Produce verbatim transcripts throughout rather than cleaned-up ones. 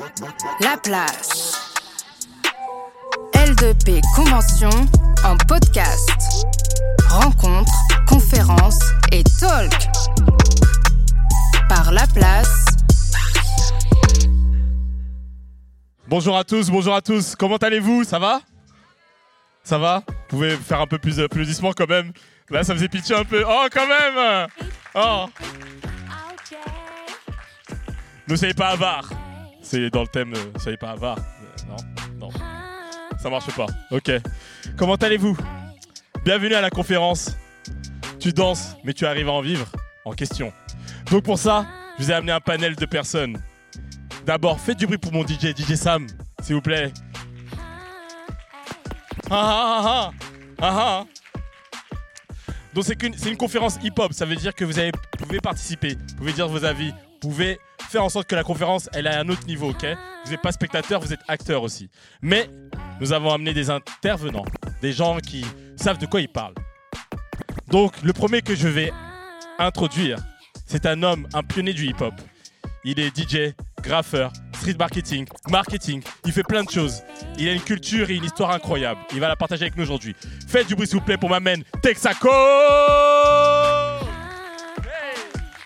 La place. L deux P Convention en podcast. Rencontres, conférences et talk. Par La Place. Bonjour à tous, bonjour à tous. Comment allez-vous? Ça va? Ça va? Vous pouvez faire un peu plus d'applaudissements quand même. Là, ça faisait pitié un peu. Oh, quand même! Oh! Ne soyez pas avare. C'est dans le thème, ne soyez pas avare. Non, non. Ça marche pas. Ok. Comment allez-vous? Bienvenue à la conférence. Tu danses, mais tu arrives à en vivre? En question. Donc pour ça, je vous ai amené un panel de personnes. D'abord, faites du bruit pour mon D J, D J Sam, s'il vous plaît. Ah ah ah ah ah. Donc c'est, qu'une, c'est une conférence hip-hop, ça veut dire que vous, avez, vous pouvez participer, vous pouvez dire vos avis, vous pouvez faire en sorte que la conférence elle ait un autre niveau, ok? Vous n'êtes pas spectateur, vous êtes acteur aussi. Mais nous avons amené des intervenants, des gens qui savent de quoi ils parlent. Donc le premier que je vais introduire, c'est un homme, un pionnier du hip-hop. Il est D J, graffeur, street marketing, marketing, il fait plein de choses. Il a une culture et une histoire incroyable. Il va la partager avec nous aujourd'hui. Faites du bruit s'il vous plaît pour ma main Texaco. Hey.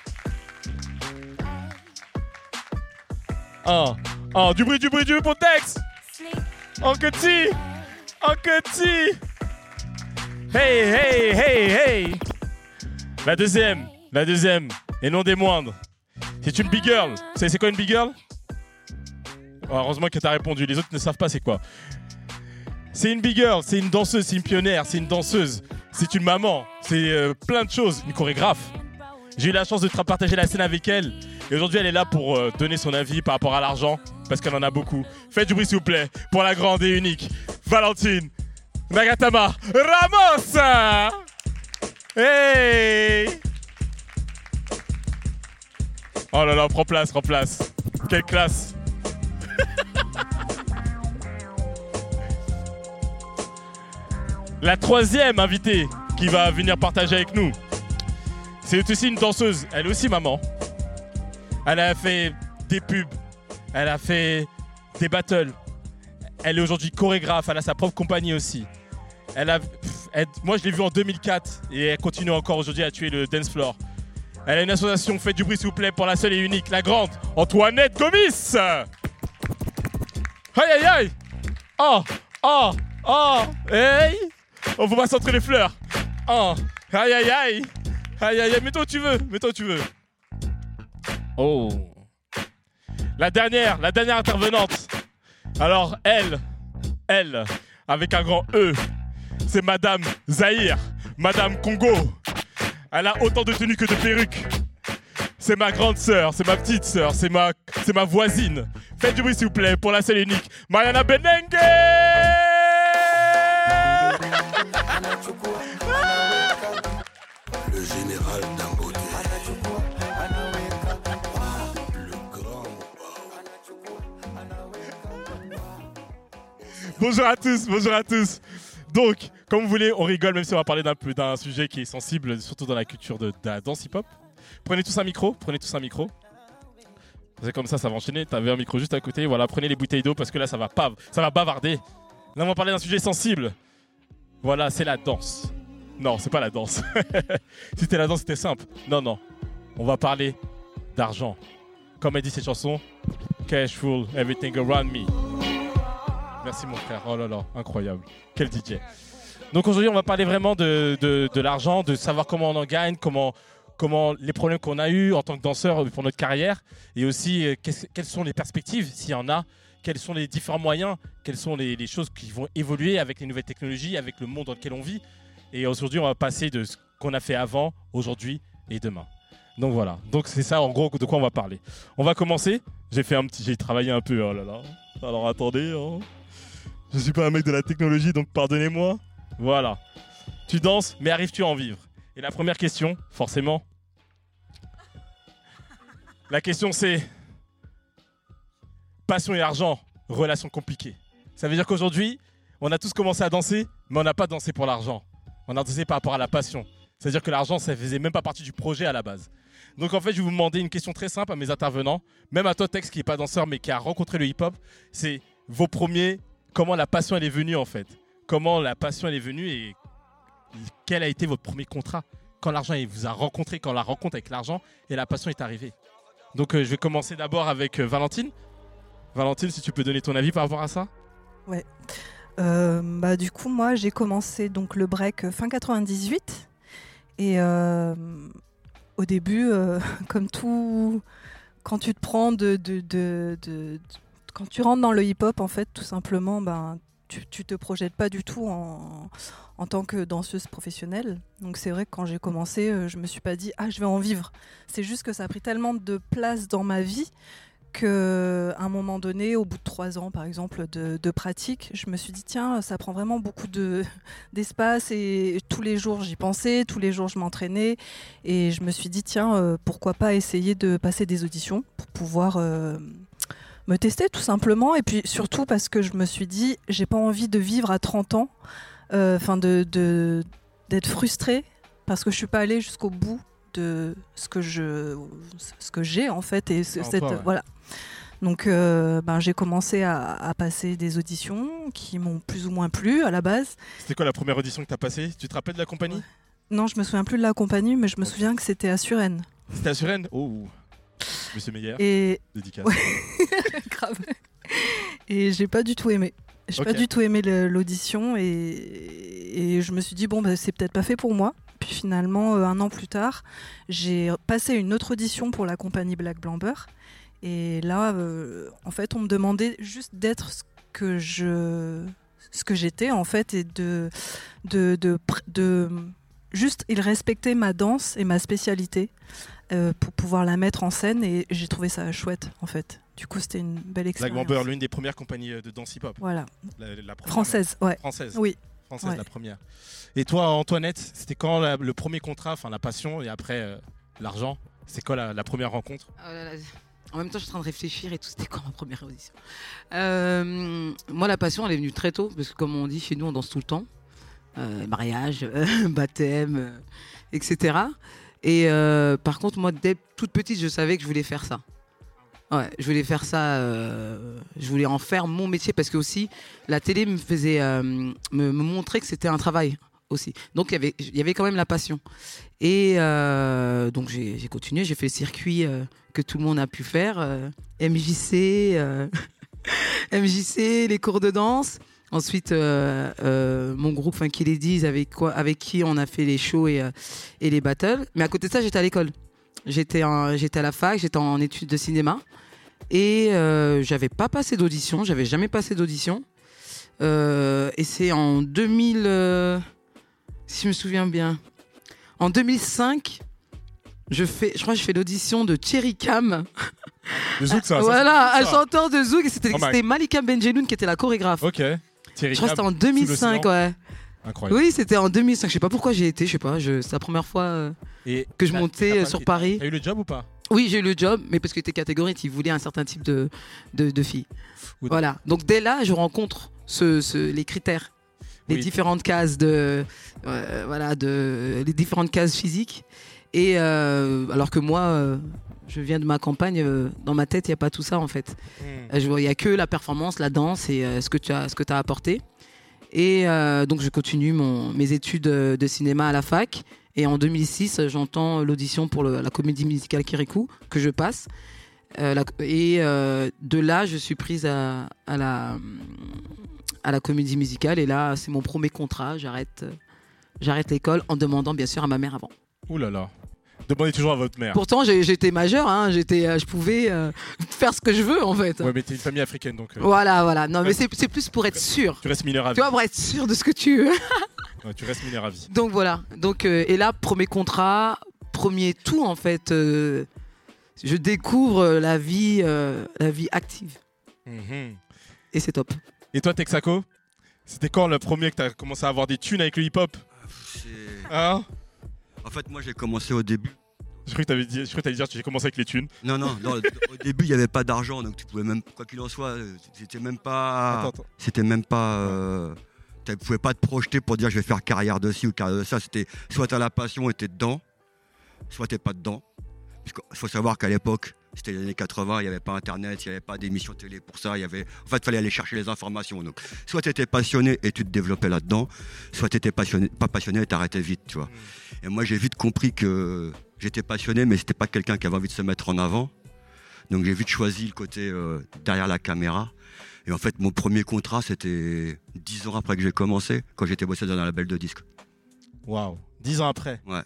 Un, un, du bruit, du bruit, du bruit pour Tex. Uncle T, Uncle T. Hey, hey, hey, hey. La deuxième, la deuxième, et non des moindres. C'est une big girl. Vous savez c'est quoi une big girl? Oh, heureusement que t'as répondu, les autres ne savent pas c'est quoi. C'est une big girl, c'est une danseuse, c'est une pionnière, c'est une danseuse, c'est une maman, c'est euh, plein de choses, une chorégraphe. J'ai eu la chance de tra- partager la scène avec elle et aujourd'hui elle est là pour euh, donner son avis par rapport à l'argent parce qu'elle en a beaucoup. Faites du bruit s'il vous plaît pour la grande et unique Valentine Nagatama Ramos. Hey! Oh là là, prends place, prends place. Quelle classe. La troisième invitée qui va venir partager avec nous, c'est aussi une danseuse. Elle est aussi maman. Elle a fait des pubs. Elle a fait des battles. Elle est aujourd'hui chorégraphe. Elle a sa propre compagnie aussi. Elle a, elle, moi, je l'ai vue en deux mille quatre et elle continue encore aujourd'hui à tuer le dance floor. Elle a une association, faites du bruit s'il vous plaît pour la seule et unique, la grande Antoinette Gomis. Aïe aïe aïe. Oh, oh, oh, hey. On va centrer les fleurs. Oh, aïe aïe aïe. Aïe aïe aïe, mets-toi où tu veux, mets-toi où tu veux. Oh. La dernière, la dernière intervenante. Alors elle, elle, avec un grand E, c'est Madame Zahir, Madame Congo. Elle a autant de tenues que de perruques. C'est ma grande sœur, c'est ma petite sœur, c'est ma, c'est ma voisine. Faites du bruit s'il vous plaît pour la seule et unique Mariana Benengue. Le général Dangote. Le grand. Bonjour à tous, bonjour à tous. Donc, comme vous voulez, on rigole, même si on va parler d'un peu d'un sujet qui est sensible, surtout dans la culture de, de la danse hip-hop. Prenez tous un micro, prenez tous un micro. C'est comme ça, ça va enchaîner. T'avais un micro juste à côté. Voilà, prenez les bouteilles d'eau parce que là, ça va pas, ça va bavarder. Là, on va parler d'un sujet sensible. Voilà, c'est la danse. Non, c'est pas la danse. Si c'était la danse, c'était simple. Non, non. On va parler d'argent. Comme elle dit cette chanson, Cash full, everything around me. Merci mon frère, oh là là, incroyable, quel D J. Donc aujourd'hui on va parler vraiment de, de, de l'argent, de savoir comment on en gagne, comment, comment les problèmes qu'on a eus en tant que danseur pour notre carrière et aussi euh, quelles sont les perspectives s'il y en a, quels sont les différents moyens, quelles sont les, les choses qui vont évoluer avec les nouvelles technologies, avec le monde dans lequel on vit. Et aujourd'hui on va passer de ce qu'on a fait avant, aujourd'hui et demain. Donc voilà, donc c'est ça en gros de quoi on va parler. On va commencer, j'ai fait un petit, j'ai travaillé un peu, oh là là, alors attendez, hein. Je suis pas un mec de la technologie, donc pardonnez-moi. Voilà. Tu danses, mais arrives-tu à en vivre? Et la première question, forcément. La question c'est... Passion et argent, relation compliquée. Ça veut dire qu'aujourd'hui, on a tous commencé à danser, mais on n'a pas dansé pour l'argent. On a dansé par rapport à la passion. C'est-à-dire que l'argent, ça faisait même pas partie du projet à la base. Donc en fait, je vais vous demander une question très simple à mes intervenants, même à toi Tex qui n'est pas danseur mais qui a rencontré le hip-hop, c'est vos premiers, comment la passion elle est venue en fait. Comment la passion elle est venue et quel a été votre premier contrat quand l'argent il vous a rencontré, quand la rencontre avec l'argent et la passion est arrivée. Donc euh, je vais commencer d'abord avec euh, Valentine. Valentine, si tu peux donner ton avis par rapport à ça. Ouais. Euh, bah, du coup, moi, j'ai commencé donc, le break fin quatre-vingt-dix-huit. Et euh, au début, euh, comme tout, quand tu te prends de, de, de, de, de... Quand tu rentres dans le hip-hop, en fait, tout simplement, ben, tu, tu te projettes pas du tout en, en tant que danseuse professionnelle. Donc c'est vrai que quand j'ai commencé, euh, je me suis pas dit « Ah, je vais en vivre ». C'est juste que ça a pris tellement de place dans ma vie qu'à un moment donné, au bout de trois ans, par exemple, de, de pratique, je me suis dit, tiens, ça prend vraiment beaucoup de, d'espace et tous les jours, j'y pensais, tous les jours, je m'entraînais et je me suis dit, tiens, euh, pourquoi pas essayer de passer des auditions pour pouvoir euh, me tester, tout simplement. Et puis surtout parce que je me suis dit, j'ai pas envie de vivre à trente ans, enfin, euh, de, de, d'être frustrée parce que je suis pas allée jusqu'au bout de ce que je ce que j'ai en fait et ce, cette, ouais. voilà. Donc euh, ben, j'ai commencé à, à passer des auditions qui m'ont plus ou moins plu à la base. C'était quoi la première audition que tu as passée? Tu te rappelles de la compagnie? Ouais. Non, je me souviens plus de la compagnie, mais je me okay. souviens que c'était à Suresnes. C'était à Suresnes? Oh, Monsieur Meyer. Et dédicace. Ouais. Grave. Et j'ai pas du tout aimé. J'ai okay. pas du tout aimé le, l'audition et, et je me suis dit bon bah, c'est peut-être pas fait pour moi. Puis finalement, euh, un an plus tard, j'ai passé une autre audition pour la compagnie Black Blamber. Et là, euh, en fait, on me demandait juste d'être ce que je, ce que j'étais en fait, et de, de, de, de, de juste, ils respectaient ma danse et ma spécialité euh, pour pouvoir la mettre en scène. Et j'ai trouvé ça chouette, en fait. Du coup, c'était une belle expérience. Black Blamber, l'une des premières compagnies de danse hip-hop. Voilà. La, la première, Française, ouais. Française. Oui. Française, ouais. La première. Et toi, Antoinette, c'était quand la, le premier contrat, enfin la passion et après euh, l'argent? C'est quoi la, la première rencontre? oh là là. En même temps, je suis en train de réfléchir et tout. C'était quand ma première audition? euh, Moi, la passion, elle est venue très tôt parce que, comme on dit chez nous, on danse tout le temps. Euh, mariage, euh, baptême, euh, et cetera. Et euh, par contre, moi, dès toute petite, je savais que je voulais faire ça. Ouais, je voulais faire ça. Euh, je voulais en faire mon métier parce que aussi, la télé me faisait, euh, me, me montrer que c'était un travail aussi. Donc, il y avait, il y avait quand même la passion. Et euh, donc, j'ai, j'ai continué. J'ai fait le circuit euh, que tout le monde a pu faire. Euh, M J C, euh, M J C, les cours de danse. Ensuite, euh, euh, mon groupe Funky Ladies, avec, quoi, avec qui on a fait les shows et, euh, et les battles. Mais à côté de ça, j'étais à l'école. J'étais, en, j'étais à la fac, j'étais en études de cinéma. Et euh, j'avais pas passé d'audition. J'avais jamais passé d'audition. Euh, et c'est en deux mille... Euh, si je me souviens bien. En deux mille cinq, je, fais, je crois que je fais l'audition de Cherry Cam. De Zouk, ça. Voilà, ça, un chanteur de Zouk. Et c'était, oh c'était Malika Benjeloun qui était la chorégraphe. Ok. Thierry je crois que c'était en deux mille cinq, ouais. Incroyable. Oui, c'était en deux mille cinq. Je sais pas pourquoi j'y étais. Je sais pas. Je, c'est la première fois euh, et que je montais pas, sur Paris. T'as eu le job ou pas? Oui, j'ai eu le job, mais parce que j'étais catégorique, ils voulaient un certain type de, de, de filles. Ou voilà. Donc dès là, je rencontre ce, ce, les critères, les oui. différentes cases de, euh, voilà, de, les différentes cases physiques. Et euh, alors que moi, euh, je viens de ma campagne, euh, dans ma tête, il n'y a pas tout ça en fait. Il mm. n'y a que la performance, la danse et euh, ce que tu as, ce que tu as apporté. Et euh, donc je continue mon, mes études de cinéma à la fac. Et en deux mille six, j'entends l'audition pour le, la comédie musicale Kirikou, que je passe. Euh, la, et euh, de là, je suis prise à, à, la, à la comédie musicale. Et là, c'est mon premier contrat. J'arrête, j'arrête l'école en demandant bien sûr à ma mère avant. Ouh là là. Demandez toujours à votre mère. Pourtant, j'ai, j'étais majeure. Hein, j'étais, je pouvais euh, faire ce que je veux, en fait. Ouais, mais t'es une famille africaine, donc... Euh... Voilà, voilà. Non, mais c'est, c'est plus pour être sûr. Tu restes mineur à vie. Tu vois, pour être sûr de ce que tu veux. Ouais, tu restes mineur à vie. Donc voilà. Donc, euh, et là, premier contrat, premier tout en fait. Euh, je découvre la vie, euh, la vie active. Mm-hmm. Et c'est top. Et toi, Texaco, c'était quand le premier que tu as commencé à avoir des thunes avec le hip-hop? C'est... Hein? En fait, moi, j'ai commencé au début. Je crois que tu dit, allais dire que tu as commencé avec les thunes. Non, non, non au début, il n'y avait pas d'argent, donc tu pouvais même, quoi qu'il en soit, c'était même pas... Attends, attends. C'était même pas... Euh... Tu ne pouvais pas te projeter pour dire je vais faire carrière de ci ou carrière de ça. C'était soit tu as la passion et tu es dedans, soit tu n'es pas dedans. Il faut savoir qu'à l'époque, c'était les années quatre-vingts, il n'y avait pas Internet, il n'y avait pas d'émissions télé pour ça. Il y avait... En fait, il fallait aller chercher les informations. Donc, soit tu étais passionné et tu te développais là-dedans, soit tu n'étais pas passionné et tu arrêtais vite. Tu vois. Et moi, j'ai vite compris que j'étais passionné, mais ce n'était pas quelqu'un qui avait envie de se mettre en avant. Donc, j'ai vite choisi le côté euh, derrière la caméra. Et en fait, mon premier contrat, c'était dix ans après que j'ai commencé, quand j'étais bossé dans un label de disques. Waouh, dix ans après. Ouais.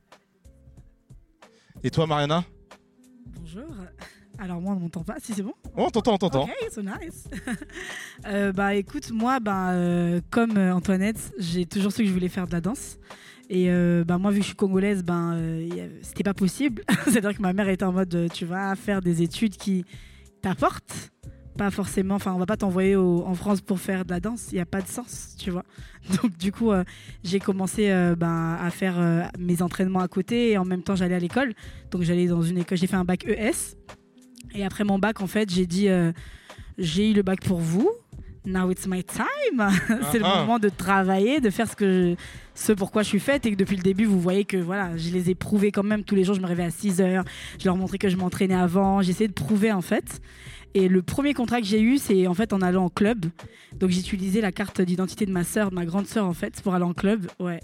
Et toi, Mariana? Bonjour. Alors moi on ne m'entend pas, si c'est bon? Oh, on t'entend, on t'entend. Ok, so nice. euh, bah écoute, moi, bah, euh, comme euh, Antoinette, j'ai toujours su que je voulais faire de la danse. Et euh, bah, moi, vu que je suis congolaise, ben, euh, c'était pas possible. C'est-à-dire que ma mère était en mode, euh, tu vas faire des études qui t'apportent. Pas forcément, enfin on va pas t'envoyer au, en France pour faire de la danse, il n'y a pas de sens, tu vois. Donc du coup, euh, j'ai commencé euh, ben, à faire euh, mes entraînements à côté et en même temps j'allais à l'école. Donc j'allais dans une école, j'ai fait un bac E S. Et après mon bac, en fait, j'ai dit, euh, j'ai eu le bac pour vous, now it's my time. C'est le Ah ah. moment de travailler, de faire ce, que je, ce pourquoi je suis faite et que depuis le début, vous voyez que voilà, je les ai prouvés quand même. Tous les jours, je me réveillais à six heures, je leur montrais que je m'entraînais avant, j'essayais de prouver en fait. Et le premier contrat que j'ai eu, c'est en fait en allant en club. Donc j'ai utilisé la carte d'identité de ma sœur, de ma grande sœur en fait, pour aller en club. Ouais.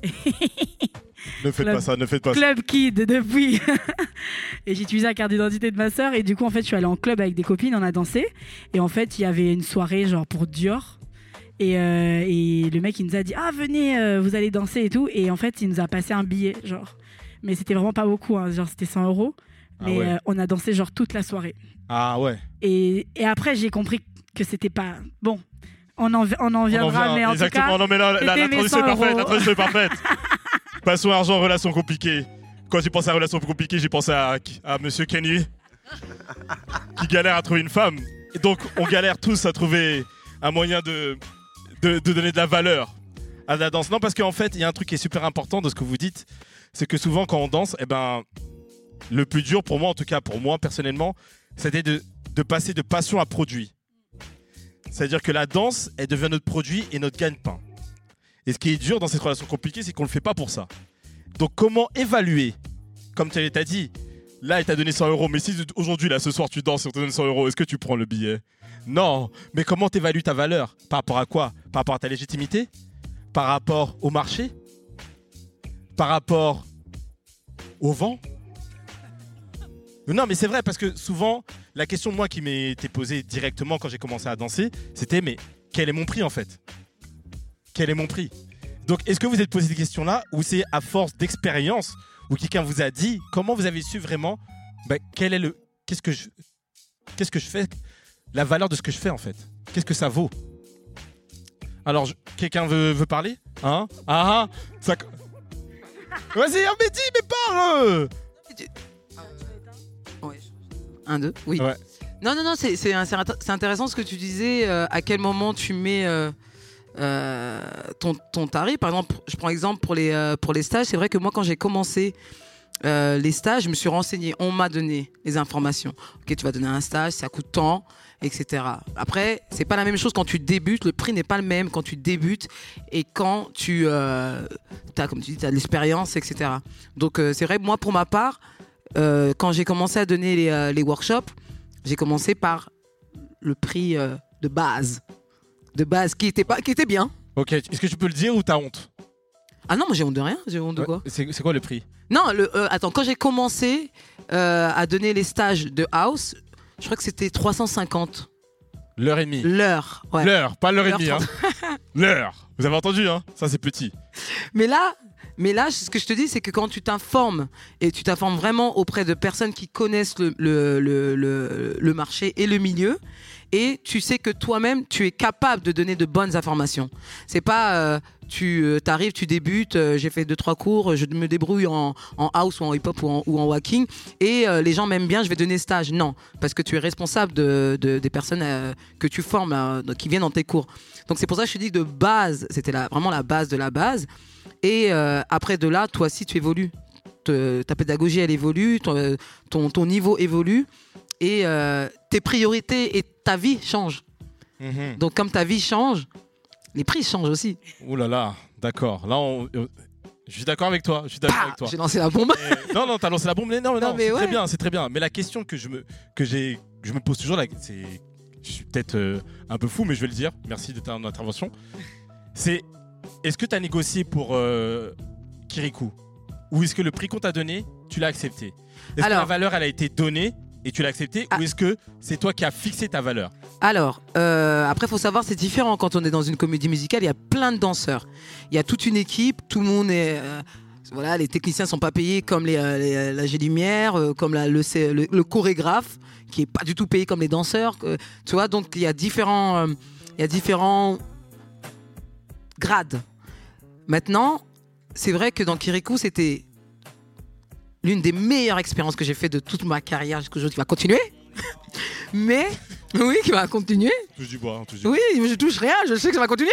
Ne faites Club- pas ça, ne faites pas ça. Club Kid depuis. Et j'ai utilisé la carte d'identité de ma sœur et du coup en fait je suis allée en club avec des copines, on a dansé et en fait il y avait une soirée genre pour Dior et, euh, et le mec il nous a dit ah venez euh, vous allez danser et tout et en fait il nous a passé un billet genre, mais c'était vraiment pas beaucoup hein, genre c'était cent euros Ah mais ouais. euh, on a dansé genre toute la soirée Ah ouais. et, et après j'ai compris que c'était pas bon, on en, on en On viendra vient- mais en exactement. tout cas Non mais là, la, la c'était mes transition est cent parfaite. euros. La transition est parfaite. Passons à argent, relations compliquées. Quand j'ai pensé à relations compliquées, j'ai pensé à, à Monsieur Kenny qui galère à trouver une femme. Et donc on galère tous à trouver un moyen de, de, de donner de la valeur à la danse. Non, parce qu'en fait, il y a un truc qui est super important de ce que vous dites, c'est que souvent quand on danse, eh ben, le plus dur pour moi, en tout cas pour moi personnellement, c'était de, de passer de passion à produit. C'est-à-dire que la danse, elle devient notre produit et notre gagne-pain. Et ce qui est dur dans cette relation compliquée, c'est qu'on ne le fait pas pour ça. Donc comment évaluer? Comme tu as dit, là, il t'a donné cent euros, mais si aujourd'hui, là, ce soir, tu danses et on te donne cent euros, est-ce que tu prends le billet? Non. Mais comment t'évalues ta valeur? Par rapport à quoi? Par rapport à ta légitimité? Par rapport au marché? Par rapport au vent? Non, mais c'est vrai, parce que souvent, la question, moi, qui m'était posée directement quand j'ai commencé à danser, c'était, mais quel est mon prix, en fait? Quel est mon prix? Donc, est-ce que vous êtes posé ces questions-là, ou c'est à force d'expérience, où quelqu'un vous a dit, comment vous avez su vraiment, bah, quel est le, qu'est-ce que je, qu'est-ce que je fais, la valeur de ce que je fais, en fait? Qu'est-ce que ça vaut? Alors, je- quelqu'un veut, veut parler? Hein? Ah, ah, ça... Vas-y, hein, mais dis, mais parle! Ouais. Un, deux, oui. Ouais. Non, non, non, c'est c'est un- c'est int- c'est intéressant ce que tu disais, euh, à quel moment tu mets euh, euh, ton, ton tarif. Par exemple, je prends exemple pour les, euh, pour les stages. C'est vrai que moi, quand j'ai commencé euh, les stages, je me suis renseignée. On m'a donné les informations. Ok, tu vas donner un stage, ça coûte tant, et cetera. Après, c'est pas la même chose quand tu débutes. Le prix n'est pas le même quand tu débutes et quand tu euh, as, comme tu dis, tu as de l'expérience, et cetera. Donc, euh, c'est vrai, moi, pour ma part, euh, quand j'ai commencé à donner les, euh, les workshops, j'ai commencé par le prix euh, de base. De base, qui était, pas, qui était bien. Ok, est-ce que tu peux le dire ou t'as honte? Ah non, moi j'ai honte de rien. J'ai honte de Ouais, quoi? c'est, c'est quoi le prix? Non, le, euh, attends, quand j'ai commencé euh, à donner les stages de house, je crois que c'était trois cent cinquante L'heure et demie. l'heure. Ouais. L'heure, pas l'heure et L'heure demie. Hein. L'heure. Vous avez entendu, hein? Ça, c'est petit. Mais là, mais là, ce que je te dis, c'est que quand tu t'informes et tu t'informes vraiment auprès de personnes qui connaissent le, le, le, le, le marché et le milieu, et tu sais que toi-même, tu es capable de donner de bonnes informations. C'est pas, euh, tu euh, arrives, tu débutes, euh, j'ai fait deux trois cours, je me débrouille en, en house ou en hip-hop ou en, ou en walking, et euh, les gens m'aiment bien, je vais donner stage. Non, parce que tu es responsable de, de, des personnes euh, que tu formes, euh, qui viennent dans tes cours. Donc c'est pour ça que je te dis de base, c'était la, vraiment la base de la base. Et euh, après de là, toi aussi tu évolues. Te, ta pédagogie elle évolue, ton, ton, ton niveau évolue et euh, tes priorités et ta vie changent. Mhm. Donc comme ta vie change, les prix changent aussi. Ouh là là, d'accord. Là, on... Je suis d'accord avec toi. Je suis d'accord Pah avec toi. J'ai lancé la bombe. Et- non, non, t'as lancé la bombe. Mais non, mais Non, non, mais c'est ouais. très bien, c'est très bien. Mais la question que je me, que j'ai, que je me pose toujours, là, c'est, je suis peut-être euh, un peu fou, mais je vais le dire. Merci de ta intervention. C'est, est-ce que tu as négocié pour euh, Kirikou, ou est-ce que le prix qu'on t'a donné, tu l'as accepté? Est-ce Alors- que la valeur, elle a été donnée et tu l'as acceptée, Ah. ou est-ce que c'est toi qui as fixé ta valeur? Alors, euh, après, il faut savoir, c'est différent quand on est dans une comédie musicale. Il y a plein de danseurs. Il y a toute une équipe. Tout le monde est. euh, voilà, les techniciens sont pas payés comme les, euh, les, la G Lumière, euh, comme la, le, c'est- le, le chorégraphe, qui est pas du tout payé comme les danseurs. euh, tu vois, donc il y a différents, euh, il y a différents grades. Maintenant, c'est vrai que dans Kirikou, c'était l'une des meilleures expériences que j'ai fait de toute ma carrière jusqu'à aujourd'hui, qui va continuer. Mais, oui, qui va continuer. Touche du bois, hein, touche du bois. Oui, je touche rien, je sais que ça va continuer.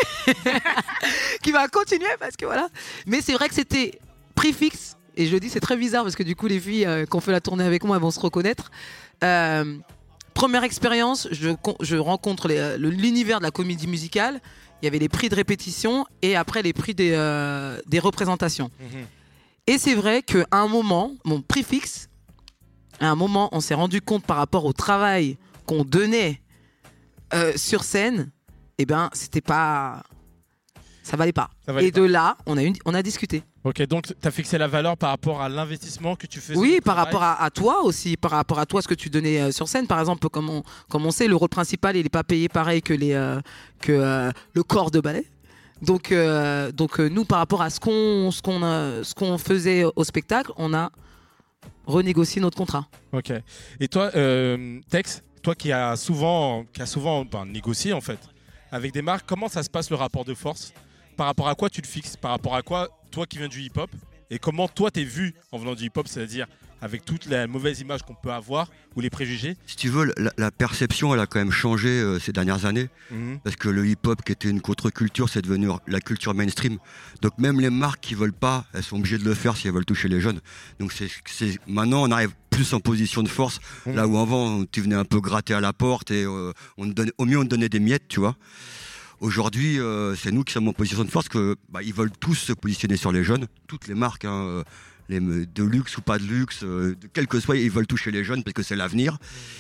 qui va continuer parce que voilà. Mais c'est vrai que c'était prix fixe. Et je le dis, c'est très bizarre parce que du coup, les filles euh, qui ont fait la tournée avec moi, elles vont se reconnaître. Euh, première expérience, je, con- je rencontre les, euh, le- l'univers de la comédie musicale. Il y avait les prix de répétition et après les prix des, euh, des représentations. Mhm. Et c'est vrai qu'à un moment, mon prix fixe, à un moment, on s'est rendu compte par rapport au travail qu'on donnait euh, sur scène, eh ben, c'était pas. Ça valait pas. Ça valait Et pas. de là, on a, une, on a discuté. Ok, donc tu as fixé la valeur par rapport à l'investissement que tu faisais. Oui, au par travail. rapport à, à toi aussi, par rapport à toi, ce que tu donnais euh, sur scène. Par exemple, comme on, comme on sait, le rôle principal, il n'est pas payé pareil que, les, euh, que euh, le corps de ballet. Donc, euh, donc euh, nous, par rapport à ce qu'on, ce qu'on, a- ce qu'on faisait au spectacle, on a renégocié notre contrat. Ok. Et toi, euh, Tex, toi qui as souvent, qui as souvent ben, négocié en fait avec des marques, comment ça se passe le rapport de force? Par rapport à quoi tu le fixes? Par rapport à quoi, toi qui viens du hip-hop? Et comment toi t'es vu en venant du hip-hop, c'est-à-dire avec toute la mauvaise image qu'on peut avoir ou les préjugés? Si tu veux, la, la perception, elle a quand même changé euh, ces dernières années. Parce que le hip-hop, qui était une contre-culture, c'est devenu la culture mainstream. Donc même les marques qui veulent pas, elles sont obligées de le faire si elles veulent toucher les jeunes. Donc c'est, c'est... maintenant, on arrive plus en position de force. Mhm. Là où avant, tu venais un peu gratter à la porte et euh, on te donnait, au mieux, on te donnait des miettes, tu vois. Aujourd'hui, euh, c'est nous qui sommes en position de force, que bah, ils veulent tous se positionner sur les jeunes, toutes les marques, hein, euh, les, de luxe ou pas de luxe, euh, de, quel que soit, ils veulent toucher les jeunes parce que c'est l'avenir.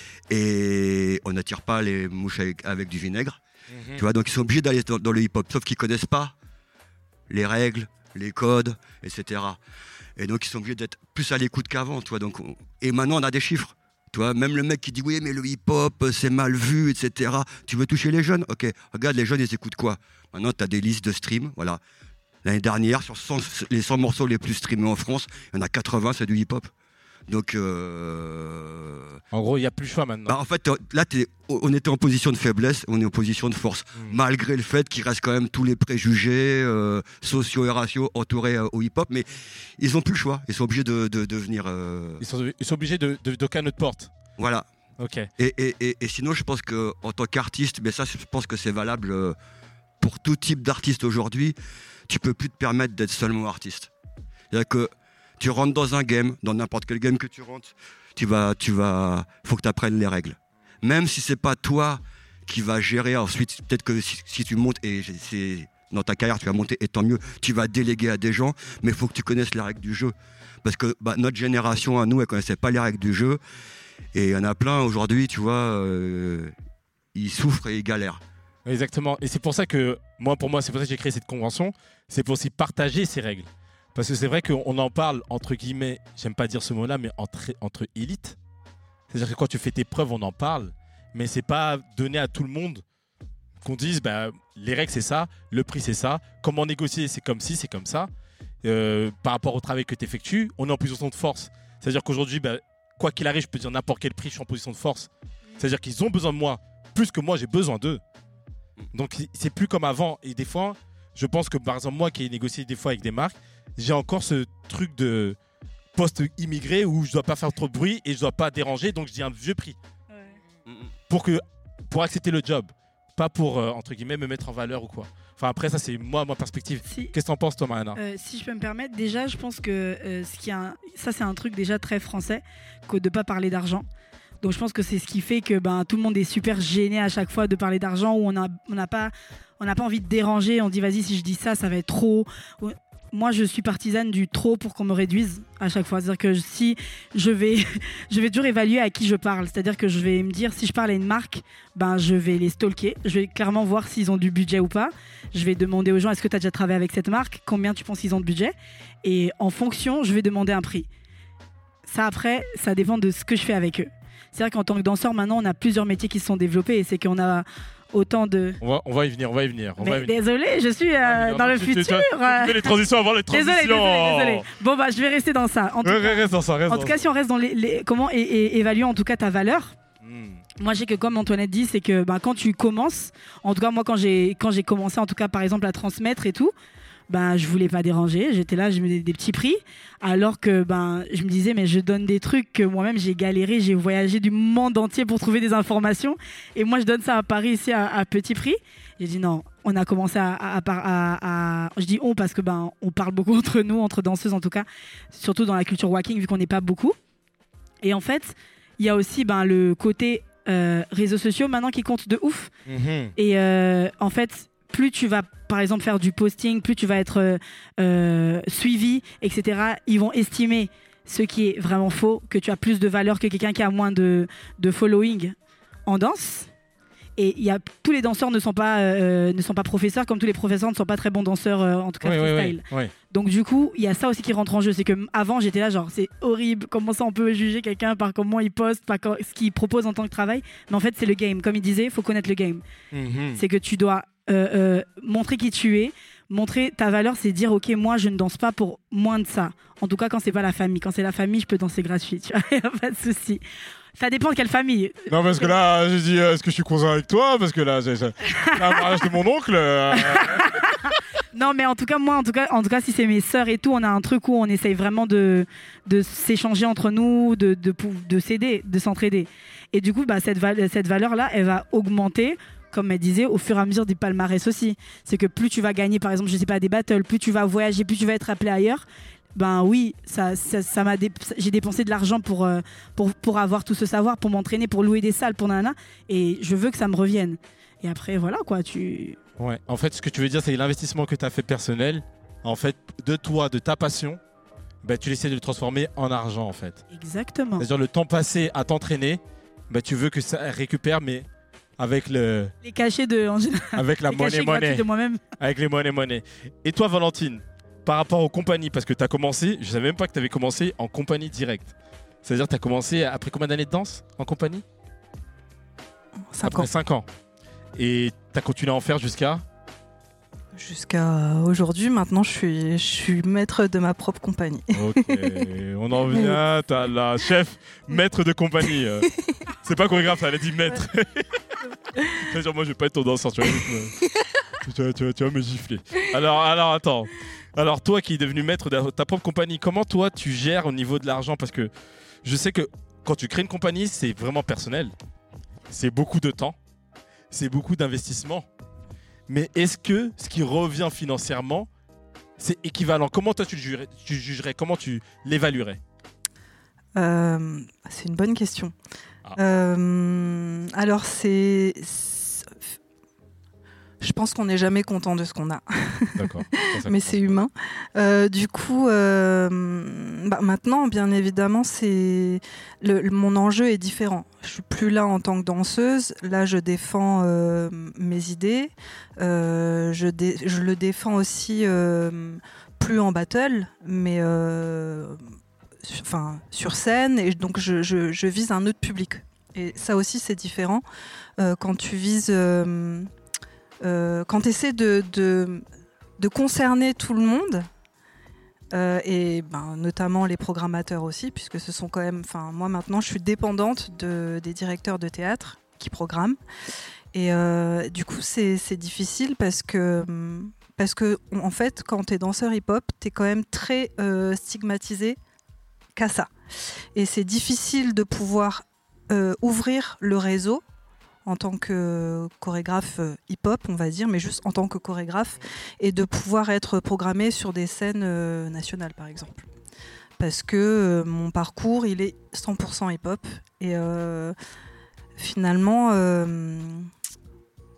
Et on n'attire pas les mouches avec, avec du vinaigre. Mhm. Tu vois, donc ils sont obligés d'aller dans, dans le hip-hop, sauf qu'ils connaissent pas les règles, les codes, et cetera. Et donc ils sont obligés d'être plus à l'écoute qu'avant, tu vois. Donc on... Et maintenant on a des chiffres. Tu vois, même le mec qui dit oui mais le hip-hop c'est mal vu, et cetera. Tu veux toucher les jeunes? Ok, regarde les jeunes ils écoutent quoi? Maintenant tu as des listes de stream, voilà. L'année dernière, sur cent, les cent morceaux les plus streamés en France, il y en a quatre-vingts c'est du hip-hop. Donc euh... En gros, il n'y a plus le choix maintenant. bah, en fait là t'es... on était en position de faiblesse, on est en position de force. Mhm. Malgré le fait qu'il reste quand même tous les préjugés euh, sociaux et raciaux entourés euh, au hip-hop, mais ils n'ont plus le choix, ils sont obligés de, de, de venir... euh, Ils, sont, ils sont obligés de, de, de toquer à notre porte. Voilà. Ok. Et, et, et, et sinon, je pense qu'en tant qu'artiste, mais ça, je pense que c'est valable euh, pour tout type d'artiste aujourd'hui, tu peux plus te permettre d'être seulement artiste. C'est-à-dire que tu rentres dans un game, dans n'importe quel game que tu rentres, tu vas, tu vas, faut que tu apprennes les règles. Même si c'est pas toi qui vas gérer ensuite, peut-être que si, si tu montes, et c'est dans ta carrière, tu vas monter, et tant mieux, tu vas déléguer à des gens, mais il faut que tu connaisses les règles du jeu. Parce que bah, notre génération, à nous, elle connaissait pas les règles du jeu. Et il y en a plein aujourd'hui, tu vois, euh, ils souffrent et ils galèrent. Exactement. Et c'est pour ça que, moi, pour moi, c'est pour ça que j'ai créé cette convention. C'est pour aussi partager ces règles. Parce que c'est vrai qu'on en parle, entre guillemets, j'aime pas dire ce mot-là, mais entre, entre élites. C'est-à-dire que quand tu fais tes preuves, on en parle. Mais c'est pas donné à tout le monde qu'on dise, bah, les règles, c'est ça, le prix, c'est ça. Comment négocier, c'est comme ci, c'est comme ça. Euh, par rapport au travail que tu effectues, on est en position de force. C'est-à-dire qu'aujourd'hui, bah, quoi qu'il arrive, je peux dire n'importe quel prix, je suis en position de force. C'est-à-dire qu'ils ont besoin de moi, plus que moi, j'ai besoin d'eux. Donc, c'est plus comme avant. Et des fois, je pense que, par exemple, moi qui ai négocié des fois avec des marques, j'ai encore ce truc de post-immigré où je dois pas faire trop de bruit et je dois pas déranger, donc je dis un vieux prix. Ouais. Pour, que, pour accepter le job. Pas pour, euh, entre guillemets, me mettre en valeur ou quoi. Enfin, après, ça, c'est moi, ma perspective. Si, Qu'est-ce que t'en penses, toi, Mariana? euh, si je peux me permettre, déjà, je pense que euh, ce qui est un- ça, c'est un truc déjà très français, que de pas parler d'argent. Donc, je pense que c'est ce qui fait que ben, tout le monde est super gêné à chaque fois de parler d'argent, où on n'a on n'a pas, on n'a pas envie de déranger. On dit, vas-y, si je dis ça, ça va être trop. moi, je suis partisane du trop pour qu'on me réduise à chaque fois. C'est-à-dire que si je vais, je vais toujours évaluer à qui je parle. C'est-à-dire que je vais me dire, si je parle à une marque, ben, je vais les stalker. Je vais clairement voir s'ils ont du budget ou pas. Je vais demander aux gens, est-ce que tu as déjà travaillé avec cette marque? Combien tu penses qu'ils ont de budget? Et en fonction, je vais demander un prix. Ça, après, ça dépend de ce que je fais avec eux. C'est vrai qu'en tant que danseur, maintenant, on a plusieurs métiers qui se sont développés. Et c'est qu'on a autant de... On va, on va y venir, on va y venir. On Mais va y venir. désolée, je suis euh, Ah, dans le tu- tu- futur. tu- tu euh. fais les transitions avant les transitions. Désolée, désolée, désolée. Bon, bah, je vais rester dans ça. En tout, Ouais, reste dans ça, reste en dans tout ça. cas, si on reste dans les, les- comment é- é- évaluer en tout cas ta valeur. Hmm. Moi, je sais que comme Antoinette dit, c'est que ben, quand tu commences, en tout cas moi quand j'ai quand j'ai commencé, en tout cas par exemple à transmettre et tout, ben je voulais pas déranger. J'étais là, je me donnais des petits prix, alors que ben je me disais mais je donne des trucs que moi-même j'ai galéré, j'ai voyagé du monde entier pour trouver des informations, et moi je donne ça à Paris ici à, à petit prix. J'ai dit non. On a commencé à, à, à, à, à- je dis on parce que ben on parle beaucoup entre nous, entre danseuses en tout cas, surtout dans la culture walking vu qu'on n'est pas beaucoup. Et en fait, il y a aussi ben le côté euh, réseaux sociaux maintenant qui compte de ouf. Mhm. Et euh, en fait, plus tu vas, par exemple, faire du posting, plus tu vas être euh, euh, suivi, et cetera, ils vont estimer ce qui est vraiment faux, que tu as plus de valeur que quelqu'un qui a moins de, de following en danse. Et il y a, tous les danseurs ne sont, pas, euh, ne sont pas professeurs, comme tous les professeurs ne sont pas très bons danseurs, euh, en tout cas Ouais, ouais, freestyle. ouais, ouais. Donc du coup, il y a ça aussi qui rentre en jeu. C'est que avant, j'étais là genre, c'est horrible. Comment ça, on peut juger quelqu'un par comment il poste, par co- ce qu'il propose en tant que travail. Mais en fait, c'est le game. Comme il disait, il faut connaître le game. Mhm. C'est que tu dois euh, euh, montrer qui tu es, montrer ta valeur. C'est dire, ok, moi, je ne danse pas pour moins de ça. En tout cas, quand c'est pas la famille. Quand c'est la famille, je peux danser gratuit. Tu vois, y a pas de souci. Ça dépend de quelle famille. Non, parce que là, j'ai dit, euh, est-ce que je suis cousin avec toi? Parce que là, j'ai j'ai- c'est un mariage de mon oncle. euh, Non, mais en tout cas, moi, en tout cas, en tout cas, si c'est mes sœurs et tout, on a un truc où on essaye vraiment de, de s'échanger entre nous, de, de, pou- de s'aider, de s'entraider. Et du coup, bah, cette, val- cette valeur-là, elle va augmenter, comme elle disait, au fur et à mesure du palmarès aussi. C'est que plus tu vas gagner, par exemple, je sais pas, des battles, plus tu vas voyager, plus tu vas être appelé ailleurs. Ben oui, ça, ça, ça m'a dé- j'ai dépensé de l'argent pour, euh, pour, pour avoir tout ce savoir, pour m'entraîner, pour louer des salles, pour nana. Et je veux que ça me revienne. Et après, voilà quoi, tu... Ouais. En fait, ce que tu veux dire, c'est l'investissement que tu as fait personnel, en fait, de toi, de ta passion, bah, tu essaies de le transformer en argent, en fait. Exactement. C'est-à-dire le temps passé à t'entraîner, bah, tu veux que ça récupère, mais avec le, Les cachets de... En général, avec la les money cachets gratuits money, de moi-même. avec les money money. Et toi, Valentine, par rapport aux compagnies, parce que tu as commencé, je savais même pas que tu avais commencé en compagnie directe. C'est-à-dire que tu as commencé après combien d'années de danse en compagnie? cinq Après ans. cinq ans. Et tu as continué à en faire jusqu'à Jusqu'à aujourd'hui, maintenant, je suis, je suis maître de ma propre compagnie. Ok, on en vient, t'as la chef maître de compagnie. euh. C'est pas chorégraphe, elle a dit maître. C'est-à-dire, moi je vais pas être ton danseur, tu vas, me- tu vas, tu vas- tu vas me gifler. Alors, alors attends. Alors toi qui es devenu maître de ta propre compagnie, comment toi tu gères au niveau de l'argent? Parce que je sais que quand tu crées une compagnie, c'est vraiment personnel. C'est beaucoup de temps, c'est beaucoup d'investissement. Mais est-ce que ce qui revient financièrement, c'est équivalent? Comment toi tu le jugerais, tu jugerais, comment tu l'évaluerais? Euh, c'est une bonne question. Ah. Euh, alors, c'est. c'est- Je pense qu'on n'est jamais content de ce qu'on a, D'accord. Ça, ça mais commence. c'est humain. Euh, du coup, euh, bah, maintenant, bien évidemment, c'est le, le- mon enjeu est différent. Je suis plus là en tant que danseuse. Là, je défends euh, mes idées. Euh, je, dé- je le défends aussi euh, plus en battle, mais euh, sur, enfin, sur scène. Et donc, je, je- je vise un autre public. Et ça aussi, c'est différent. Euh, quand tu vises... euh, euh, quand tu essaies de, de, de concerner tout le monde, euh, et ben, notamment les programmateurs aussi, puisque ce sont quand même... Enfin, moi, maintenant, je suis dépendante de, des directeurs de théâtre qui programment. Et euh, du coup, c'est c'est difficile parce que, parce que, en fait, quand tu es danseur hip-hop, tu es quand même très euh, stigmatisé qu'à ça. Et c'est difficile de pouvoir euh, ouvrir le réseau en tant que chorégraphe euh, hip-hop, on va dire, mais juste en tant que chorégraphe, et de pouvoir être programmé sur des scènes euh, nationales, par exemple. Parce que euh, mon parcours, il est cent pour cent hip-hop. Et euh, finalement, euh,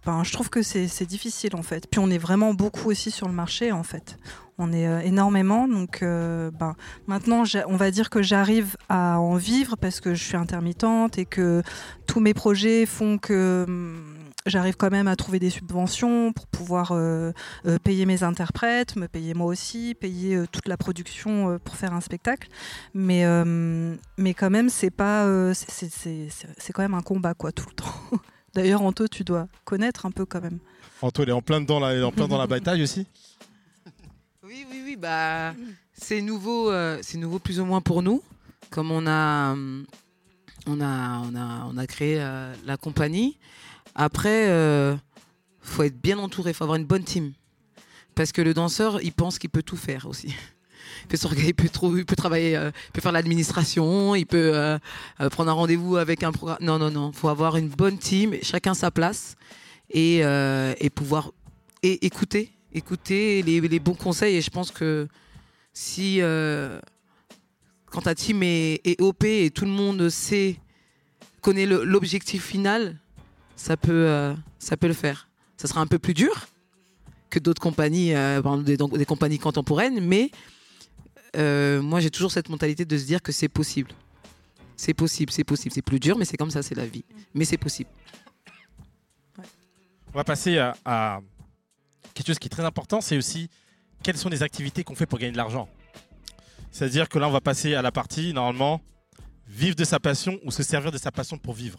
ben, je trouve que c'est, c'est difficile en fait. Puis on est vraiment beaucoup aussi sur le marché en fait. On est euh, énormément, donc euh, ben, maintenant on va dire que j'arrive à en vivre parce que je suis intermittente et que tous mes projets font que hum, j'arrive quand même à trouver des subventions pour pouvoir euh, euh, payer mes interprètes, me payer moi aussi, payer euh, toute la production euh, pour faire un spectacle. Mais, euh, mais quand même, c'est, pas, euh, c'est, c'est, c'est, c'est quand même un combat quoi, tout le temps. D'ailleurs, Anto, tu dois connaître un peu quand même. Anto, elle est en plein dedans, là, elle est en plein dans la bataille aussi. Oui, oui, oui. Bah, c'est nouveau, euh, c'est nouveau plus ou moins pour nous. Comme on a, on a, on a, on a créé euh, la compagnie. Après, il euh, faut être bien entouré, il faut avoir une bonne team. Parce que le danseur, il pense qu'il peut tout faire aussi. Il peut s'organiser, il peut, trop, il peut travailler, euh, il peut faire l'administration, il peut euh, euh, prendre un rendez-vous avec un programme. Non, non, non. Il faut avoir une bonne team, chacun sa place, et, euh, et pouvoir et écouter, écouter les, les bons conseils. Et je pense que si, euh, quand ta team est, est O P et tout le monde sait, connaît le, l'objectif final, ça peut, euh, ça peut le faire. Ça sera un peu plus dur que d'autres compagnies, euh, par exemple des, des compagnies contemporaines, mais euh, moi j'ai toujours cette mentalité de se dire que c'est possible. C'est possible, c'est possible. C'est plus dur, mais c'est comme ça, c'est la vie. Mais c'est possible. Ouais. On va passer à, à quelque chose qui est très important, c'est aussi quelles sont les activités qu'on fait pour gagner de l'argent. C'est-à-dire que là, on va passer à la partie, normalement, vivre de sa passion ou se servir de sa passion pour vivre.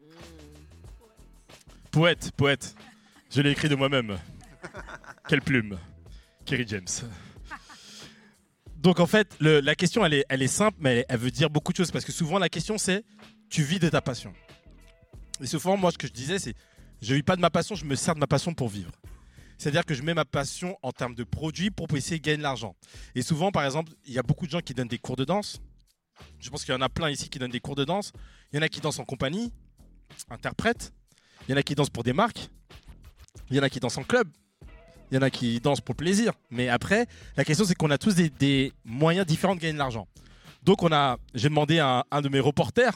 Poète, poète. Je l'ai écrit de moi-même. Quelle plume. Kerry James. Donc en fait, le, la question, elle est, elle est simple, mais elle, elle veut dire beaucoup de choses. Parce que souvent, la question, c'est, tu vis de ta passion. Et souvent, moi, ce que je disais, c'est, je ne vis pas de ma passion, je me sers de ma passion pour vivre. C'est-à-dire que je mets ma passion en termes de produits pour essayer de gagner de l'argent. Et souvent, par exemple, il y a beaucoup de gens qui donnent des cours de danse. Je pense qu'il y en a plein ici qui donnent des cours de danse. Il y en a qui dansent en compagnie, interprètent. Il y en a qui dansent pour des marques. Il y en a qui dansent en club. Il y en a qui dansent pour le plaisir. Mais après, la question, c'est qu'on a tous des, des moyens différents de gagner de l'argent. Donc, on a, j'ai demandé à un, un de mes reporters,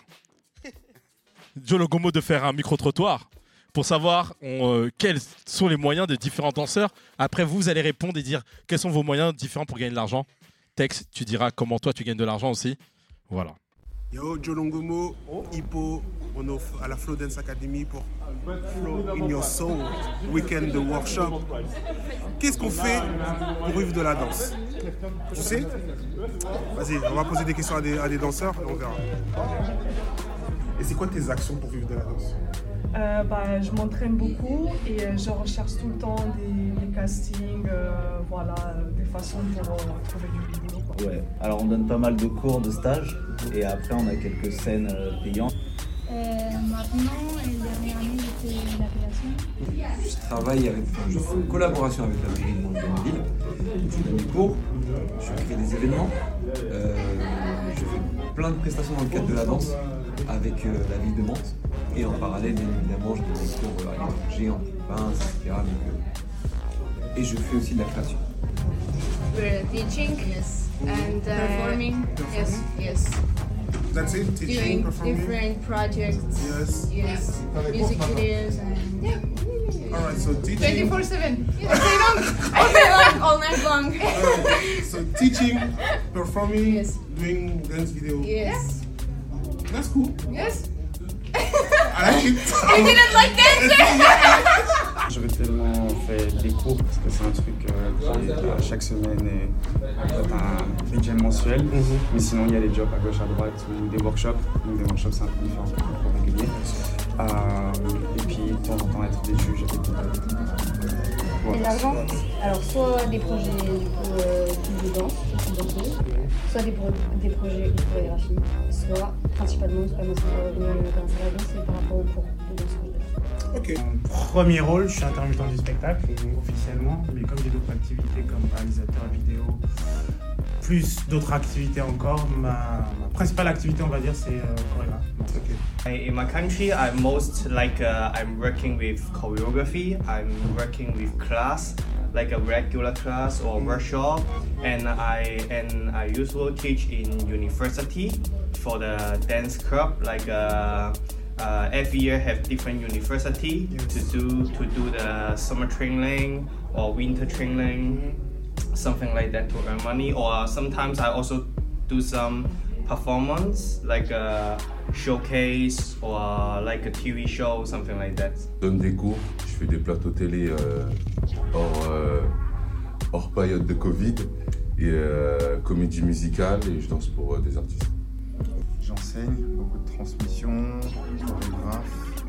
Joe Logomo, de faire un micro-trottoir pour savoir on, euh, quels sont les moyens de différents danseurs. Après, vous, vous allez répondre et dire quels sont vos moyens différents pour gagner de l'argent. Tex, tu diras comment toi, tu gagnes de l'argent aussi. Voilà. Yo, Joe Logomo, Hippo, on est à la Flow Dance Academy pour Flow in Your Soul Weekend de workshop. Qu'est-ce qu'on fait pour vivre de la danse? Tu sais? Vas-y, on va poser des questions à des, à des danseurs et on verra. Et c'est quoi tes actions pour vivre de la danse? Euh, bah, je m'entraîne beaucoup et euh, je recherche tout le temps des, des castings, euh, voilà, des façons pour euh, trouver du boulot. Quoi. Ouais, alors on donne pas mal de cours, de stages et après on a quelques scènes euh, payantes. Euh, maintenant, les dernières années, j'ai fait la création. Je travaille avec, enfin, je fais une collaboration avec la mairie de Montpellier. Je donne des cours, je crée des événements, euh, je fais plein de prestations dans le cadre de la danse avec euh, la ville de Mantes. Et en parallèle, bien évidemment, je donne des cours à l'étranger, en pince, et cetera. Donc, euh, et je fais aussi de la création. We're teaching, yes, and uh, performing, yes, yes. That's it, teaching, Doing performing. Different projects, Yes. yes, music videos, and yeah. All right, so teaching. twenty-four seven, all day long, all day long, all night long. All right, so teaching, performing, Yes. doing dance video. Yes. That's cool. Yes. I like it. You didn't like that? J'aurais tellement fait des cours parce que c'est un truc euh, qui est euh, chaque semaine et un budget mensuel. Mm-hmm. Mais sinon, il y a des jobs à gauche, à droite ou des workshops. Donc des workshops, c'est un peu différent pour régulier. Euh, et puis, de temps en temps, être des juges et des comptables. Et l'argent, alors soit des projets du coup, euh, de danse, de danseuse, soit des, pro- des projets de chorégraphie, soit principalement, c'est pas moi ça va revenir dans la danse, c'est par rapport au cours de danse. Ok. Premier rôle, je suis intermittent du spectacle, officiellement, mais comme j'ai d'autres activités comme réalisateur vidéo, plus d'autres activités encore, ma, ma principale activité, on va dire, c'est euh, chorégraphe. Okay. In my country, I'm most like uh, I'm working with choreography. I'm working with class, like a regular class or workshop, and I and I usually teach in university for the dance club, like uh, uh, every year have different university to do to do the summer training or winter training, something like that to earn money. Or sometimes I also do some performance like a showcase or like a T V show, something like that. Je donne des cours, je fais des plateaux télé euh, hors, euh, hors période de Covid et euh, comédie musicale et je danse pour euh, des artistes. J'enseigne, beaucoup de transmissions, chorégraphe.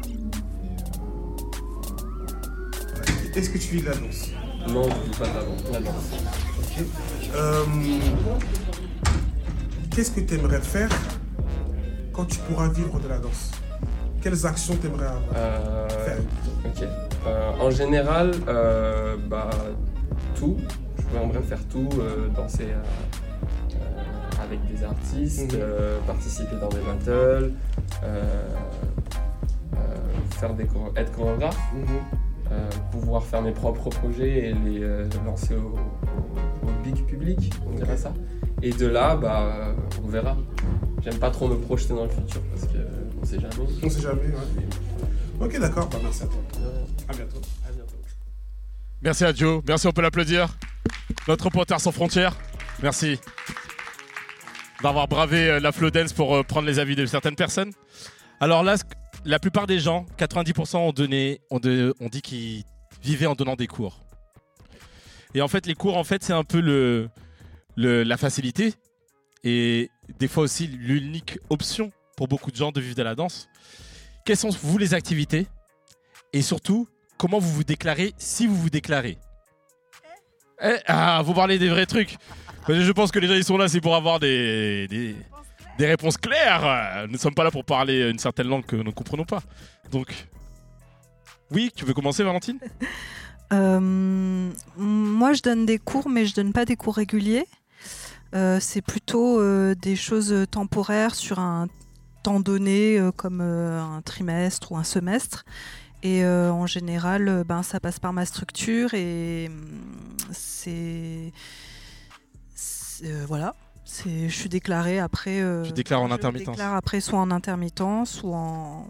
Euh... Est-ce que tu vis de la danse? Non, je vis pas de la danse. La danse. Ok. Euh... Qu'est-ce que tu aimerais faire quand tu pourras vivre de la danse? Quelles actions tu aimerais avoir euh, faire? Ok. Euh, en général, euh, bah, tout. J'aimerais faire tout, euh, danser euh, euh, avec des artistes, mmh. euh, participer dans des battles, euh, euh, faire des choro- être chorégraphe, mmh. euh, pouvoir faire mes propres projets et les euh, lancer au, au, au big public, on dirait ça. Et de là, bah, on verra. J'aime pas trop me projeter dans le futur parce qu'on sait jamais. On sait jamais, ouais. Ok, d'accord, bah, merci à toi. À bientôt. À bientôt. Merci à Joe, merci, on peut l'applaudir. Notre reporter sans frontières, merci d'avoir bravé la Flow Dance pour prendre les avis de certaines personnes. Alors là, la plupart des gens, quatre-vingt-dix pour cent ont, donné, ont, de, ont dit qu'ils vivaient en donnant des cours. Et en fait, les cours, en fait, c'est un peu le, le, la facilité et des fois aussi l'unique option pour beaucoup de gens de vivre de la danse. Quelles sont, vous, les activités? Et surtout, comment vous vous déclarez si vous vous déclarez? Eh, ah, vous parlez des vrais trucs. Je pense que les gens ils sont là, c'est pour avoir des, des, des réponses claires. Nous ne sommes pas là pour parler une certaine langue que nous ne comprenons pas. Donc, oui, tu veux commencer, Valentine? euh, Moi, je donne des cours, mais je donne pas des cours réguliers. Euh, c'est plutôt euh, des choses temporaires sur un temps donné, euh, comme euh, un trimestre ou un semestre. Et euh, en général, euh, ben, ça passe par ma structure et c'est... c'est euh, voilà. C'est, je suis déclarée après... Euh, tu déclares en je intermittence. Je déclare après soit en intermittence ou en...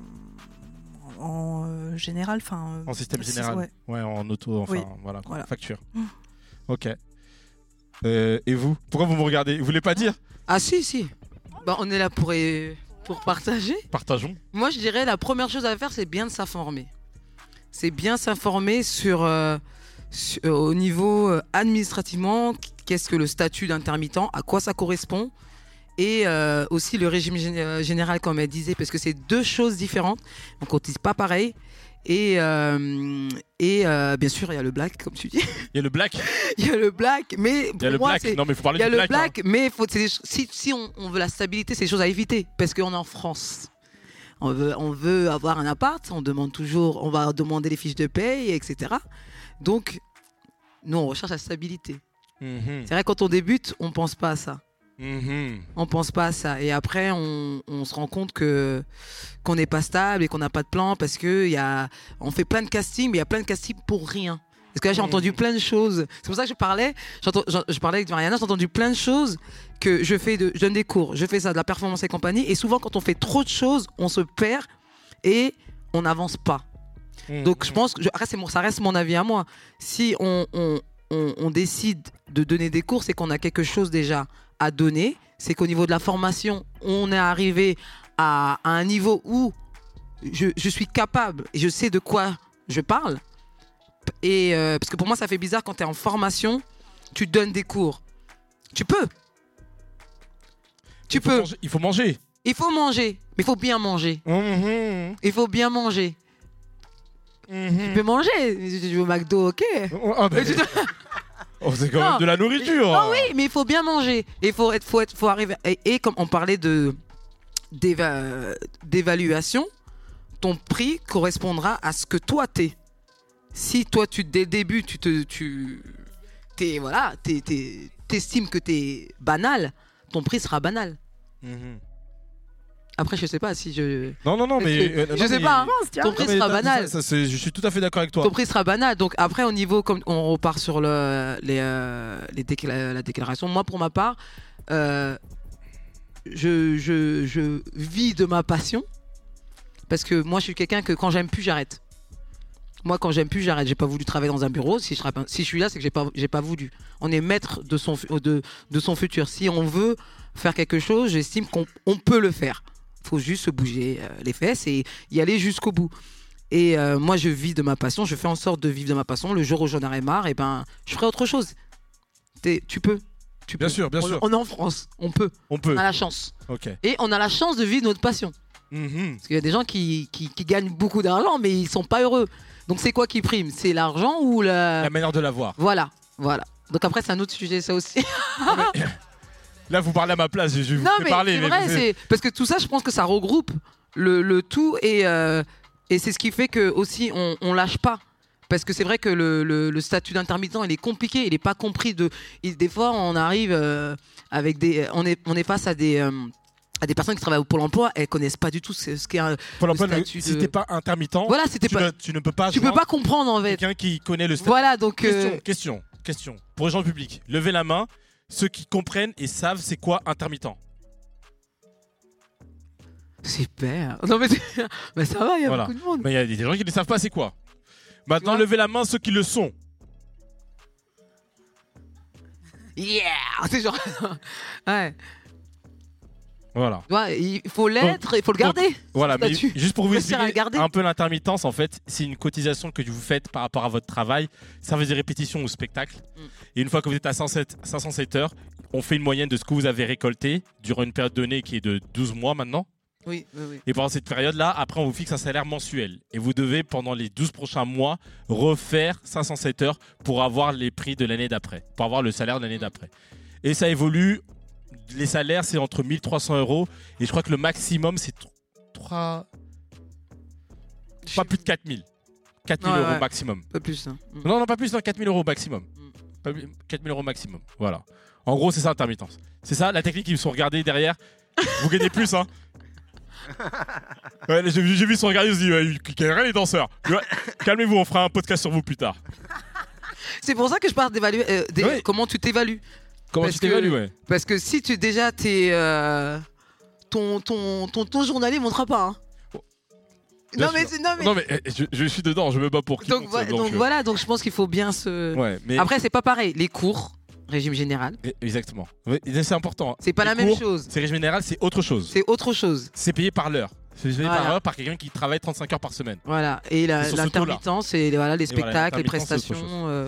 en euh, général. Euh, en système six, général. Ouais. ouais, en auto, enfin, oui. voilà, quoi, voilà. Facture. Mmh. Ok. Euh, et vous? Pourquoi vous me regardez? Vous voulez pas dire? Ah si, si. Bah, on est là pour... Euh... Pour partager. Partageons. Moi, je dirais la première chose à faire, c'est bien de s'informer. C'est bien s'informer sur, euh, sur euh, au niveau euh, administrativement, qu'est-ce que le statut d'intermittent, à quoi ça correspond, et euh, aussi le régime gé- général, comme elle disait, parce que c'est deux choses différentes, donc on ne dit pas pareil. Et, euh, et euh, bien sûr, il y a le black, comme tu dis. Il y a le black. Il y a le black, mais il y a le moi, black. C'est... Non, mais il faut parler il y a du le black. black, hein. mais faut, c'est des... si, si on, on veut la stabilité, c'est des choses à éviter, parce qu'on est en France. On veut, on veut avoir un appart, on demande toujours, on va demander les fiches de paye, et cetera. Donc, nous, on recherche la stabilité. Mm-hmm. C'est vrai, quand on débute, on pense pas à ça. Mm-hmm. On pense pas à ça. Et après, on, on se rend compte que qu'on n'est pas stable et qu'on n'a pas de plan parce que y a, on fait plein de castings, mais il y a plein de castings pour rien. Parce que là, j'ai mmh. entendu plein de choses. C'est pour ça que je parlais. Je parlais avec Mariana, j'ai entendu plein de choses que je fais. De, je donne des cours, je fais ça, de la performance et compagnie. Et souvent, quand on fait trop de choses, on se perd et on n'avance pas. Mmh. Donc, je pense que je, après, c'est mon, ça reste mon avis à moi. Si on, on, on, on décide de donner des cours, c'est qu'on a quelque chose déjà à donner. C'est qu'au niveau de la formation, on est arrivé à, à un niveau où je, je suis capable et je sais de quoi je parle. Et euh, parce que pour moi, ça fait bizarre quand tu es en formation, tu donnes des cours. Tu peux. Tu il peux. Manger, il faut manger. Il faut manger, mais il faut bien manger. Mmh. Il faut bien manger. Mmh. Tu peux manger. Si tu veux au McDo, ok. Oh, mais... oh, c'est quand non. même de la nourriture. Oh oui, mais il faut bien manger. Il faut être, faut être, faut arriver. Et, et comme on parlait de d'éva... d'évaluation, ton prix correspondra à ce que toi t'es. Si toi, tu, dès le début, tu te, tu, t'es, voilà, t'es, t'es, t'estimes que t'es banal, ton prix sera banal. Mmh. Après, je sais pas si je. Non, non, non, mais. Euh, non, je sais mais... pas, hein, ton prix sera banal. Ça, ça, je suis tout à fait d'accord avec toi. Ton prix sera banal. Donc, après, au niveau, comme on repart sur le, les, euh, les décla- la déclaration, moi, pour ma part, euh, je, je, je vis de ma passion. Parce que moi, je suis quelqu'un que quand j'aime plus, j'arrête. Moi, quand j'aime plus, j'arrête. J'ai pas voulu travailler dans un bureau. Si je, tra- si je suis là, c'est que j'ai pas, j'ai pas voulu. On est maître de son, fu- de, de son futur. Si on veut faire quelque chose, j'estime qu'on on peut le faire. Faut juste se bouger euh, les fesses et y aller jusqu'au bout. Et euh, moi, je vis de ma passion. Je fais en sorte de vivre de ma passion. Le jour où j'en aurai marre, et ben, je ferai autre chose. T'es- tu peux. Tu Bien peux. sûr, bien on, sûr. On est en France. On peut. On peut. On a la chance. Ok. Et on a la chance de vivre notre passion. Mhm. Parce qu'il y a des gens qui, qui, qui gagnent beaucoup d'argent, mais ils sont pas heureux. Donc c'est quoi qui prime? C'est l'argent ou la... La manière de l'avoir. Voilà, voilà. Donc après, c'est un autre sujet, ça aussi. Là, vous parlez à ma place, je je vous Non, fais mais parler. c'est mais- vrai, c'est... parce que tout ça, je pense que ça regroupe le, le tout et, euh, et c'est ce qui fait que aussi on, on lâche pas. Parce que c'est vrai que le, le, le statut d'intermittent, il est compliqué, il n'est pas compris. De... et des fois, on arrive euh, avec des... On est, on est face à des... euh, à des personnes qui travaillent au Pôle emploi, elles connaissent pas du tout ce, ce qu'est un Pôle emploi, le statut si de... t'es pas intermittent, voilà, si t'es tu, pas... ne, tu ne peux pas. Tu peux joindre pas comprendre en fait. Quelqu'un qui connaît le statut. Voilà, donc. Question, euh, question, question. Pour les gens du public, levez la main. Ceux qui comprennent et savent c'est quoi intermittent. Super. Non mais, mais ça va, il y a Voilà. beaucoup de monde. Mais il y a des gens qui ne savent pas c'est quoi. Maintenant, levez la main ceux qui le sont. Yeah. C'est genre. Ouais. Voilà. Ouais, il faut l'être, il faut le garder. Donc, voilà, mais statut. juste pour vous Réussir à le expliquer garder. un peu l'intermittence, en fait, c'est une cotisation que vous faites par rapport à votre travail, service de répétition ou spectacle. Mm. Et une fois que vous êtes à cinq cent sept heures, on fait une moyenne de ce que vous avez récolté durant une période donnée qui est de douze mois maintenant. Oui, oui, oui. Et pendant cette période-là, après, on vous fixe un salaire mensuel. Et vous devez, pendant les douze prochains mois, refaire cinq cent sept heures pour avoir les prix de l'année d'après, pour avoir le salaire de l'année d'après. Et ça évolue. Les salaires, c'est entre mille trois cents euros. Et je crois que le maximum, c'est trois... Pas plus de quatre mille. quatre mille Ouais, euros ouais. maximum. Pas plus. Hein. Mm. Non, non, pas plus, non, quatre mille euros maximum. Pas plus- quatre mille euros maximum. Voilà. En gros, c'est ça l'intermittence. C'est ça la technique qu'ils sont regardés derrière. Vous gagnez plus, hein. Ouais, j'ai, j'ai vu son regarder, ils se disent, ouais, il gagne rien les danseurs. Ouais, calmez-vous, on fera un podcast sur vous plus tard. C'est pour ça que je parle d'évaluer. euh, des- Ouais. Comment tu t'évalues. Comment Parce tu t'évalues, que- ouais. Parce que si tu déjà t'es euh, ton, ton, ton ton journalier montrera pas. Hein. Bien Non mais, sûr. c'est- non mais. Non, mais eh, je, je suis dedans, je me bats pour qui donc, vo- donc euh, voilà, donc je pense qu'il faut bien se. Ouais, mais- Après c'est pas pareil. Les cours, régime général. Eh, Exactement. Ouais, c'est important. C'est pas Les la même cours, chose. C'est régime général, c'est autre chose. C'est autre chose. C'est payé par l'heure. C'est payé Voilà. par heure par quelqu'un qui travaille trente-cinq heures par semaine. Voilà. Et la- C'est sur ce taux-là. l'intermittence, c'est voilà, les Et voilà, spectacles, les l'intermittence, c'est autre prestations. euh,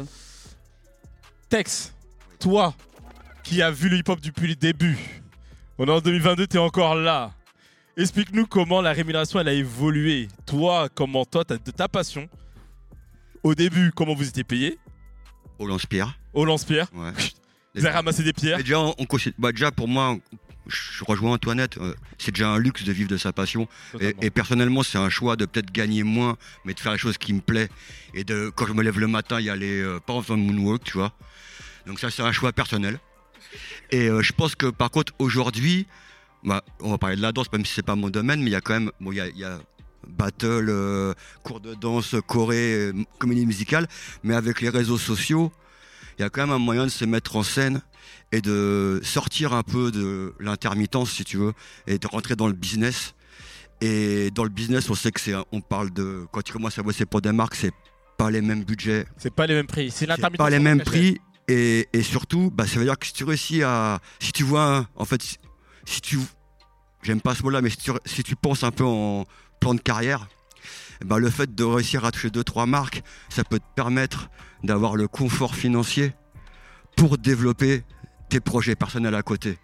Tex, toi qui as vu le hip-hop depuis le début, on est en deux mille vingt-deux, t'es encore là. Explique-nous comment la rémunération elle a évolué. Toi, comment toi, t'as de ta passion. Au début, comment vous étiez payé? Au lance-pierre. Au lance-pierre. Ouais. Vous avez ramassé des pierres. Mais déjà, on, on considère- bah, déjà, pour moi, je rejoins Antoinette, euh, c'est déjà un luxe de vivre de sa passion. Et, et personnellement, c'est un choix de peut-être gagner moins, mais de faire les choses qui me plaisent. Et de, quand je me lève le matin, y aller, euh, pas en faisant de moonwalk, tu vois. Donc ça, c'est un choix personnel. Et euh, je pense que par contre, aujourd'hui, bah, on va parler de la danse, même si c'est pas mon domaine, mais il y a quand même, bon, il y a, y a battle, euh, cours de danse, choré, euh, comédie musicale, mais avec les réseaux sociaux, il y a quand même un moyen de se mettre en scène et de sortir un peu de l'intermittence, si tu veux, et de rentrer dans le business. Et dans le business, on sait que c'est, un- on parle de, quand tu commences à bosser pour des marques, c'est pas les mêmes budgets. C'est pas les mêmes prix. C'est C'est l'intermittence. pas les en mêmes cachet. prix. Et, et surtout, bah, ça veut dire que si tu réussis à, si tu vois, un- en fait, si, si tu, j'aime pas ce mot-là, mais si tu, si tu penses un peu en plan de carrière, eh ben, le fait de réussir à toucher deux, trois marques, ça peut te permettre d'avoir le confort financier pour développer tes projets personnels à côté.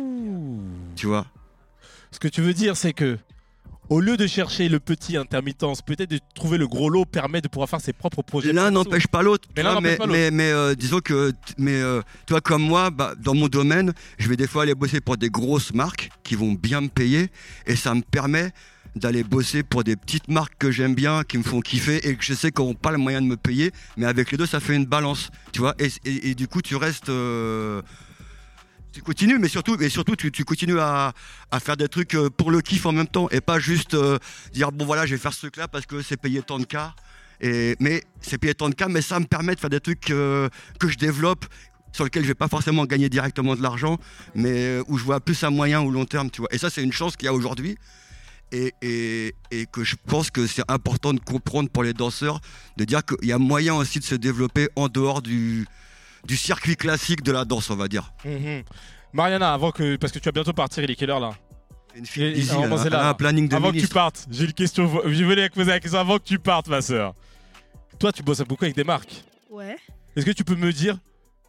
Tu vois? Ce que tu veux dire, c'est que au lieu de chercher le petit intermittence, peut-être de trouver le gros lot permet de pouvoir faire ses propres projets. L'un perso. n'empêche pas l'autre. Mais tu l'un vois, n'empêche mais, pas l'autre. mais, mais, euh, disons que, t- mais euh, toi comme moi, bah, dans mon domaine, je vais des fois aller bosser pour des grosses marques qui vont bien me payer, et ça me permet d'aller bosser pour des petites marques que j'aime bien, qui me font kiffer et que je sais qu'ils n'ont pas le moyen de me payer, mais avec les deux, ça fait une balance, tu vois. Et, et- et du coup, tu restes. euh, Tu continues, mais surtout, mais surtout tu, tu continues à, à faire des trucs euh, pour le kiff en même temps et pas juste euh, dire bon voilà, je vais faire ce truc-là parce que c'est payé tant de cas. Et, mais c'est payé tant de cas, mais ça me permet de faire des trucs euh, que je développe, sur lesquels je vais pas forcément gagner directement de l'argent, mais euh, où je vois plus à moyen ou long terme, tu vois. Et ça, c'est une chance qu'il y a aujourd'hui. et, et, et que je pense que c'est important de comprendre pour les danseurs, de dire qu'il y a moyen aussi de se développer en dehors du, du circuit classique de la danse, on va dire. Mmh. Mariana, avant que, parce que tu vas bientôt partir, il est quelle heure là? Une fille easy, elle, elle a un planning de Avant ministre. que tu partes, j'ai une question, je voulais poser la question avant que tu partes, ma soeur. Toi, tu bosses beaucoup avec des marques. Ouais. Est-ce que tu peux me dire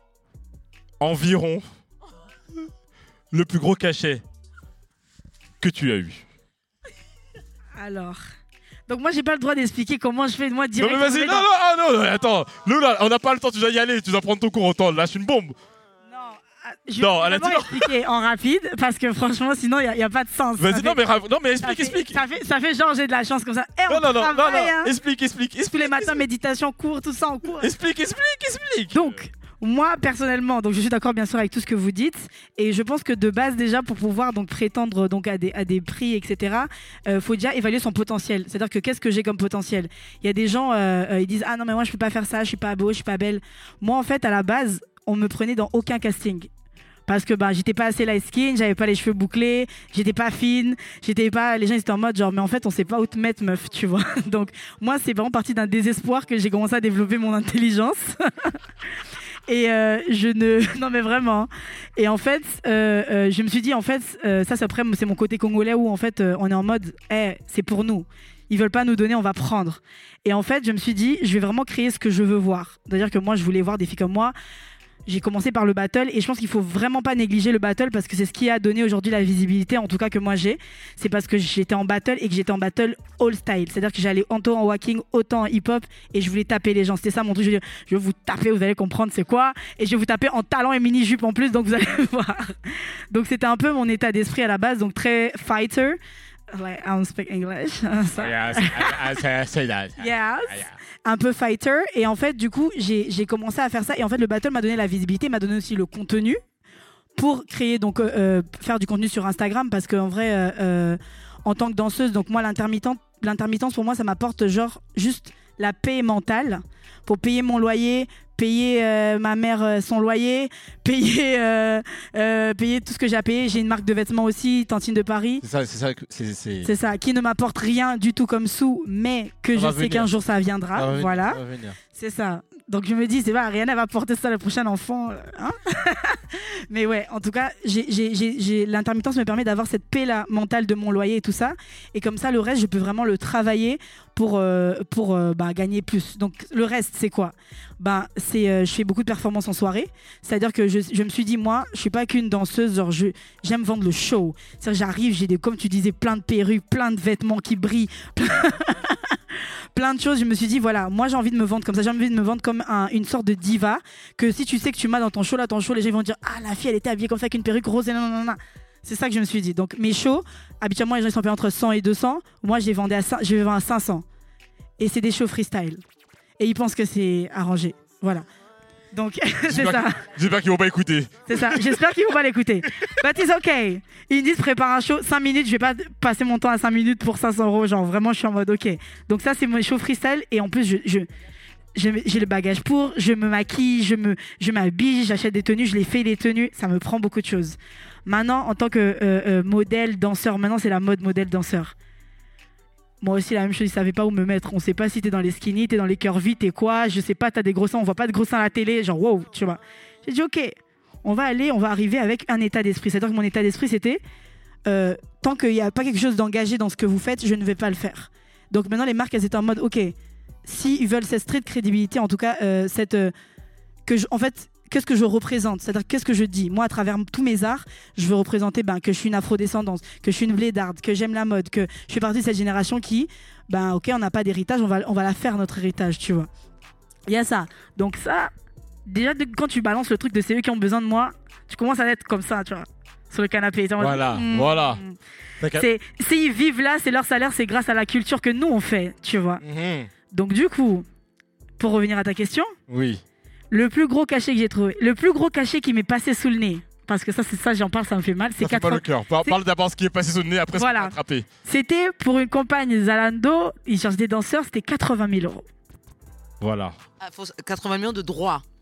environ le plus gros cachet que tu as eu? Alors, donc moi j'ai pas le droit d'expliquer comment je fais moi direct. Non mais vas-y, non, non, ah, non, non, attends, nous là, on n'a pas le temps, tu dois y aller, tu dois prendre ton cours, autant lâche une bombe. Je non, vais elle a dit d'abord expliquer en rapide parce que franchement sinon il n'y a, a pas de sens. Vas-y, Ça non, fait- mais, non mais explique, ça explique. Fait, ça, fait, ça fait genre j'ai de la chance comme ça. Eh, Non, on non, non, non, travaille, non, hein. explique, explique, explique. Tous les matins, méditation, cours, tout ça en cours. Explique, explique, explique. Donc, moi personnellement, donc je suis d'accord bien sûr avec tout ce que vous dites et je pense que de base déjà pour pouvoir donc prétendre donc à des, à des prix et cetera, euh, faut déjà évaluer son potentiel. C'est-à-dire que qu'est-ce que j'ai comme potentiel? Il y a des gens euh, euh, ils disent ah non mais moi je peux pas faire ça, je suis pas beau, je suis pas belle. Moi en fait à la base on me prenait dans aucun casting. Parce que bah, j'étais pas assez light skin, j'avais pas les cheveux bouclés, j'étais pas fine, j'étais pas. Les gens ils étaient en mode genre, mais en fait on sait pas où te mettre, meuf, tu vois. Donc moi c'est vraiment parti d'un désespoir que j'ai commencé à développer mon intelligence. Et euh, je ne. Non, mais vraiment. Et en fait, euh, euh, je me suis dit, en fait, euh, ça, c'est après, c'est mon côté congolais où, en fait, euh, on est en mode, hey, c'est pour nous. Ils veulent pas nous donner, on va prendre. Et en fait, je me suis dit, je vais vraiment créer ce que je veux voir. C'est-à-dire que moi, je voulais voir des filles comme moi. J'ai commencé par le battle et je pense qu'il faut vraiment pas négliger le battle parce que c'est ce qui a donné aujourd'hui la visibilité, en tout cas que moi j'ai. C'est parce que j'étais en battle et que j'étais en battle all style. C'est-à-dire que j'allais autant en walking, autant en hip-hop et je voulais taper les gens. C'était ça mon truc. Je, je vais vous taper, vous allez comprendre c'est quoi. Et je vais vous taper en talent et mini-jupe en plus, donc vous allez voir. Donc c'était un peu mon état d'esprit à la base, donc très fighter. Like, I don't speak English. So. Yes, I, I say that. Yes. Un peu fighter. Et en fait, du coup, j'ai, j'ai commencé à faire ça. Et en fait, le battle m'a donné la visibilité, m'a donné aussi le contenu pour créer, donc, euh, faire du contenu sur Instagram. Parce qu'en vrai, euh, euh, en tant que danseuse, donc moi, l'intermittence, l'intermittence pour moi, ça m'apporte genre juste la paix mentale pour payer mon loyer, payer euh, ma mère euh, son loyer, payer, euh, euh, payer tout ce que j'ai à payer. J'ai une marque de vêtements aussi, Tantine de Paris. C'est ça, c'est ça. C'est, c'est... c'est ça, qui ne m'apporte rien du tout comme sous, mais que ça je sais venir. qu'un jour ça viendra. Ça va venir, voilà, ça va venir. C'est ça. Donc je me dis, c'est pas, Rihanna va porter ça le prochain enfant. Hein. Mais ouais, en tout cas, j'ai, j'ai, j'ai, j'ai, l'intermittence me permet d'avoir cette paix-là mentale de mon loyer et tout ça. Et comme ça, le reste, je peux vraiment le travailler pour, euh, pour euh, bah, gagner plus. Donc le reste, c'est quoi? bah, c'est, euh, Je fais beaucoup de performances en soirée. C'est-à-dire que je, je me suis dit, moi, je suis pas qu'une danseuse, genre je, j'aime vendre le show. C'est-à-dire j'arrive, j'ai des, comme tu disais, plein de perruques, plein de vêtements qui brillent. Plein de choses, je me suis dit voilà, moi j'ai envie de me vendre comme ça, j'ai envie de me vendre comme un, une sorte de diva, que si tu sais que tu m'as dans ton show là, ton show, les gens vont dire ah la fille elle était habillée comme ça avec une perruque rose et non non non. C'est ça que je me suis dit. Donc mes shows, habituellement les gens ils sont payés entre cent et deux cents, moi je les vendais à, je les vends à cinq cents. Et c'est des shows freestyle. Et ils pensent que c'est arrangé. Voilà. Donc, c'est j'espère ça. J'espère qu'ils vont pas écouter. C'est ça. J'espère qu'ils vont pas l'écouter. But it's okay. Ils me disent prépare un show cinq minutes. Je vais pas passer mon temps à cinq minutes pour cinq cents euros. Genre vraiment, je suis en mode ok. Donc ça, c'est mon show freestyle. Et en plus, je, je, je j'ai le bagage pour. Je me maquille, je me, je m'habille, j'achète des tenues, je les fais les tenues. Ça me prend beaucoup de choses. Maintenant, en tant que euh, euh, modèle danseur, maintenant c'est la mode modèle danseur. Moi aussi, la même chose, ils savaient pas où me mettre. On sait pas si t'es dans les skinny, t'es dans les curvy, t'es quoi. Je sais pas, t'as des gros seins, on voit pas de gros seins à la télé. Genre, wow, tu vois. J'ai dit, ok, on va aller, on va arriver avec un état d'esprit. C'est-à-dire que mon état d'esprit, c'était, euh, tant qu'il n'y a pas quelque chose d'engagé dans ce que vous faites, je ne vais pas le faire. Donc maintenant, les marques, elles étaient en mode, ok, s'ils veulent cette street crédibilité, en tout cas, euh, cette, euh, que je, en fait, qu'est-ce que je représente? C'est-à-dire, qu'est-ce que je dis? Moi, à travers tous mes arts, je veux représenter ben, que je suis une afrodescendance, que je suis une blédarde, que j'aime la mode, que je fais partie de cette génération qui, ben, ok, on n'a pas d'héritage, on va, on va la faire, notre héritage, tu vois. Il y a ça. Donc ça, déjà, de, quand tu balances le truc de c'est eux qui ont besoin de moi, tu commences à être comme ça, tu vois, sur le canapé. Voilà, mmh, voilà. C'est, s'ils vivent là, c'est leur salaire, c'est grâce à la culture que nous, on fait, tu vois. Mmh. Donc du coup, pour revenir à ta question... Oui. Le plus gros cachet que j'ai trouvé, le plus gros cachet qui m'est passé sous le nez, parce que ça, c'est ça, j'en parle, ça me fait mal. C'est ça fait quatre-vingts... pas le cœur. Parle, parle d'abord ce qui est passé sous le nez, après voilà. ce qui est attrapé. C'était pour une campagne Zalando, ils cherchent des danseurs, c'était quatre-vingt mille euros. Voilà. Ah, faut quatre-vingts millions de droits.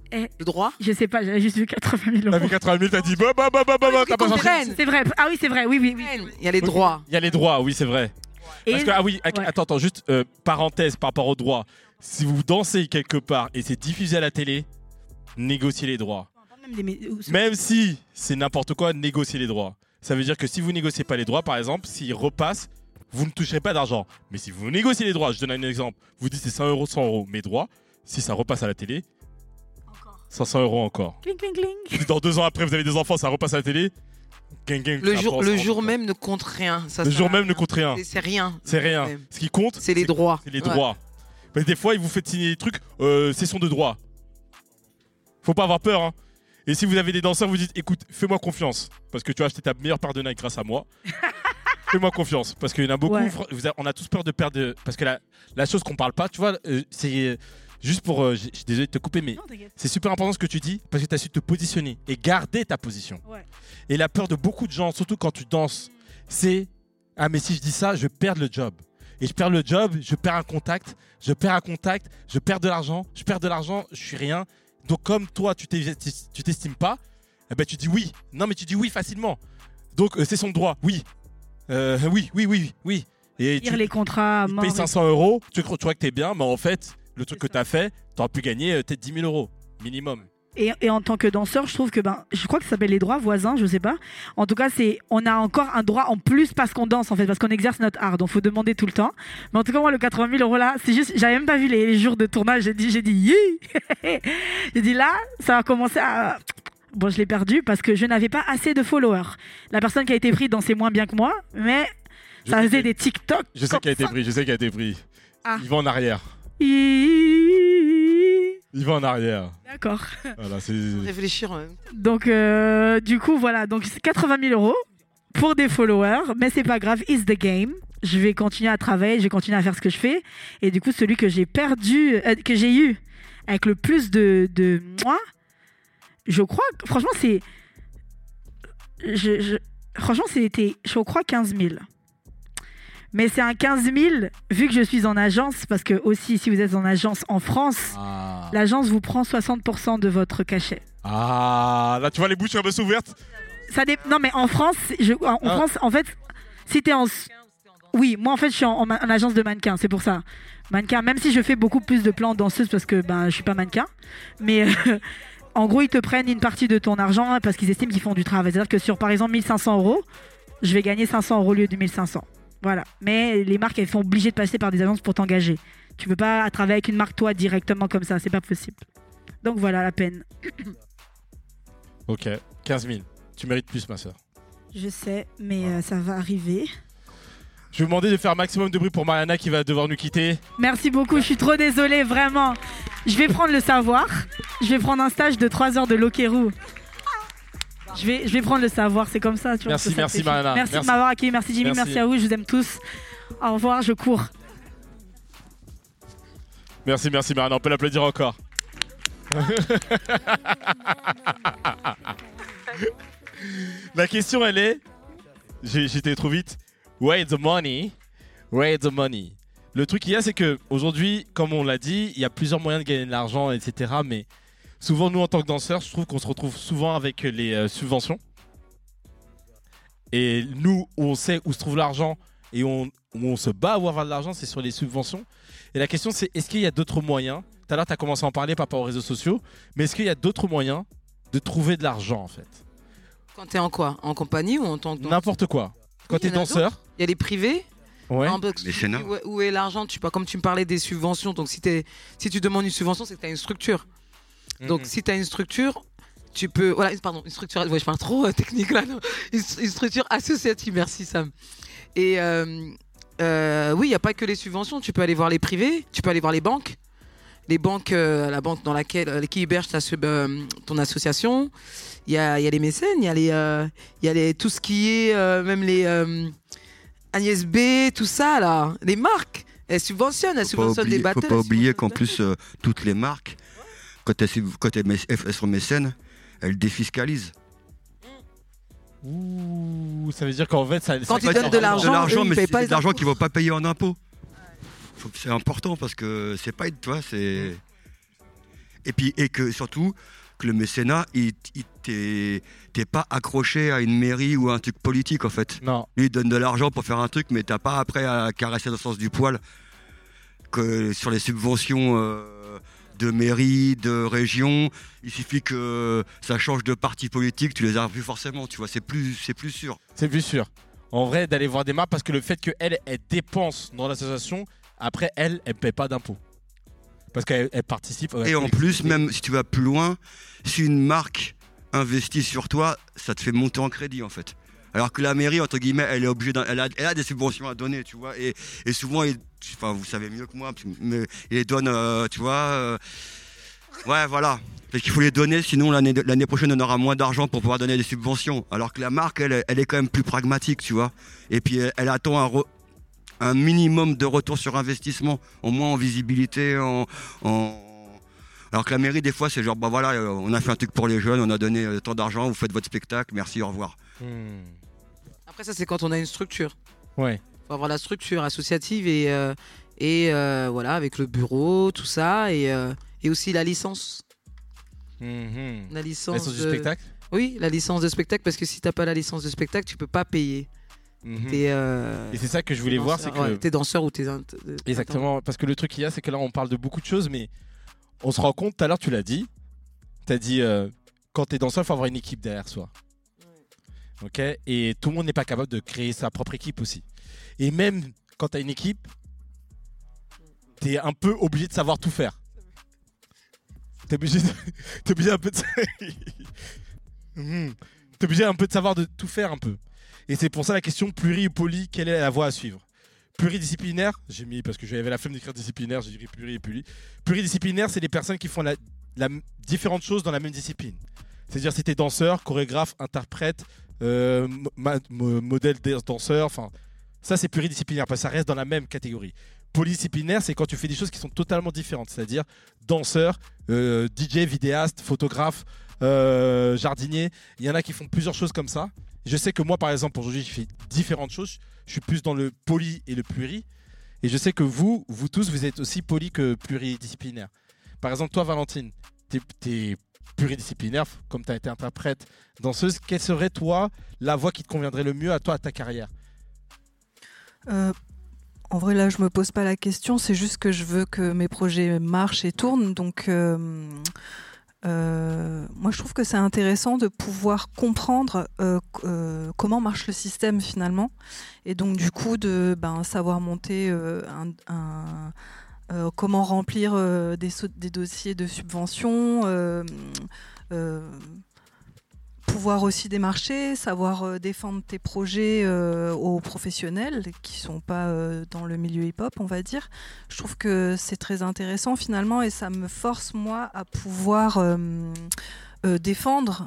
Eh, Le droit Je sais pas, j'avais juste vu quatre-vingt mille euros. T'as vu quatre-vingt mille, t'as dit bah bah bah bah bah, bah t'as pas changé. C'est vrai. Ah oui, c'est vrai. Oui, oui, oui. Il y a les droits. Il y a les droits, oui, c'est vrai. Et- Parce que, ah oui, Ouais. attends, attends, juste euh, parenthèse par rapport aux droits. Si vous dansez quelque part et c'est diffusé à la télé, négociez les droits. Même des mé- ou- Même si c'est n'importe quoi, négociez les droits. Ça veut dire que si vous négociez pas les droits, par exemple, s'ils repassent, vous ne toucherez pas d'argent. Mais si vous négociez les droits, je donne un exemple, vous dites c'est cent euros, cent euros, mes droits, si ça repasse à la télé, cinq cents euros encore. Cling, cling, cling. Si dans deux ans après vous avez des enfants, ça repasse à la télé, gang, gang, Le ça jour, pense le en- jour même ne compte rien. Ça, Le ça- jour même ne compte rien. C'est- C'est rien. C'est rien. Ouais. Ce qui compte, C'est les droits. C'est les Ouais. droits. Parce que des fois, ils vous font signer des trucs, euh, cession de droits. Faut pas avoir peur, hein. Et si vous avez des danseurs, vous dites, écoute, fais-moi confiance. Parce que tu as acheté ta meilleure paire de Nike grâce à moi. Fais-moi confiance. Parce qu'il y en a beaucoup, Ouais. fr- vous a- on a tous peur de perdre. de- Parce que la, la chose qu'on parle pas, tu vois, euh, c'est euh, juste pour. euh, Je suis désolé de te couper, mais c'est super important ce que tu dis. Parce que tu as su te positionner et garder ta position. Ouais. Et la peur de beaucoup de gens, surtout quand tu danses, c'est ah, mais si je dis ça, je perds le job. Et je perds le job, je perds un contact, je perds un contact, je perds de l'argent, je perds de l'argent, je suis rien. Donc comme toi, tu t'es- tu t'estimes pas, eh ben, tu dis oui. Non, mais tu dis oui facilement. Donc euh, c'est son droit, oui. Euh, oui, oui, oui, oui. Et Lire tu les contrats à tu mort. payes cinq cents euros, tu crois, tu crois que t'es bien, mais en fait, le truc que t'as fait, t'aurais pu gagner euh, peut-être dix mille euros, minimum. Et, et en tant que danseur, je trouve que ben, je crois que ça s'appelle les droits voisins, je sais pas. En tout cas, c'est on a encore un droit en plus parce qu'on danse en fait, parce qu'on exerce notre art, donc faut demander tout le temps. Mais en tout cas, moi, le quatre-vingt mille euros là, c'est juste, j'avais même pas vu les, les jours de tournage. J'ai dit, j'ai dit, Yi j'ai dit là, ça va commencer à. Bon, je l'ai perdu parce que je n'avais pas assez de followers. La personne qui a été prise dansait moins bien que moi, mais Je ça sais faisait que- des TikTok. Je sais qu'il a été pris, je sais qu'il a été pris. Ah. Il va en arrière. Il va en arrière. D'accord. Voilà, c'est. Réfléchir. Ouais. Donc, euh, du coup, voilà. Donc, c'est quatre-vingt mille euros pour des followers. Mais c'est pas grave. It's the game. Je vais continuer à travailler. Je vais continuer à faire ce que je fais. Et du coup, celui que j'ai perdu, euh, que j'ai eu avec le plus de, de moi, je crois, que- franchement, c'est. Je, je- franchement, c'était, je crois, quinze mille. Mais c'est un quinze mille, vu que je suis en agence, parce que aussi, si vous êtes en agence en France, Ah. l'agence vous prend soixante pour cent de votre cachet. Ah, là tu vois les bouches un peu ouvertes. Ça dé- Non, mais en France, je... en Ah. France, en fait, si t'es en... Oui, moi en fait, je suis en, en ma- en agence de mannequin, c'est pour ça. Mannequin, même si je fais beaucoup plus de plans danseuses parce que ben, je suis pas mannequin. Mais euh, en gros, ils te prennent une partie de ton argent hein, parce qu'ils estiment qu'ils font du travail. C'est-à-dire que sur, par exemple, mille cinq cents euros, je vais gagner cinq cents euros au lieu de mille cinq cents. Voilà. Mais les marques, elles sont obligées de passer par des agences pour t'engager. Tu peux pas travailler avec une marque, toi, directement comme ça. C'est pas possible. Donc voilà la peine. Ok, quinze mille. Tu mérites plus, ma soeur. Je sais, mais euh, ça va arriver. Je vais vous demander de faire un maximum de bruit pour Mariana qui va devoir nous quitter. Merci beaucoup, je suis trop désolée, vraiment. Je vais prendre le savoir. Je vais prendre un stage de trois heures de Loquerou. Je vais, je vais prendre le savoir, c'est comme ça. Tu vois, Merci, on se merci, sacrifie. Mariana. Merci, Merci. de m'avoir accueilli, merci Jimmy, merci. Merci. à vous, je vous aime tous. Au revoir, je cours. Merci, merci Mariana, on peut l'applaudir encore. La question elle est, j'ai- j'étais trop vite, where is the money? Where is the money? Le truc qu'il y a c'est que aujourd'hui, comme on l'a dit, il y a plusieurs moyens de gagner de l'argent, et cetera. Mais souvent nous en tant que danseurs, je trouve qu'on se retrouve souvent avec les euh, subventions. Et nous, où on sait où se trouve l'argent et on, où on se bat à avoir de l'argent, c'est sur les subventions. Et la question c'est, est-ce qu'il y a d'autres moyens? Tout à l'heure, tu as commencé à en parler par rapport aux réseaux sociaux, mais est-ce qu'il y a d'autres moyens de trouver de l'argent en fait? Quand t'es en quoi? En compagnie ou en tant que danseur? N'importe quoi. Quand Oui, tu es il y en a danseur, d'autres. Il y a les privés. ouais. Par exemple, tu dis, où, est- où est l'argent? Tu sais pas, comme tu me parlais des subventions. Donc si, t'es- si tu demandes une subvention, c'est que tu as une structure. Donc Mhm. si tu as une structure, tu peux. Voilà, pardon, une structure. Ouais, je parle trop euh, technique là. non. Une, une structure associative. Merci Sam. Et euh, euh, oui, il n'y a pas que les subventions. Tu peux aller voir les privés, tu peux aller voir les banques. Les banques, euh, la banque dans laquelle euh, qui héberge ta sub- euh, ton association. Il y a, il y a les mécènes, il y a, les, euh, il y a les, tout ce qui est, euh, même les euh, Agnès B, tout ça là, les marques. Elles subventionnent, elles Faut pas subventionnent des oublier, faut battles. pas oublier qu'en plus, euh, toutes les marques, quand elles, sub- quand elles, mé- elles sont mécènes, elles défiscalisent. Ouh, ça veut dire qu'en fait, ça. Quand ça- ils donnent de l'argent, de l'argent, eux, ils mais payent c'est pas de les l'argent impôts. qu'ils ne vont pas payer en impôts. Faut que- C'est important parce que c'est pas, tu vois, c'est. Et puis et que surtout que le mécénat, il, il t'es, t'es pas accroché à une mairie ou à un truc politique en fait. Non. Lui il donne de l'argent pour faire un truc, mais t'as pas après à caresser dans le sens du poil que sur les subventions. Euh, de mairie, de région, il suffit que ça change de parti politique, tu les as plus forcément, tu vois, c'est plus, c'est plus sûr. C'est plus sûr. En vrai, d'aller voir des marques parce que le fait qu'elle, elle dépense dans l'association, après, elle, elle paie pas d'impôts. Parce qu'elle elle participe. Et en plus, même si tu vas plus loin, si une marque investit sur toi, ça te fait monter en crédit en fait. Alors que la mairie, entre guillemets, elle est obligée, elle a, elle a des subventions à donner, tu vois, et, et souvent, il, enfin, vous savez mieux que moi, mais il les donne, euh, tu vois, euh, ouais, voilà. Parce qu'il faut les donner, sinon l'année, l'année prochaine, on aura moins d'argent pour pouvoir donner des subventions. Alors que la marque, elle, elle est quand même plus pragmatique, tu vois, et puis elle, elle attend un, re, un minimum de retour sur investissement, au moins en visibilité, en, en alors que la mairie, des fois, c'est genre, bah voilà, on a fait un truc pour les jeunes, on a donné tant d'argent, vous faites votre spectacle, merci, au revoir. Hmm. Après, ça, c'est quand on a une structure. Ouais. Il faut avoir la structure associative et, euh, et euh, voilà, avec le bureau, tout ça, et, euh, et aussi la licence. Mmh. La licence, la licence de... du spectacle. Oui, la licence de spectacle, parce que si t'as pas la licence de spectacle, tu peux pas payer. Mmh. T'es, euh... Et c'est ça que je voulais danseur, voir, c'est que ouais, t'es danseur ou t'es un... exactement, parce que le truc qu'il y a, c'est que là, on parle de beaucoup de choses, mais on se rend compte. Tout à l'heure, tu l'as dit. T'as dit euh, quand t'es danseur, il faut avoir une équipe derrière soi. Ok, et tout le monde n'est pas capable de créer sa propre équipe aussi. Et même quand tu as une équipe, tu es un peu obligé de savoir tout faire. Tu es obligé, de... t'es obligé un peu de mmh. T'es obligé un peu de savoir de tout faire un peu. Et c'est pour ça la question pluri ou poly, quelle est la voie à suivre? Pluridisciplinaire, j'ai mis parce que j'avais la flemme d'écrire disciplinaire, j'ai dit pluri et poly. Pluridisciplinaire, c'est des personnes qui font la, la, différentes choses dans la même discipline. C'est-à-dire si tu es danseur, chorégraphe, interprète, Euh, ma- mo- modèle danseur, enfin ça c'est pluridisciplinaire parce que ça reste dans la même catégorie. Polydisciplinaire, c'est quand tu fais des choses qui sont totalement différentes, c'est-à-dire danseur, euh, D J, vidéaste, photographe, euh, jardinier. Il y en a qui font plusieurs choses comme ça. Je sais que moi par exemple aujourd'hui je fais différentes choses, je suis plus dans le poly et le pluri, et je sais que vous, vous tous vous êtes aussi poly que pluridisciplinaire. Par exemple toi Valentine, t'es, t'es pluridisciplinaire, comme tu as été interprète, danseuse, quelle serait toi la voie qui te conviendrait le mieux à toi, à ta carrière? euh, En vrai, là, je me pose pas la question, c'est juste que je veux que mes projets marchent et tournent. Donc, euh, euh, moi, je trouve que c'est intéressant de pouvoir comprendre euh, euh, comment marche le système finalement. Et donc, du coup, de ben, savoir monter euh, un... un Euh, comment remplir euh, des, so- des dossiers de subvention, euh, euh, pouvoir aussi démarcher, savoir euh, défendre tes projets euh, aux professionnels qui ne sont pas euh, dans le milieu hip-hop, on va dire. Je trouve que c'est très intéressant finalement et ça me force moi à pouvoir euh, euh, défendre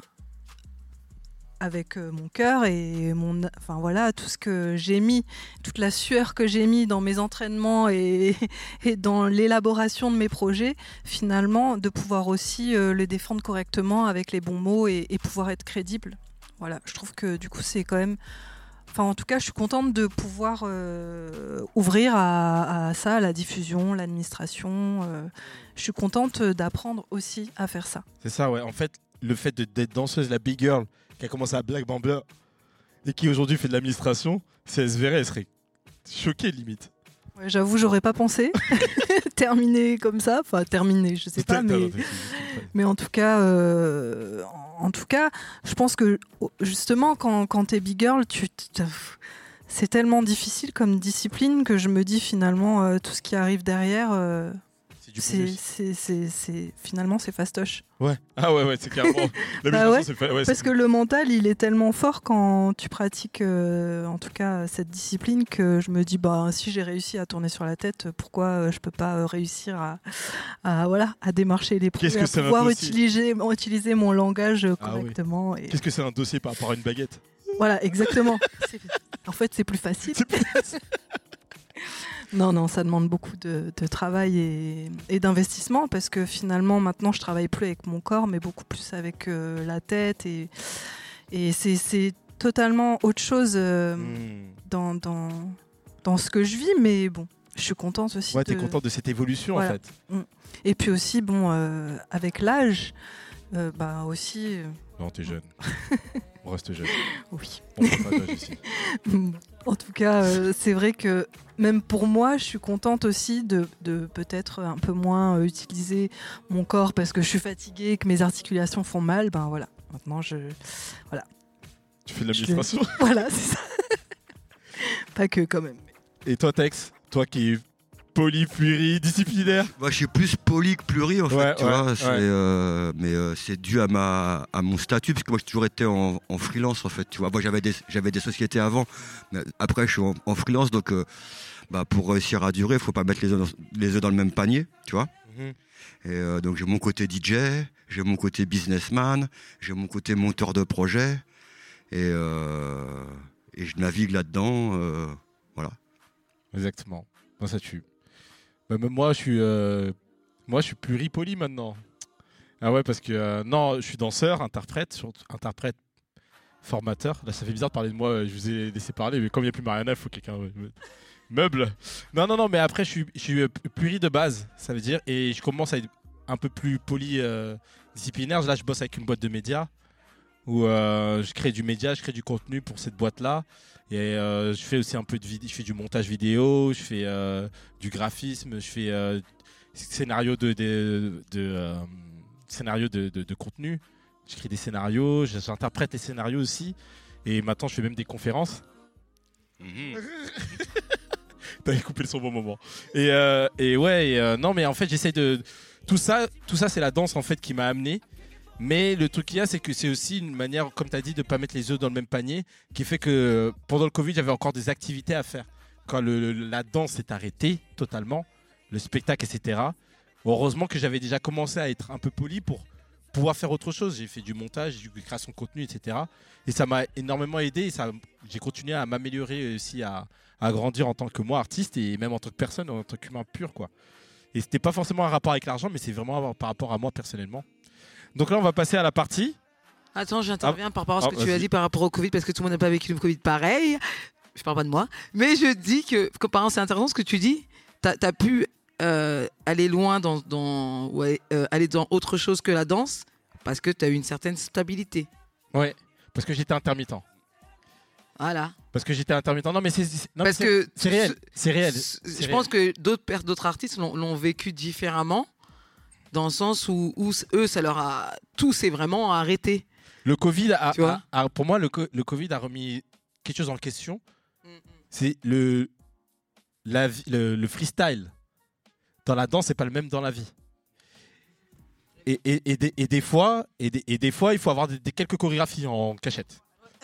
avec euh, mon cœur et mon, enfin voilà, tout ce que j'ai mis, toute la sueur que j'ai mis dans mes entraînements et, et dans l'élaboration de mes projets, finalement, de pouvoir aussi euh, les défendre correctement avec les bons mots et, et pouvoir être crédible. Voilà, je trouve que du coup, c'est quand même... Enfin, en tout cas, je suis contente de pouvoir euh, ouvrir à, à ça, à la diffusion, l'administration. Euh, je suis contente d'apprendre aussi à faire ça. C'est ça, ouais. En fait, le fait de, d'être danseuse, la big girl, qui a commencé à Black Bambler et qui aujourd'hui fait de l'administration, si elle se verrait, elle serait choquée limite. Ouais, j'avoue, j'aurais pas pensé terminer comme ça. Enfin, terminer, je sais pas, mais, mais en tout cas, euh, en tout cas, je pense que justement, quand, quand t'es big girl, tu, c'est tellement difficile comme discipline que je me dis finalement, euh, tout ce qui arrive derrière. Euh, C'est, c'est, c'est, c'est, finalement, c'est fastoche. Ouais. Ah ouais, ouais, c'est carrément. bah ouais, c'est fa... ouais, parce c'est... que le mental, il est tellement fort quand tu pratiques, euh, en tout cas, cette discipline que je me dis, bah, si j'ai réussi à tourner sur la tête, pourquoi euh, je peux pas euh, réussir à, à, voilà, à démarcher les projets, à pouvoir utiliser, utiliser mon langage euh, correctement. Ah oui. Et... Qu'est-ce que c'est un dossier par rapport à une baguette? Voilà, exactement. c'est... En fait, c'est plus facile. C'est plus facile. Non, non, ça demande beaucoup de, de travail et, et d'investissement parce que finalement, maintenant, je travaille plus avec mon corps, mais beaucoup plus avec euh, la tête et, et c'est, c'est totalement autre chose euh, mmh. dans, dans, dans ce que je vis, mais bon, je suis contente aussi. Ouais, de... t'es contente de cette évolution Voilà. en fait. Mm. Et puis aussi, bon, euh, avec l'âge, euh, bah aussi. euh, Non, t'es jeune. On reste jeune. Oui. On prend pas d'âge ici. En tout cas, euh, c'est vrai que même pour moi, je suis contente aussi de, de peut-être un peu moins euh, utiliser mon corps parce que je suis fatiguée, que mes articulations font mal. Ben voilà, maintenant je. Voilà. Tu fais de Je- l'administration. Voilà, c'est ça. Pas que quand même. Et toi, Tex, toi qui es poli, pluridisciplinaire. Moi, je suis plus poli que pluri en fait, Ouais, tu ouais, vois. c'est, ouais. euh, mais euh, c'est dû à ma à mon statut parce que moi j'ai toujours été en, en freelance en fait, tu vois. Moi j'avais des j'avais des sociétés avant, mais après je suis en, en freelance donc euh, bah pour réussir à durer, il faut pas mettre les œufs dans, les œufs dans le même panier, tu vois. Mhm. Et euh, donc j'ai mon côté D J, j'ai mon côté businessman, j'ai mon côté monteur de projet et euh, et je navigue là-dedans, euh, voilà. Exactement. Non, ça tue. Bah, même moi, je suis, euh, moi, je suis pluripoli maintenant. Ah ouais, parce que euh, non, je suis danseur, interprète, surtout interprète, formateur. Là, ça fait bizarre de parler de moi. Je vous ai laissé parler, mais comme il n'y a plus Mariana, il faut que quelqu'un me- meuble. Non, non, non, mais après, je suis, je suis euh, pluri de base, ça veut dire, et je commence à être un peu plus poli euh, disciplinaire. Là, je bosse avec une boîte de médias où euh, je crée du média, je crée du contenu pour cette boîte-là. Et euh, je fais aussi un peu de vidéo, je fais du montage vidéo, je fais euh, du graphisme, je fais euh, scénario de, de, de, euh, scénario de, de, de contenu. J'écris des scénarios, j'interprète les scénarios aussi. Et maintenant, je fais même des conférences. T'avais coupé le son au bon moment. Et, euh, et ouais, et, euh, non, mais en fait, j'essaie de. Tout ça, tout ça c'est la danse en fait qui m'a amené. Mais le truc qu'il y a, c'est que c'est aussi une manière, comme tu as dit, de ne pas mettre les œufs dans le même panier, qui fait que pendant le Covid, j'avais encore des activités à faire. Quand le, le- la danse s'est arrêtée totalement, le spectacle, et cetera. Heureusement que j'avais déjà commencé à être un peu poli pour pouvoir faire autre chose. J'ai fait du montage, du création de contenu, et cetera. Et ça m'a énormément aidé. Et ça, j'ai continué à m'améliorer aussi, à, à grandir en tant que moi, artiste, et même en tant que personne, en tant qu'humain pur, quoi. Et c'était pas forcément un rapport avec l'argent, mais c'est vraiment par rapport à moi personnellement. Donc là, on va passer à la partie. Attends, j'interviens Ah. par rapport à ce Ah, que tu as vas-y. dit par rapport au Covid, parce que tout le monde n'a pas vécu le Covid pareil. Je parle pas de moi. Mais je dis que, que par exemple, c'est intéressant ce que tu dis. Tu as pu euh, aller loin dans, dans ouais, euh, aller dans autre chose que la danse, parce que tu as eu une certaine stabilité. Ouais, parce que j'étais intermittent. Voilà. Parce que j'étais intermittent. Non, mais c'est c'est- non, Parce mais que c'est réel. C'est réel. c- C'est Je réel. pense que d'autres per- d'autres artistes l'ont l'ont vécu différemment, dans le sens où, où c- eux, ça leur a tout s'est vraiment arrêté. Le Covid, a, Tu vois a- a- pour moi, le, co- le Covid a remis quelque chose en question. C'est le, la vie- le, le freestyle. Dans la danse, c'est pas le même dans la vie. Et, et, et, des, et des fois, et des, et des fois, il faut avoir des, des quelques chorégraphies en cachette.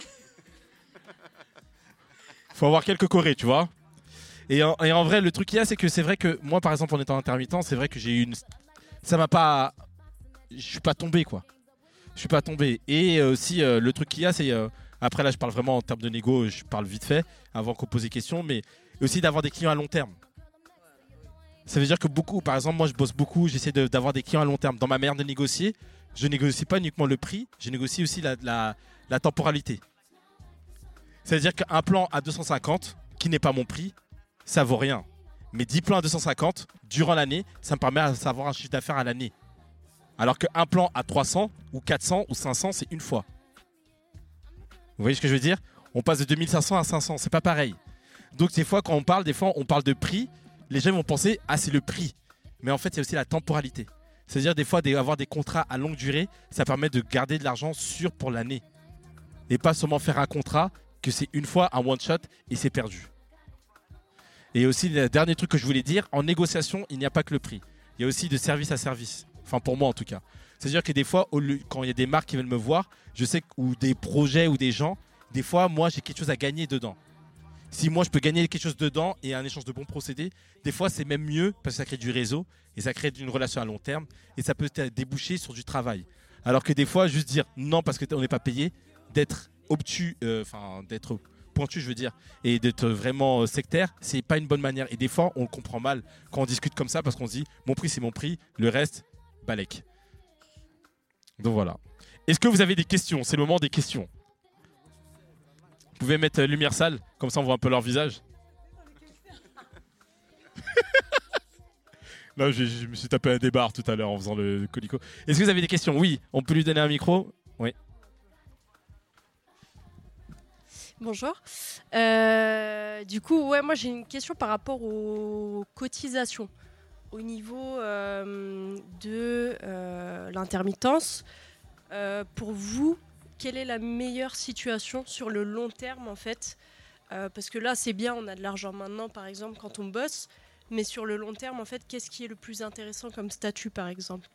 Il faut avoir quelques chorés, tu vois. Et en, et en vrai, le truc qu'il y a, c'est que c'est vrai que moi, par exemple, en étant intermittent, c'est vrai que j'ai eu une. Ça m'a pas. Je suis pas tombé, quoi. Je suis pas tombé. Et euh, aussi, euh, le truc qu'il y a, c'est. euh, après, là, je parle vraiment en termes de négo, je parle vite fait, avant qu'on pose des questions, mais aussi d'avoir des clients à long terme. Ça veut dire que beaucoup, par exemple, moi, je bosse beaucoup, j'essaie de- d'avoir des clients à long terme. Dans ma manière de négocier, je négocie pas uniquement le prix, je négocie aussi la, la, la temporalité. C'est-à-dire qu'un plan à deux cent cinquante, qui n'est pas mon prix, ça vaut rien. Mais dix plans à deux cent cinquante, durant l'année, ça me permet de savoir un chiffre d'affaires à l'année. Alors qu'un plan à trois cents, ou quatre cents, ou cinq cents, c'est une fois. Vous voyez ce que je veux dire? On passe de deux mille cinq cents à cinq cents, c'est pas pareil. Donc des fois, quand on parle, des fois, on parle de prix, les gens vont penser, ah, c'est le prix. Mais en fait, c'est aussi la temporalité. C'est-à-dire, des fois, des- avoir des contrats à longue durée, ça permet de garder de l'argent sûr pour l'année. Et pas seulement faire un contrat que c'est une fois, un one-shot, et c'est perdu. Et aussi, le dernier truc que je voulais dire, en négociation, il n'y a pas que le prix. Il y a aussi de service à service. Enfin, pour moi, en tout cas. C'est-à-dire que des fois, au lieu- quand il y a des marques qui viennent me voir, je sais que, ou des projets ou des gens, des fois, moi, j'ai quelque chose à gagner dedans. Si moi, je peux gagner quelque chose dedans et un échange de bons procédés, des fois, c'est même mieux parce que ça crée du réseau et ça crée une relation à long terme et ça peut t- déboucher sur du travail. Alors que des fois, juste dire non parce qu'on n'est pas payé, d'être obtus, euh, enfin, d'être pointu, je veux dire, et d'être vraiment euh, sectaire, c'est pas une bonne manière. Et des fois, on le comprend mal quand on discute comme ça parce qu'on se dit mon prix, c'est mon prix, le reste, balèque. Donc voilà. Est-ce que vous avez des questions? C'est le moment des questions. Vous pouvez mettre euh, lumière sale, comme ça on voit un peu leur visage. Non, je, je me suis tapé un débarre tout à l'heure en faisant le colico. Est-ce que vous avez des questions? Oui, on peut lui donner un micro. Oui. Bonjour. Euh, du coup, ouais, moi j'ai une question par rapport aux cotisations. Au niveau euh, de euh, l'intermittence, euh, pour vous, quelle est la meilleure situation sur le long terme en fait? euh, Parce que là, c'est bien, on a de l'argent maintenant, par exemple, quand on bosse. Mais sur le long terme, en fait, qu'est-ce qui est le plus intéressant comme statut, par exemple?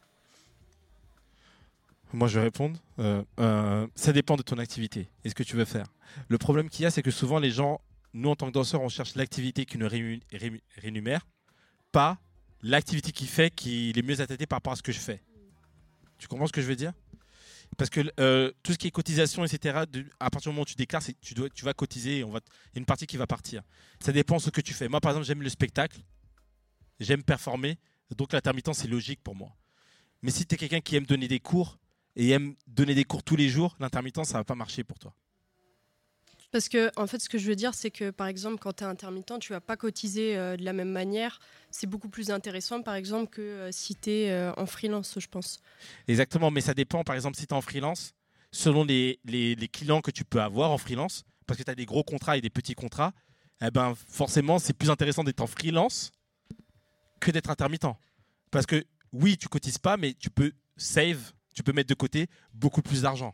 Moi, je vais répondre. Euh, euh, ça dépend de ton activité et ce que tu veux faire. Le problème qu'il y a, c'est que souvent, les gens, nous, en tant que danseurs, on cherche l'activité qui nous rému- rému- rémunère, pas l'activité qui fait qu'il est mieux adapté par rapport à ce que je fais. Tu comprends ce que je veux dire? Parce que euh, tout ce qui est cotisation, et cetera, de, à partir du moment où tu déclares, c'est, tu, dois, tu vas cotiser et on va t- il y a une partie qui va partir. Ça dépend de ce que tu fais. Moi, par exemple, j'aime le spectacle. J'aime performer, donc l'intermittence c'est logique pour moi. Mais si tu es quelqu'un qui aime donner des cours et aime donner des cours tous les jours, l'intermittence ça va pas marcher pour toi. Parce que en fait ce que je veux dire c'est que par exemple quand tu es intermittent, tu vas pas cotiser euh, de la même manière. C'est beaucoup plus intéressant par exemple que euh, si tu es euh, en freelance, je pense. Exactement, mais ça dépend par exemple si tu es en freelance, selon les, les, les clients que tu peux avoir en freelance, parce que tu as des gros contrats et des petits contrats, eh ben, forcément c'est plus intéressant d'être en freelance que d'être intermittent. Parce que oui, tu cotises pas, mais tu peux save, tu peux mettre de côté beaucoup plus d'argent.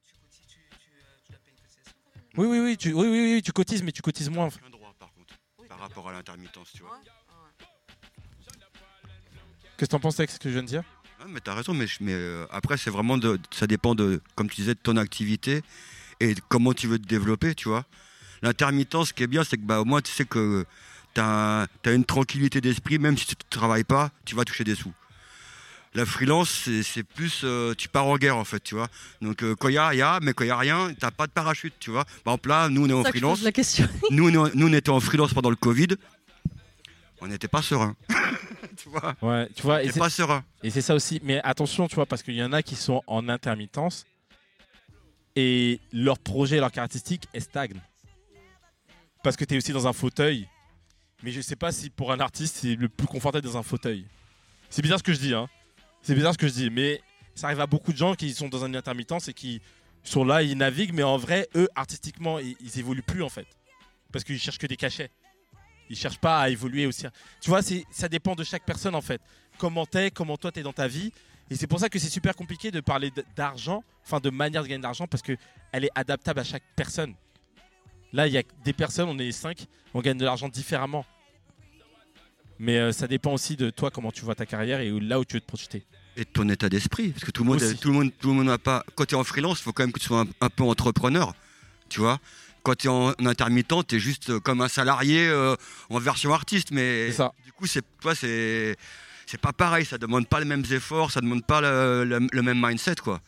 Oui, oui, oui, tu, oui, oui, oui, tu cotises, mais tu cotises moins. Un droit, par contre, par rapport à l'intermittence, tu vois. Qu'est-ce que t'en penses avec ce que je viens de dire? Ouais, mais t'as raison, mais, mais euh, après, c'est vraiment de, ça dépend de, comme tu disais, de ton activité et de comment tu veux te développer, tu vois. L'intermittence, ce qui est bien, c'est que bah, au moins, tu sais que t'as, t'as une tranquillité d'esprit, même si tu ne travailles pas, tu vas toucher des sous. La freelance, c'est, c'est plus, euh, tu pars en guerre en fait, tu vois. Donc euh, quand il y a, il y a, mais quand il y a rien, t'as pas de parachute, tu vois. Par exemple là, nous on est en freelance. La question. nous, on est, nous on était en freelance pendant le Covid. On n'était pas serein. Tu vois. Ouais, tu vois. On Et n'était c'est pas serein. Et c'est ça aussi. Mais attention, tu vois, parce qu'il y en a qui sont en intermittence et leur projet, leur caractéristique, est stagne. Parce que tu es aussi dans un fauteuil. Mais je sais pas si pour un artiste, c'est le plus confortable dans un fauteuil. C'est bizarre ce que je dis, hein. C'est bizarre ce que je dis, mais ça arrive à beaucoup de gens qui sont dans une intermittence et qui sont là, ils naviguent, mais en vrai, eux, artistiquement, ils, ils évoluent plus en fait. Parce qu'ils cherchent que des cachets. Ils cherchent pas à évoluer aussi. Tu vois, c'est, ça dépend de chaque personne en fait. Comment t'es, comment toi t'es dans ta vie. Et c'est pour ça que c'est super compliqué de parler d'argent, enfin de manière de gagner de l'argent, parce qu'elle est adaptable à chaque personne. Là, il y a des personnes, on est cinq, on gagne de l'argent différemment. Mais euh, ça dépend aussi de toi, comment tu vois ta carrière et là où tu veux te projeter. Et de ton état d'esprit. Parce que tout le monde, tout le monde, tout le monde n'a pas. Quand tu es en freelance, il faut quand même que tu sois un, un peu entrepreneur. Tu vois. Quand tu es en, en intermittent, tu es juste comme un salarié euh, en version artiste. Mais c'est ça. Du coup, c'est, toi, c'est, c'est pas pareil. Ça demande pas les mêmes efforts, ça demande pas le, le, le même mindset, quoi.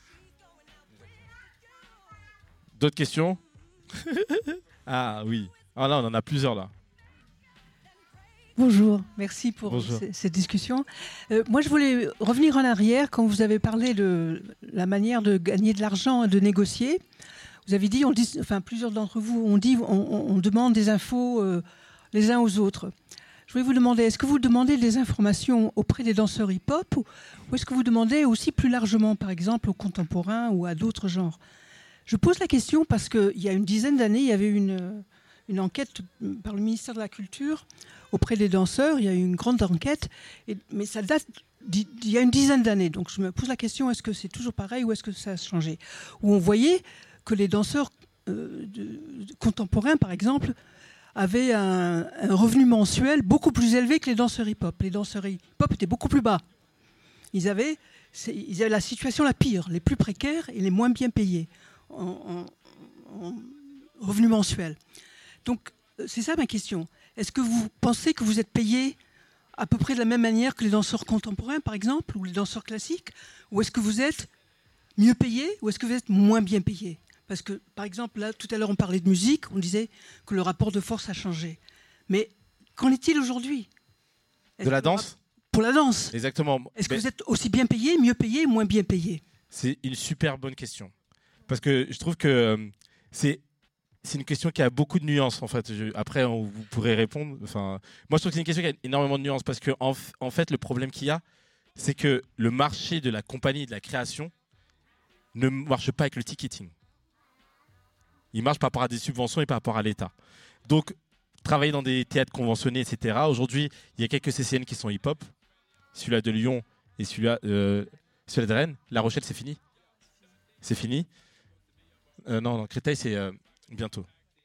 D'autres questions? Ah oui. Ah là, on en a plusieurs là. Bonjour, merci pour Bonjour. c- cette discussion. Euh, moi, je voulais revenir en arrière quand vous avez parlé de la manière de gagner de l'argent et de négocier. Vous avez dit, on dit enfin plusieurs d'entre vous ont dit, on, on- on demande des infos euh, les uns aux autres. Je voulais vous demander, est-ce que vous demandez des informations auprès des danseurs hip-hop ou, ou est-ce que vous demandez aussi plus largement, par exemple, aux contemporains ou à d'autres genres? Je pose la question parce qu'il y a une dizaine d'années, il y avait une, une enquête par le ministère de la Culture auprès des danseurs. Il y a eu une grande enquête, et, mais ça date d'il y a une dizaine d'années. Donc je me pose la question, est-ce que c'est toujours pareil ou est-ce que ça a changé? Où on voyait que les danseurs euh, de, de contemporains, par exemple, avaient un, un revenu mensuel beaucoup plus élevé que les danseurs hip-hop. Les danseurs hip-hop étaient beaucoup plus bas. Ils avaient, c'est, ils avaient la situation la pire, les plus précaires et les moins bien payés en, en, en revenu mensuel. Donc c'est ça ma question. Est-ce que vous pensez que vous êtes payé à peu près de la même manière que les danseurs contemporains, par exemple, ou les danseurs classiques? Ou est-ce que vous êtes mieux payé ou est-ce que vous êtes moins bien payé? Parce que, par exemple, là, tout à l'heure, on parlait de musique, on disait que le rapport de force a changé. Mais qu'en est-il aujourd'hui? Est-ce De la que le danse? rap- Pour la danse. Exactement. Est-ce que Mais vous êtes aussi bien payé, mieux payé, moins bien payé? c'est une super bonne question. Parce que je trouve que euh, c'est, c'est une question qui a beaucoup de nuances en fait. Je, après, on, vous pourrez répondre. Enfin, moi, je trouve que c'est une question qui a énormément de nuances parce que en, en fait, le problème qu'il y a, c'est que le marché de la compagnie et de la création ne marche pas avec le ticketing. Il marche par rapport à des subventions et par rapport à l'État. Donc, travailler dans des théâtres conventionnés, et cetera. Aujourd'hui, il y a quelques C C N qui sont hip-hop. Celui-là de Lyon et celui-là, euh, celui-là de Rennes. La Rochelle, c'est fini. C'est fini. Euh, non, non, Créteil, c'est euh, bientôt.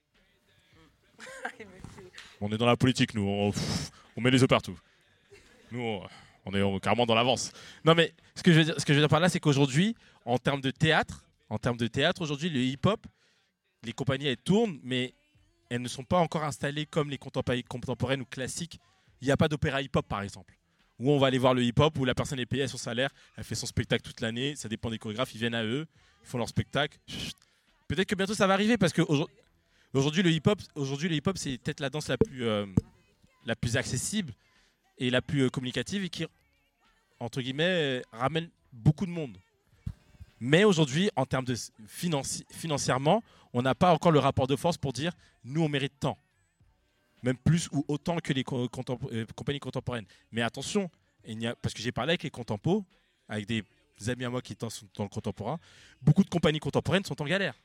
On est dans la politique, nous. On, pff, on met les œufs partout. Nous, on, on est on, carrément dans l'avance. Non, mais ce que je veux dire, ce que je veux dire par là, c'est qu'aujourd'hui, en termes de théâtre, en termes de théâtre, aujourd'hui, le hip-hop, les compagnies, elles tournent, mais elles ne sont pas encore installées comme les contemporaines, contemporaines ou classiques. Il n'y a pas d'opéra hip-hop, par exemple, où on va aller voir le hip-hop, où la personne est payée à son salaire, elle fait son spectacle toute l'année, ça dépend des chorégraphes, ils viennent à eux, ils font leur spectacle. Chut. Peut-être que bientôt ça va arriver, parce qu'aujourd'hui, le hip-hop, aujourd'hui, le hip-hop, c'est peut-être la danse la plus, euh, la plus accessible et la plus euh, communicative et qui, entre guillemets, euh, ramène beaucoup de monde. Mais aujourd'hui, en termes de financi financièrement, on n'a pas encore le rapport de force pour dire nous, on mérite tant. Même plus ou autant que les co contempo euh, compagnies contemporaines. Mais attention, il y a, parce que j'ai parlé avec les contempos, avec des amis à moi qui sont dans le contemporain, beaucoup de compagnies contemporaines sont en galère.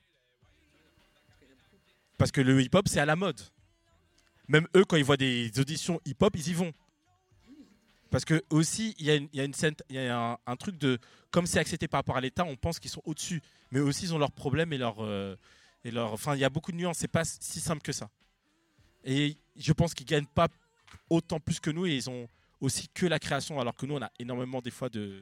Parce que le hip-hop, c'est à la mode. Même eux, quand ils voient des auditions hip-hop, ils y vont. Parce que aussi, il y a une, y a une scène, il y a un, un truc de, comme c'est accepté par rapport à l'État, on pense qu'ils sont au-dessus. Mais eux aussi, ils ont leurs problèmes et leurs, euh, et leurs, enfin, il y a beaucoup de nuances. C'est pas si simple que ça. Et je pense qu'ils gagnent pas autant plus que nous et ils ont aussi que la création, alors que nous, on a énormément des fois de.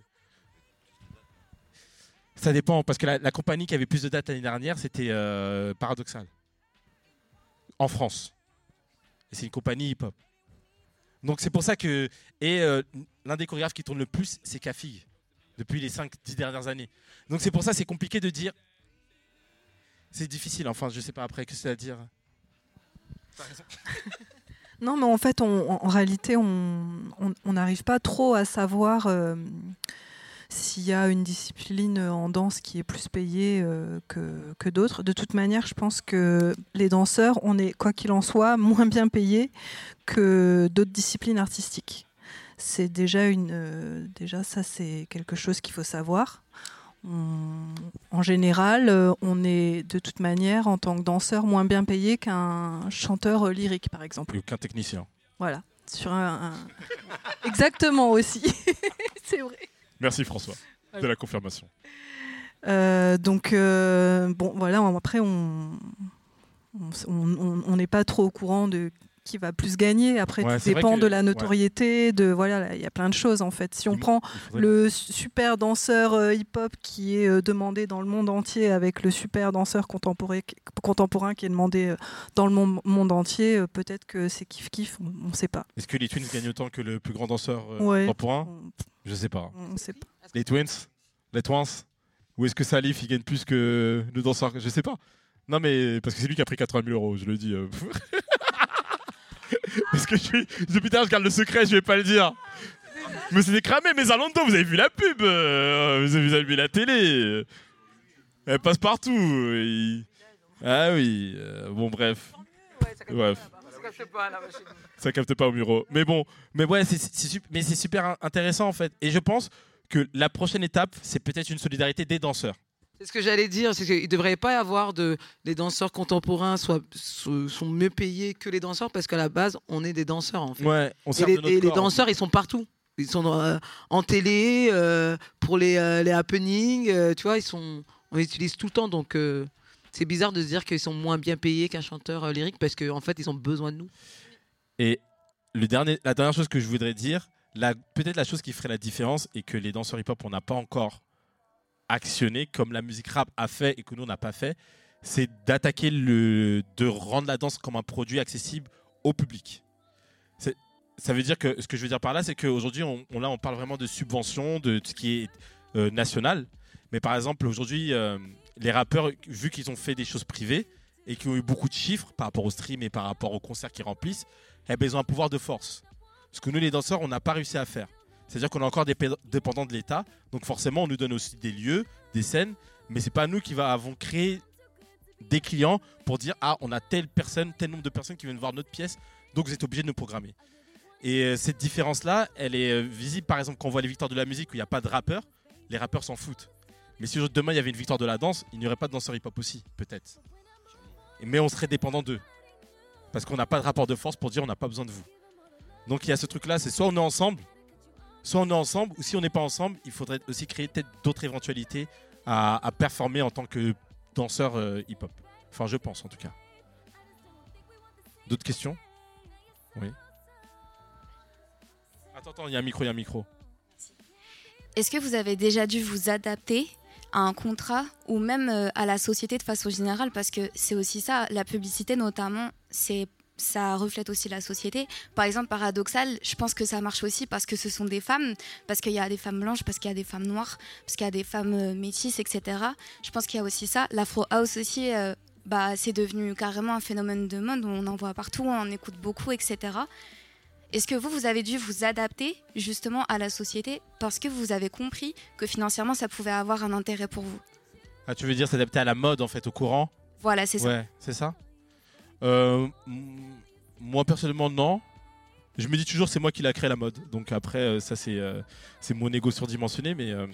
Ça dépend, parce que la, la compagnie qui avait plus de dates l'année dernière, c'était euh, Paradoxal. En France. Et c'est une compagnie hip-hop. Donc c'est pour ça que... Et euh, l'un des chorégraphes qui tourne le plus, c'est Kafig, depuis les cinq dix dernières années. Donc c'est pour ça que c'est compliqué de dire... C'est difficile, enfin je sais pas après, qu'est-ce que c'est à dire. T'as raison. Non, mais en fait, on, en réalité, on n'arrive pas trop à savoir euh, s'il y a une discipline en danse qui est plus payée euh, que, que d'autres. De toute manière, je pense que les danseurs, on est, quoi qu'il en soit, moins bien payés que d'autres disciplines artistiques. C'est déjà une, euh, déjà ça, c'est quelque chose qu'il faut savoir. On, en général, euh, on est de toute manière, en tant que danseur, moins bien payé qu'un chanteur euh, lyrique, par exemple. Ou qu'un technicien. Voilà. Sur un, un... Exactement aussi. C'est vrai. Merci François de la confirmation. Euh, donc, euh, bon, voilà, après, on on n'est pas trop au courant de qui va plus gagner. Après, ouais, tout dépend que, de la notoriété, ouais. de voilà, il y a plein de choses en fait. Si on il prend le super danseur euh, hip-hop qui est euh, demandé dans le monde entier avec le super danseur contemporain, contemporain qui est demandé euh, dans le monde, monde entier, euh, peut-être que c'est kiff-kiff, on ne sait pas. Est-ce que les Twins gagnent autant que le plus grand danseur euh, ouais. contemporain? Je sais pas. On sait pas. Les Twins, les Twins, ou est-ce que Salif il gagne plus que le danseur? Je sais pas. Non mais parce que c'est lui qui a pris quatre-vingt mille euros, je le dis. Euh... Parce que je suis. Depuis tard, je garde le secret, je vais pas le dire. Mais c'est cramé, mes Zalando, vous avez vu la pub, euh, vous avez vu la télé. Elle passe partout. Et... Ah oui, euh, bon, bref. Bref. Ça capte pas au muro. Mais bon, mais ouais, c'est super intéressant en fait. Et je pense que la prochaine étape, c'est peut-être une solidarité des danseurs. C'est ce que j'allais dire, c'est qu'il ne devrait pas y avoir de les danseurs contemporains soient, sont mieux payés que les danseurs parce qu'à la base, on est des danseurs en fait. Ouais, on et les, de notre et corps, les danseurs, ils sont partout. Ils sont euh, en télé, euh, pour les, euh, les happenings, euh, tu vois, ils sont, on les utilise tout le temps. Donc euh, c'est bizarre de se dire qu'ils sont moins bien payés qu'un chanteur euh, lyrique parce qu'en en fait, ils ont besoin de nous. Et le dernier, la dernière chose que je voudrais dire, peut-être la chose qui ferait la différence et que les danseurs hip-hop, on n'a pas encore actionner comme la musique rap a fait et que nous on n'a pas fait, c'est d'attaquer le, de rendre la danse comme un produit accessible au public. Ça veut dire que ce que je veux dire par là, c'est qu'aujourd'hui on, on là on parle vraiment de subventions, de ce qui est euh, national. Mais par exemple aujourd'hui euh, les rappeurs, vu qu'ils ont fait des choses privées et qui ont eu beaucoup de chiffres par rapport au stream et par rapport aux concerts qu'ils remplissent, eh ben, ils ont un pouvoir de force. Ce que nous les danseurs on n'a pas réussi à faire. C'est-à-dire qu'on est encore dépendant de l'État, donc forcément on nous donne aussi des lieux, des scènes, mais c'est pas nous qui va, avons créé des clients pour dire ah on a telle personne, tel nombre de personnes qui viennent voir notre pièce, donc vous êtes obligé de nous programmer. Et euh, cette différence-là, elle est euh, visible par exemple quand on voit les victoires de la musique où il n'y a pas de rappeurs, les rappeurs s'en foutent. Mais si demain il y avait une victoire de la danse, il n'y aurait pas de danseurs hip-hop aussi, peut-être. Mais on serait dépendant d'eux. Parce qu'on n'a pas de rapport de force pour dire on n'a pas besoin de vous. Donc il y a ce truc-là, c'est soit on est ensemble, soit on est ensemble, ou si on n'est pas ensemble, il faudrait aussi créer peut-être d'autres éventualités à, à performer en tant que danseur euh, hip-hop. Enfin, je pense en tout cas. D'autres questions? Oui. Attends, attends, il y a un micro, il y a un micro. Est-ce que vous avez déjà dû vous adapter à un contrat ou même euh, à la société de façon générale? Parce que c'est aussi ça, la publicité notamment, c'est, ça reflète aussi la société. Par exemple, Paradoxal, je pense que ça marche aussi parce que ce sont des femmes, parce qu'il y a des femmes blanches, parce qu'il y a des femmes noires, parce qu'il y a des femmes euh, métisses, et cetera. Je pense qu'il y a aussi ça. L'Afro House aussi, euh, bah, c'est devenu carrément un phénomène de mode, on en voit partout, on en écoute beaucoup, et cetera. Est-ce que vous, vous avez dû vous adapter justement à la société parce que vous avez compris que financièrement, ça pouvait avoir un intérêt pour vous? Ah, tu veux dire s'adapter à la mode, en fait, au courant? Voilà, c'est ça. Ouais, c'est ça. Euh, m- moi, personnellement, non. Je me dis toujours, c'est moi qui l'a créé, la mode. Donc après, euh, ça, c'est, euh, c'est mon ego surdimensionné, mais... Euh...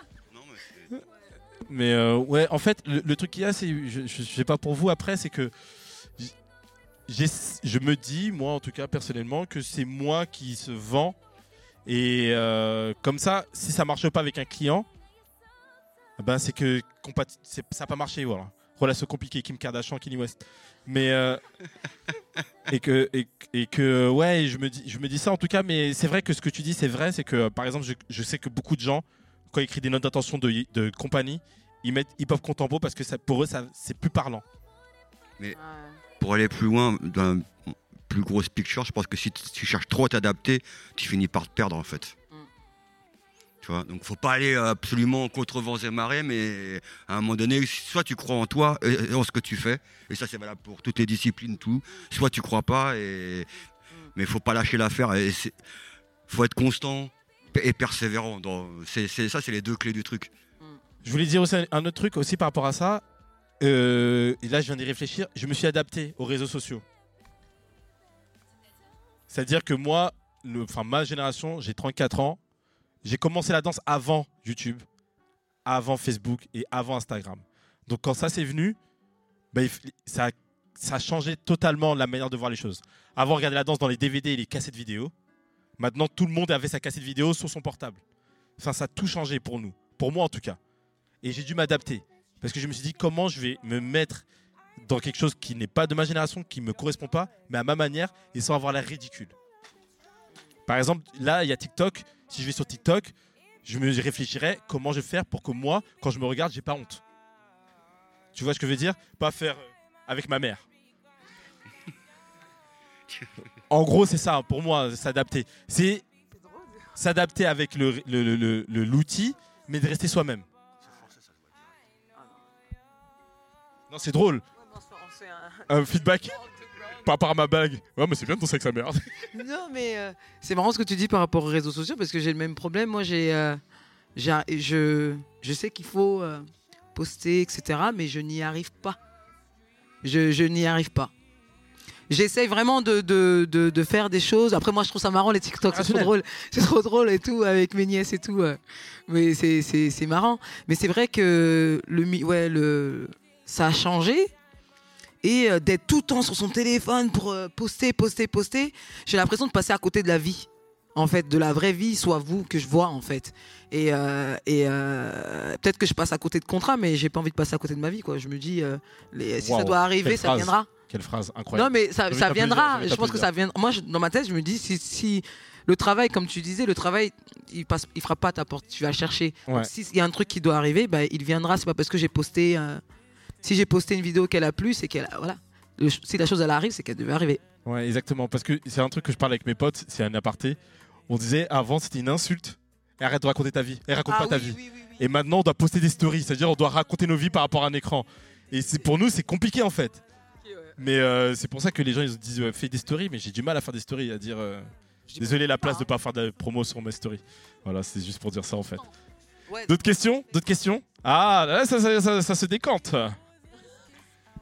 mais euh, ouais, en fait, le, le truc qu'il y a, c'est... Je, je, je sais pas pour vous, après, c'est que... J'ai, je me dis, moi en tout cas personnellement, que c'est moi qui se vend. Et euh, comme ça, si ça marche pas avec un client, ben c'est que compati- c'est, ça n'a pas marché. Voilà. Relation compliquée, Kim Kardashian, Kanye West. Mais euh, et que et, et que ouais, je me dis, je me dis ça en tout cas. Mais c'est vrai que ce que tu dis, c'est vrai, c'est que par exemple, je, je sais que beaucoup de gens, quand ils écrivent des notes d'intention de, de compagnie, ils mettent hip-hop contempo parce que ça, pour eux, ça, c'est plus parlant. Mais pour aller plus loin, dans la plus grosse picture, je pense que si tu cherches trop à t'adapter, tu finis par te perdre en fait. Mm. Tu vois, donc faut pas aller absolument contre vents et marées, mais à un moment donné, soit tu crois en toi et en ce que tu fais, et ça c'est valable pour toutes les disciplines, tout. Soit tu crois pas, et mm. mais faut pas lâcher l'affaire. Et c'est... faut être constant et persévérant. Dans... C'est, c'est ça, c'est les deux clés du truc. Mm. Je voulais dire aussi un autre truc aussi par rapport à ça. Euh, et là, je viens d'y réfléchir. Je me suis adapté aux réseaux sociaux. C'est-à-dire que moi, le, enfin ma génération, j'ai trente-quatre ans. J'ai commencé la danse avant YouTube, avant Facebook et avant Instagram. Donc quand ça c'est venu, bah, ça, ça a changé totalement la manière de voir les choses. Avant, on regardait la danse dans les D V D et les cassettes vidéo. Maintenant, tout le monde avait sa cassette vidéo sur son portable. Enfin, ça a tout changé pour nous, pour moi en tout cas. Et j'ai dû m'adapter. Parce que je me suis dit comment je vais me mettre dans quelque chose qui n'est pas de ma génération, qui ne me correspond pas, mais à ma manière et sans avoir l'air ridicule. Par exemple, là, il y a TikTok. Si je vais sur TikTok, je me réfléchirais comment je vais faire pour que moi, quand je me regarde, j'ai pas honte. Tu vois ce que je veux dire? Pas faire avec ma mère. En gros, c'est ça, pour moi, s'adapter. C'est s'adapter avec le, le, le, le, le, l'outil, mais de rester soi-même. Non, c'est drôle. Ouais, bon, c'est un... un feedback par rapport à ma bague. Ouais, mais c'est bien de danser avec sa merde. Non, mais euh, c'est marrant ce que tu dis par rapport aux réseaux sociaux parce que j'ai le même problème. Moi, j'ai, euh, j'ai je, je sais qu'il faut euh, poster, et cetera, mais je n'y arrive pas. Je, je n'y arrive pas. J'essaye vraiment de, de, de, de faire des choses. Après, moi, je trouve ça marrant, les TikTok. C'est trop drôle. C'est trop drôle et tout, avec mes nièces et tout. Mais c'est, c'est, c'est marrant. Mais c'est vrai que le, ouais, le, ça a changé. Et euh, d'être tout le temps sur son téléphone pour euh, poster, poster, poster, j'ai l'impression de passer à côté de la vie. En fait, de la vraie vie, soit vous, que je vois, en fait. Et, euh, et euh, peut-être que je passe à côté de contrats, mais j'ai pas envie de passer à côté de ma vie, quoi. Je me dis, euh, les, si wow. ça doit arriver, Quelle ça phrase. viendra. Quelle phrase incroyable. Non, mais ça, ça viendra. Plaisir, je pense que ça viendra. Moi, je, dans ma tête, je me dis, si, si le travail, comme tu disais, le travail, il passe, il frappe pas à ta porte. Tu vas le chercher. Ouais. Donc, s'il y a un truc qui doit arriver, bah, il viendra. C'est pas parce que j'ai posté. Euh, si j'ai posté une vidéo qu'elle a plu, c'est qu'elle, voilà. Le, si la chose elle arrive, c'est qu'elle devait arriver. Ouais, exactement. Parce que c'est un truc que je parle avec mes potes. C'est un aparté. On disait avant, c'était une insulte. Et arrête de raconter ta vie. Et raconte ah, pas oui, ta vie. Oui, oui, oui. Et maintenant, on doit poster des stories. C'est-à-dire, on doit raconter nos vies par rapport à un écran. Et c'est, pour nous, c'est compliqué en fait. Okay, ouais. Mais euh, c'est pour ça que les gens ils disent euh, fais des stories. Mais j'ai du mal à faire des stories. À dire euh, désolé, la place pas, hein. de pas faire de promo sur mes stories. Voilà, c'est juste pour dire ça en fait. Ouais, D'autres questions D'autres questions Ah, là, ça, ça, ça, ça se décante.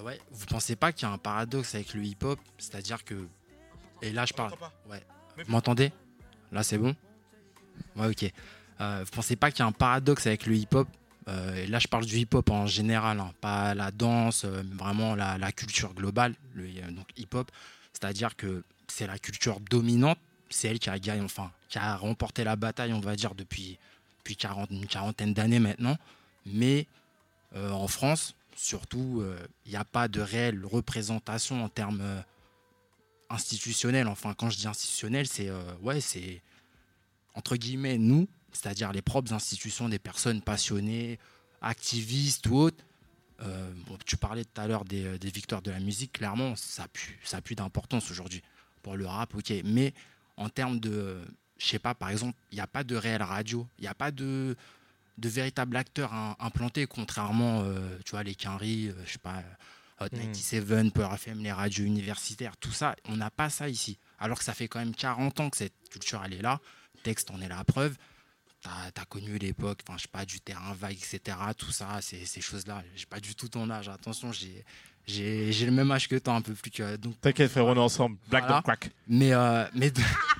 Euh, ouais. Vous pensez pas qu'il y a un paradoxe avec le hip-hop, c'est-à-dire que et là je parle. Ouais. Vous m'entendez? Là c'est bon? Ouais, ok. Euh, vous pensez pas qu'il y a un paradoxe avec le hip-hop? Euh, et là je parle du hip-hop en général, hein, pas la danse, euh, vraiment la, la culture globale, le donc hip-hop. C'est-à-dire que c'est la culture dominante, c'est elle qui a gagné, enfin, qui a remporté la bataille, on va dire, depuis, depuis quarante, une quarantaine d'années maintenant. Mais euh, en France, surtout, il euh, n'y a pas de réelle représentation en termes euh, institutionnels. Enfin, quand je dis institutionnel, c'est, euh, ouais, c'est entre guillemets nous, c'est-à-dire les propres institutions des personnes passionnées, activistes ou autres. Euh, bon, tu parlais tout à l'heure des, des victoires de la musique, clairement, ça pue, ça pue d'importance aujourd'hui. Pour le rap, ok. Mais en termes de, je sais pas, par exemple, il n'y a pas de réelle radio, il n'y a pas de, de véritable acteur hein, implanté, contrairement, euh, tu vois, les Quinry, euh, je sais pas, Hot quatre-vingt-dix-sept, Peur F M, les radios universitaires, tout ça, on n'a pas ça ici. Alors que ça fait quand même quarante ans que cette culture, elle est là. Texte, on est là la preuve. T'as as connu l'époque, enfin, je sais pas, du terrain vague, et cetera. Tout ça, ces, ces choses-là. J'ai pas du tout ton âge, attention, j'ai. J'ai, j'ai le même âge que toi, un peu plus que. Donc, t'inquiète, frère, on est ensemble. Black voilà. Don't Crack. Mais. Euh, mais...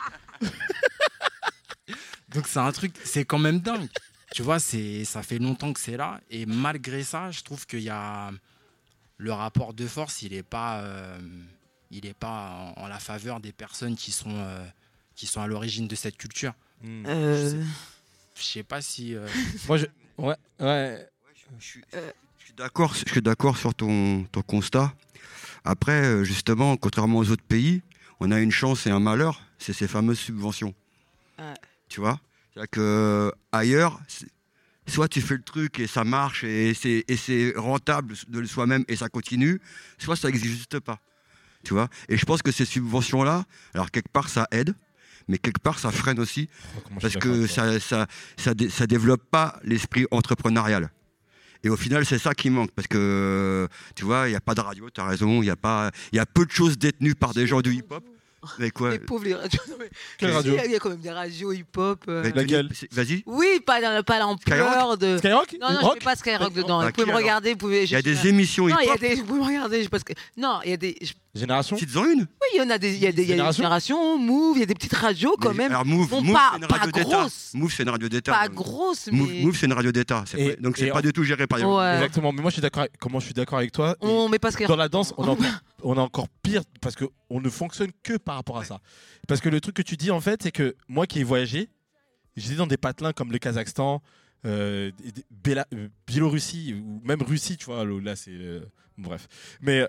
donc, c'est un truc, c'est quand même dingue. Tu vois, c'est, ça fait longtemps que c'est là. Et malgré ça, je trouve qu'il y a. Le rapport de force, il n'est pas, euh, il est pas en, en la faveur des personnes qui sont, euh, qui sont à l'origine de cette culture. Mm. Euh... Je, sais, je sais pas si. Euh... Moi, je. Ouais, ouais. Je suis. Euh... Je suis d'accord, je suis d'accord sur ton, ton constat. Après, justement, contrairement aux autres pays, on a une chance et un malheur, c'est ces fameuses subventions. Ouais. Tu vois ? C'est-à-dire qu'ailleurs, soit tu fais le truc et ça marche et c'est, et c'est rentable de soi-même et ça continue, soit ça n'existe pas. Tu vois ? Et je pense que ces subventions-là, alors quelque part ça aide, mais quelque part ça freine aussi, oh, parce que ça, ça, ça, dé, ça développe pas l'esprit entrepreneurial. Et au final, c'est ça qui manque, parce que, tu vois, il n'y a pas de radio, tu as raison, il y a pas, il y a peu de choses détenues par des gens du hip-hop. Mais quoi ? Les pauvres, les radios. Quelle radio ? Il y a quand même des radios hip-hop. Euh... La gueule. Vas-y. Oui, pas, pas l'ampleur de... Skyrock ? Non, non, je ne mets pas Skyrock dedans. Vous pouvez me regarder. Vous pouvez... Il y a des émissions hip-hop. Non, il y a des... Vous pouvez me regarder. Parce que... Non, il y a des... Génération ? Petites-en une ? Oui, il y en a des, il y a des, il y a des générations, Move, il y a des petites radios quand mais, même. Alors Move, bon, Move pas, c'est une radio pas d'État. Grosse, Move, c'est une radio d'État. Pas grosse, mais... Move, Move c'est une radio d'État. C'est et, pas, donc c'est pas en... du tout géré par les ouais. Exactement, mais moi je suis d'accord avec... comment je suis d'accord avec toi. On met pas ce Dans la danse, on est, encore... on est encore pire parce qu'on ne fonctionne que par rapport à ça. Parce que le truc que tu dis en fait, c'est que moi qui ai voyagé, j'étais dans des patelins comme le Kazakhstan, euh, Béla... Biélorussie ou même Russie, tu vois, là c'est... Euh... Bref. Mais...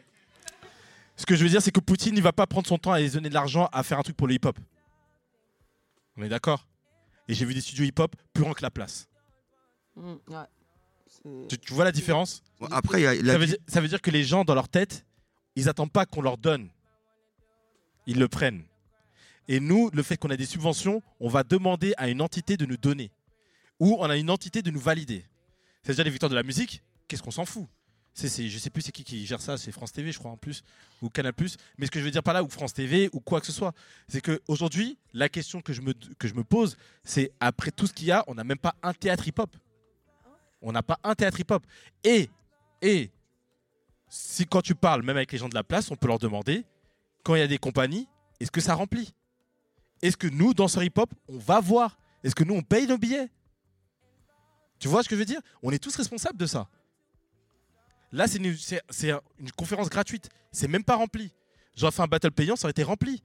Ce que je veux dire, c'est que Poutine, il va pas prendre son temps à les donner de l'argent à faire un truc pour le hip-hop. On est d'accord ? Et j'ai vu des studios hip-hop plus grands que la place. Mmh, ouais. tu, tu vois la différence ? Bon, après, y a la... ça, veut dire, ça veut dire que les gens, dans leur tête, ils attendent pas qu'on leur donne. Ils le prennent. Et nous, le fait qu'on a des subventions, on va demander à une entité de nous donner. Ou on a une entité de nous valider. C'est-à-dire les victoires de la musique, qu'est-ce qu'on s'en fout ? C'est, c'est, je sais plus c'est qui qui gère ça, c'est France T V je crois en plus, ou Canal plus. Mais ce que je veux dire par là, ou France T V, ou quoi que ce soit, c'est qu'aujourd'hui, la question que je, me, que je me pose, c'est après tout ce qu'il y a, on n'a même pas un théâtre hip-hop. On n'a pas un théâtre hip-hop. Et, et si quand tu parles, même avec les gens de la place, on peut leur demander, quand il y a des compagnies, est-ce que ça remplit ? Est-ce que nous, danseurs hip-hop, on va voir ? Est-ce que nous, on paye nos billets ? Tu vois ce que je veux dire ? On est tous responsables de ça. Là, c'est une, c'est, c'est une conférence gratuite. C'est même pas rempli. J'aurais fait un battle payant, ça aurait été rempli.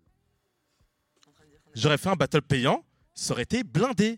J'aurais fait un battle payant, ça aurait été blindé.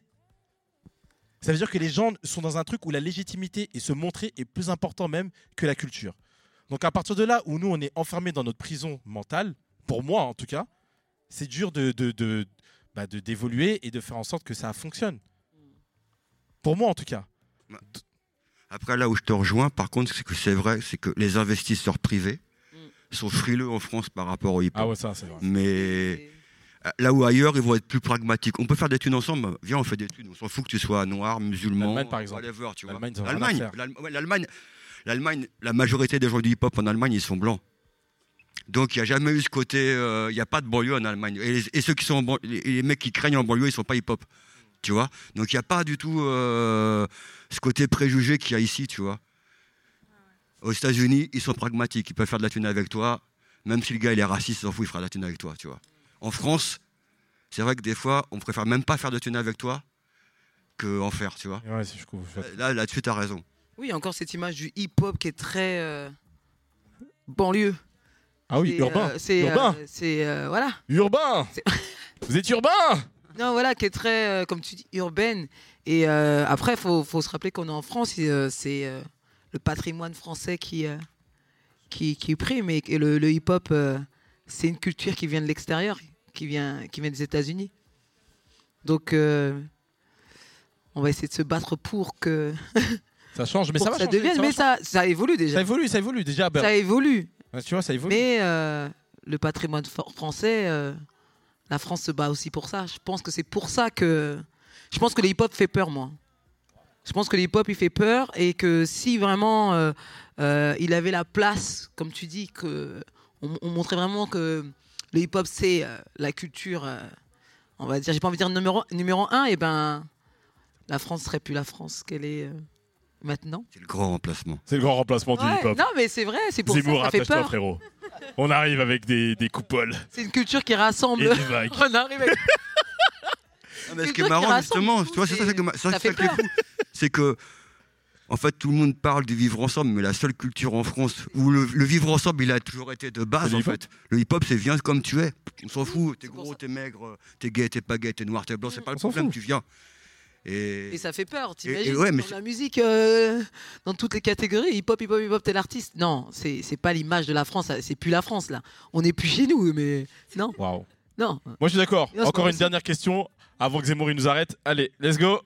Ça veut dire que les gens sont dans un truc où la légitimité et se montrer est plus important même que la culture. Donc à partir de là où nous, on est enfermés dans notre prison mentale, pour moi en tout cas, c'est dur de, de, de, bah de, d'évoluer et de faire en sorte que ça fonctionne. Pour moi en tout cas. Après, là où je te rejoins, par contre, c'est que c'est vrai, c'est que les investisseurs privés mm. sont frileux en France par rapport au hip-hop. Ah ouais, ça, c'est vrai. Mais là où ailleurs, ils vont être plus pragmatiques. On peut faire des thunes ensemble. Viens, on fait des thunes. On s'en fout que tu sois noir, musulman, L'Allemagne, par exemple. Whatever, tu vois. L'Allemagne, L'Allemagne, l'Allemagne, ouais, l'Allemagne, l'Allemagne, la majorité des gens du hip-hop en Allemagne, ils sont blancs. Donc, il n'y a jamais eu ce côté... Il euh, n'y a pas de banlieue en Allemagne. Et, les, et ceux qui sont en ban... les, les mecs qui craignent en banlieue, ils ne sont pas hip-hop. Tu vois, donc il n'y a pas du tout euh, ce côté préjugé qu'il y a ici, tu vois. Aux États-Unis, ils sont pragmatiques. Ils peuvent faire de la thune avec toi. Même si le gars il est raciste, il s'en fout, il fera de la thune avec toi, tu vois. En France, c'est vrai que des fois, on préfère même pas faire de thune avec toi qu'en faire, tu vois. Ouais, si je trouve. Là, là-dessus, t'as raison. Oui, encore cette image du hip-hop qui est très euh, banlieue. Ah oui, C'est, urbain. euh, c'est, urbain. euh, c'est euh, voilà. Urbain. Vous êtes urbain. Non, voilà, qui est très, euh, comme tu dis, urbaine. Et euh, après, faut, faut se rappeler qu'on est en France. Et, euh, c'est euh, le patrimoine français qui, euh, qui, qui prime. Et, et le, le hip-hop, euh, c'est une culture qui vient de l'extérieur, qui vient, qui vient des États-Unis. Donc, euh, on va essayer de se battre pour que. Ça change, mais pour ça va que ça changer, devienne. ça va mais changer. ça, ça évolue déjà. Ça évolue, ça évolue déjà. Ben, Ça évolue. ouais, tu vois, ça évolue. Mais euh, le patrimoine for- français, euh, la France se bat aussi pour ça. Je pense que c'est pour ça que. Je pense que le hip-hop fait peur, moi. Je pense que le hip-hop, il fait peur et que si vraiment euh, euh, il avait la place, comme tu dis, que on, on montrait vraiment que le hip-hop, c'est euh, la culture, euh, on va dire, j'ai pas envie de dire numéro, numéro un, et ben la France serait plus la France qu'elle est euh, maintenant. C'est le grand remplacement. C'est le grand remplacement du Ouais, hip-hop. non, mais c'est vrai, c'est pour Zemmour, ça que ça fait attache-toi, peur. frérot. On arrive avec des, des coupoles. C'est une culture qui rassemble. Et des vagues. On arrive avec... Ah, mais ce C'est qui est toi qui marrant, rassemble justement, tout, tu vois, c'est ça, c'est- que- ça, ça c'est fait ça qui est peur. fou. C'est que, en fait, tout le monde parle du vivre ensemble, mais la seule culture en France où le, le vivre ensemble, il a toujours été de C'est base, le en hip-hop. fait. Le hip-hop, c'est viens comme tu es. On s'en fout. T'es gros, t'es maigre, t'es gay, t'es pas gay, t'es noir, t'es blanc, c'est pas le s'en problème, fout. tu viens. Et, Et ça fait peur, Et- t'imagines et ouais, mais dans c'est- la musique, euh, dans toutes les catégories, hip-hop, hip-hop, hip-hop, t'es l'artiste. Non, c'est c'est pas l'image de la France, c'est plus la France, là. On n'est plus chez nous, mais non. Waouh. Non. Moi, je suis d'accord. Non, c'est Encore pas une possible. dernière question avant que Zemmour il nous arrête. Allez, let's go.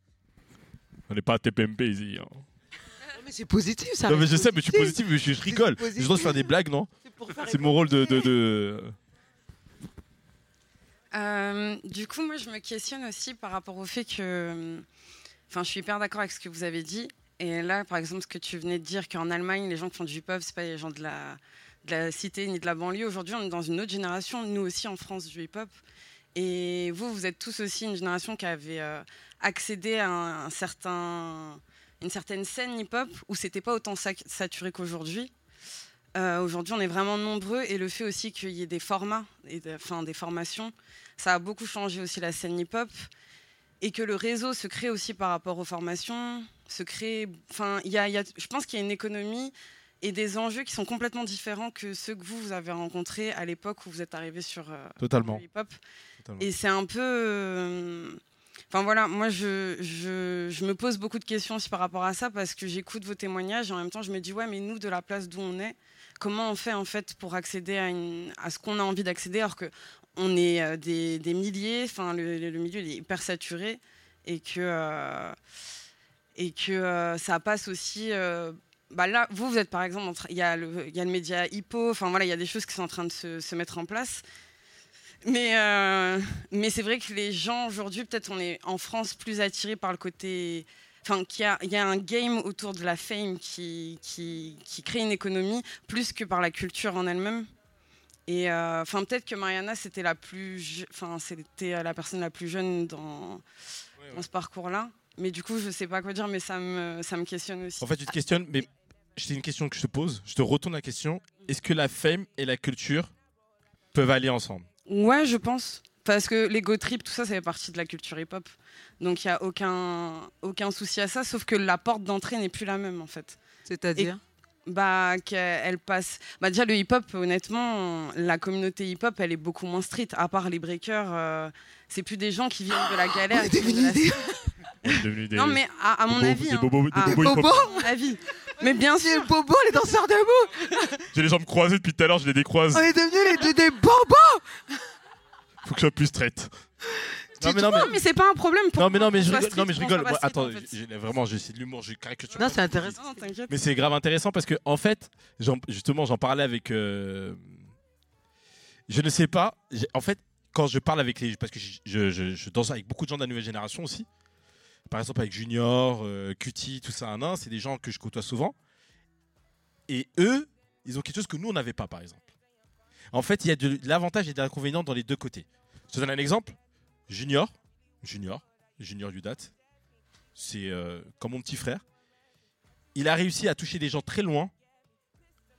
On n'est pas à T P M P ici. hein. Non, mais c'est positif, ça. Non, mais reste je sais, mais je suis positif, mais je, je rigole. positif. Je dois faire des blagues, non pour faire C'est mon rôle de. de, de... Euh, du coup, moi, je me questionne aussi par rapport au fait que. Enfin, je suis hyper d'accord avec ce que vous avez dit. Et là, par exemple, ce que tu venais de dire, qu'en Allemagne, les gens qui font du hip-hop, c'est pas les gens de la, de la cité ni de la banlieue. Aujourd'hui, on est dans une autre génération, nous aussi en France, du hip-hop. Et vous, vous êtes tous aussi une génération qui avait euh, accédé à un, un certain, une certaine scène hip-hop où c'était pas autant sac- saturé qu'aujourd'hui. Euh, Aujourd'hui, on est vraiment nombreux et le fait aussi qu'il y ait des formats, et de- enfin des formations, ça a beaucoup changé aussi la scène hip-hop et que le réseau se crée aussi par rapport aux formations, se crée, enfin, il y a, il y a- je pense qu'il y a une économie et des enjeux qui sont complètement différents que ceux que vous, vous avez rencontrés à l'époque où vous êtes arrivé sur euh, Totalement. le hip-hop. Totalement. Et c'est un peu... euh, Enfin voilà, moi je, je, je me pose beaucoup de questions aussi par rapport à ça parce que j'écoute vos témoignages et en même temps je me dis ouais mais nous de la place d'où on est, comment on fait en fait pour accéder à, une, à ce qu'on a envie d'accéder alors que on est euh, des, des milliers, enfin le, le milieu il est hyper saturé et que, euh, et que euh, ça passe aussi... euh, bah là, vous, vous êtes par exemple, en train- il y, a le- il y a le média Hippo, enfin voilà, il y a des choses qui sont en train de se, se mettre en place. Mais, euh, mais c'est vrai que les gens aujourd'hui, peut-être on est en France plus attirés par le côté... Enfin, qu'il y a, il y a un game autour de la fame qui, qui, qui crée une économie plus que par la culture en elle-même. Et euh, enfin, peut-être que Mariana, c'était la plus, je- enfin, c'était la personne la plus jeune dans, dans ce parcours-là. Mais du coup, je sais pas quoi dire, mais ça me, ça me questionne aussi. En fait, tu te questionnes, mais c'est une question que je te pose. Je te retourne la question. Est-ce que la fame et la culture peuvent aller ensemble? Ouais, je pense. Parce que l'ego trip, tout ça, ça fait partie de la culture hip-hop. Donc il n'y a aucun, aucun souci à ça, sauf que la porte d'entrée n'est plus la même, en fait. C'est-à-dire Et, bah, qu'elle passe... Bah, déjà, le hip-hop, honnêtement, la communauté hip-hop, elle est beaucoup moins street. À part les breakers, euh, c'est plus des gens qui viennent de la galère. qui viennent de la- On est devenus des- Non, mais à, à mon des avis... bobos- hein. des bobos- des Ah, bobos hip-hop. bobos, à mon avis. Mais bien sûr, Bobo, les danseurs debout. J'ai les jambes croisées depuis tout à l'heure, je les décroise. On est devenus les, des bobos. Faut que je sois plus straight. Tu trouves, mais c'est pas un problème pour Non mais non mais je qu'on soit rigole. street, Non mais je qu'on rigole. soit Moi, pas street, attends, en fait. j'ai- j'ai- vraiment j'ai essayé de l'humour, j'ai caricature. Non, c'est intéressant. Non, t'inquiète. Mais c'est grave intéressant parce que en fait, j'en- justement, j'en parlais avec. euh, Je ne sais pas. j'ai- En fait, quand je parle avec les, parce que je, je, je- je danse avec beaucoup de gens de la nouvelle génération aussi. Par exemple avec Junior, euh, Cutie, tout ça, un nain, c'est des gens que je côtoie souvent. Et eux, ils ont quelque chose que nous on n'avait pas, par exemple. En fait, il y a de l'avantage et de l'inconvénient dans les deux côtés. Je te donne un exemple. Junior, Junior, Junior Yudat, c'est euh, comme mon petit frère. Il a réussi à toucher des gens très loin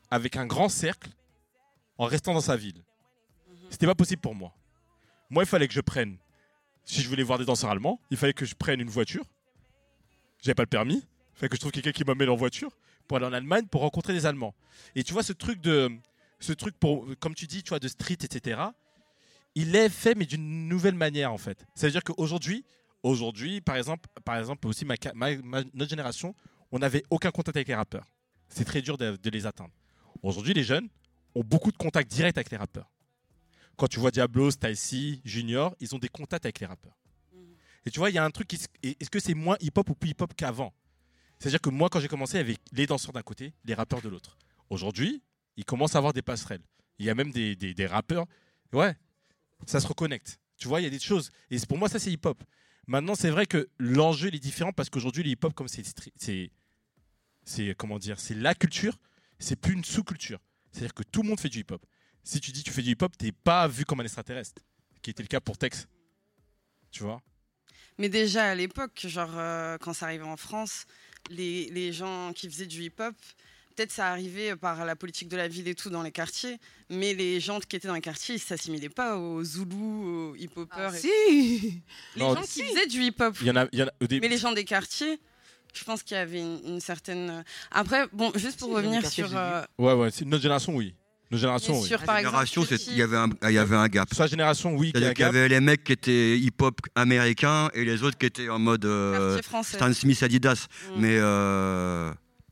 avec un grand cercle en restant dans sa ville. C'était pas possible pour moi. Moi, il fallait que je prenne, si je voulais voir des danseurs allemands, il fallait que je prenne une voiture. J'avais pas le permis. Il fallait que je trouve quelqu'un qui m'amène en voiture pour aller en Allemagne pour rencontrer des Allemands. Et tu vois, ce truc de, ce truc pour, comme tu dis, tu vois, de street, et cetera. Il est fait, mais d'une nouvelle manière, en fait. C'est-à-dire qu'aujourd'hui, aujourd'hui, par exemple, par exemple aussi ma, ma, ma, notre génération, on n'avait aucun contact avec les rappeurs. C'est très dur de, de les atteindre. Aujourd'hui, les jeunes ont beaucoup de contacts directs avec les rappeurs. Quand tu vois Diablo, Stacy, Junior, ils ont des contacts avec les rappeurs. Et tu vois, il y a un truc, qui, est-ce que c'est moins hip-hop ou plus hip-hop qu'avant? C'est-à-dire que moi, quand j'ai commencé, il y avait les danseurs d'un côté, les rappeurs de l'autre. Aujourd'hui, ils commencent à avoir des passerelles. Il y a même des, des, des rappeurs. Ouais, ça se reconnecte. Tu vois, il y a des choses. Et pour moi, ça, c'est hip-hop. Maintenant, c'est vrai que l'enjeu, il est différent parce qu'aujourd'hui, le hip-hop, comme c'est, c'est, c'est, comment dire, c'est la culture, c'est plus une sous-culture. C'est-à-dire que tout le monde fait du hip-hop. Si tu dis que tu fais du hip-hop, t'es pas vu comme un extraterrestre, qui était le cas pour Tex. Tu vois? Mais déjà à l'époque, genre euh, quand ça arrivait en France, les, les gens qui faisaient du hip-hop, peut-être ça arrivait par la politique de la ville et tout dans les quartiers, mais les gens qui étaient dans les quartiers, ils s'assimilaient pas aux Zoulous, aux hip-hoppers. Ah, et... si Les Non, gens qui faisaient du hip-hop. Il y en a, il y en a, au début- Mais les gens des quartiers, je pense qu'il y avait une, une certaine. Après, bon, juste pour Si, revenir les gens des quartiers, sur. euh, Ouais, ouais, c'est notre génération, oui. Notre génération, Mais oui. sur, par exemple, Génération, ceux c'est- qui- il y avait un, il y avait un gap. Sa génération, oui. C'est-à-dire qu'il y avait les mecs qui étaient hip-hop américains et les autres qui étaient en mode euh, Quartier français. Stan Smith, Adidas. Mm. Mais, euh,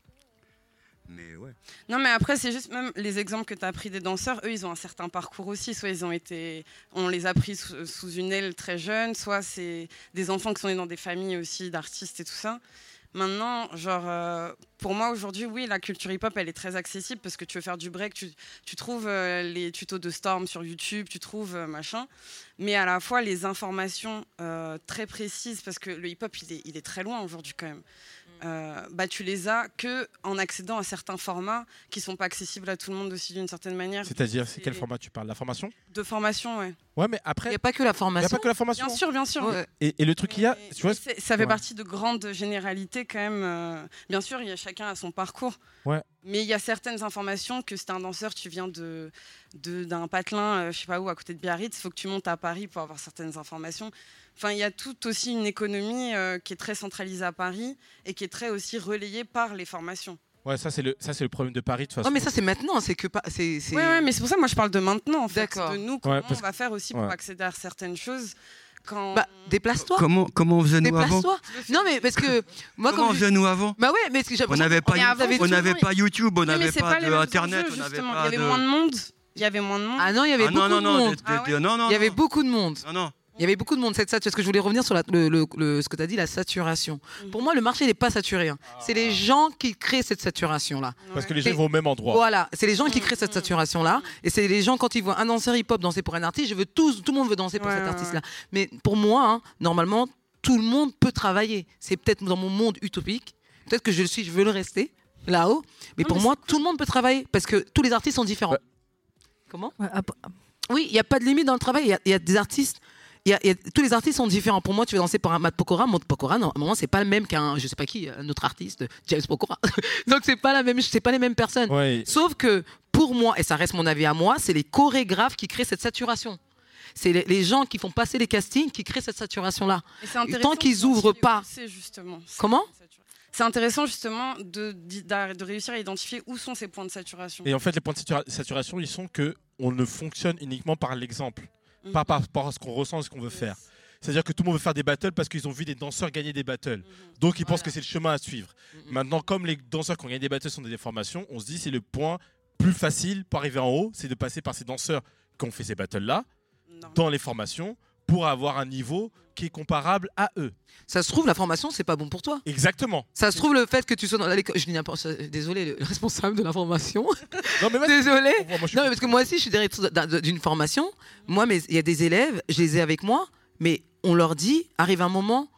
mais ouais. Non, mais après, c'est juste même les exemples que tu as pris des danseurs, eux, ils ont un certain parcours aussi. Soit ils ont été, on les a pris sous, sous une aile très jeune, soit c'est des enfants qui sont nés dans des familles aussi d'artistes et tout ça. Maintenant, genre, euh, pour moi aujourd'hui, oui, la culture hip-hop, elle est très accessible parce que tu veux faire du break, tu, tu trouves euh, les tutos de Storm sur YouTube, tu trouves euh, machin, mais à la fois les informations euh, très précises parce que le hip-hop, il est, il est très loin aujourd'hui quand même. Euh, bah, tu les as que en accédant à certains formats qui sont pas accessibles à tout le monde aussi d'une certaine manière. C'est-à-dire, c'est quel format tu parles? La formation? De formation, ouais. Ouais, mais après. Il n'y a pas que la formation. Il n'y a pas que la formation. Bien sûr, bien sûr. Ouais. Et, et le truc qu'il y a, tu vois. C'est- Ça fait Ouais. partie de grandes généralités quand même. euh, Bien sûr, il y a chacun à son parcours. Ouais. Mais il y a certaines informations que si t'es un danseur, tu viens de de- d'un patelin, euh, je sais pas où, à côté de Biarritz, il faut que tu montes à Paris pour avoir certaines informations. Enfin, il y a tout aussi une économie euh, qui est très centralisée à Paris et qui est très aussi relayée par les formations. Ouais, ça c'est le, ça c'est le problème de Paris de toute façon. Oh, mais ça, c'est maintenant. C'est que pas. C'est, c'est... Ouais, ouais, mais c'est pour ça que moi je parle de maintenant en fait. D'accord. De nous, comment Ouais, parce on va faire aussi pour ouais. accéder à certaines choses. Quand... Bah, déplace-toi. Comment, comment on faisait nous avant? Déplace-toi. Non, mais parce que moi, Comment on quand je- faisait nous avant? Bah ouais, mais ce que j'ai On n'avait pas, Mais avant, on toujours, n'avait il- pas YouTube, on Oui, mais n'avait c'est pas, les de mêmes Internet, enjeux, on n'avait justement. pas Il y avait de... moins de monde. Il y avait moins de monde. Ah non, il y avait Ah beaucoup non, non, de non, monde. t'es- t'es- t'es- non, non, Il y avait non. beaucoup de monde. Non, non. Il y avait beaucoup de monde. C'est ça, parce que je voulais revenir sur la- le, le- le- ce que tu as dit, la saturation. Pour moi, le marché n'est pas saturé. hein. C'est les gens qui créent cette saturation-là. Parce que les gens Et- vont au même endroit. Voilà, c'est les gens qui créent cette saturation-là. Et c'est les gens, quand ils voient un danseur hip-hop danser pour un artiste, je veux tous, tout le monde veut danser pour Ouais, cet ouais, artiste-là. Mais pour moi, hein, normalement, tout le monde peut travailler. C'est peut-être dans mon monde utopique. Peut-être que je le suis, je veux le rester là-haut. Mais Non, pour mais moi, tout le monde peut travailler parce que tous les artistes sont différents. Comment Ouais, ap- Oui, il n'y a pas de limite dans le travail. Il y a- il y, a des artistes. il Y a, il y a- tous les artistes sont différents. Pour moi, tu veux danser pour un Matt Pokora. Matt Pokora, normalement, c'est pas le même qu'un, je sais pas qui, un autre artiste, James Pokora. Donc, c'est pas la même, c'est pas les mêmes personnes. Ouais. Sauf que pour moi, et ça reste mon avis à moi, c'est les chorégraphes qui créent cette saturation. C'est les, les gens qui font passer les castings qui créent cette saturation-là. Et c'est intéressant Tant qu'ils d'identifier ouvrent où pas. c'est, justement. C'est- Comment C'est intéressant justement de, d'i- d'a- de réussir à identifier où sont ces points de saturation. Et en fait, les points de satura- saturation, ils sont que on ne fonctionne uniquement par l'exemple, Mhm. pas par rapport à ce qu'on ressent et ce qu'on veut faire. C'est-à-dire que tout le monde veut faire des battles parce qu'ils ont vu des danseurs gagner des battles. Donc ils pensent que c'est le chemin à suivre. Maintenant, comme les danseurs qui ont gagné des battles sont des déformations, on se dit c'est le point plus facile pour arriver en haut, c'est de passer par ces danseurs qui ont fait ces battles-là dans les formations pour avoir un niveau qui est comparable à eux. Ça se trouve, la formation, c'est pas bon pour toi. Exactement. Ça se trouve, le fait que tu sois dans l'école. Je dis n'importe quoi. Désolé, le responsable de la formation. Non, mais Désolé. Moi, je suis- Non, mais parce que moi aussi, je suis directrice d'un- d'une formation. Moi, mais il y a des élèves, je les ai avec moi, mais on leur dit, arrive un moment,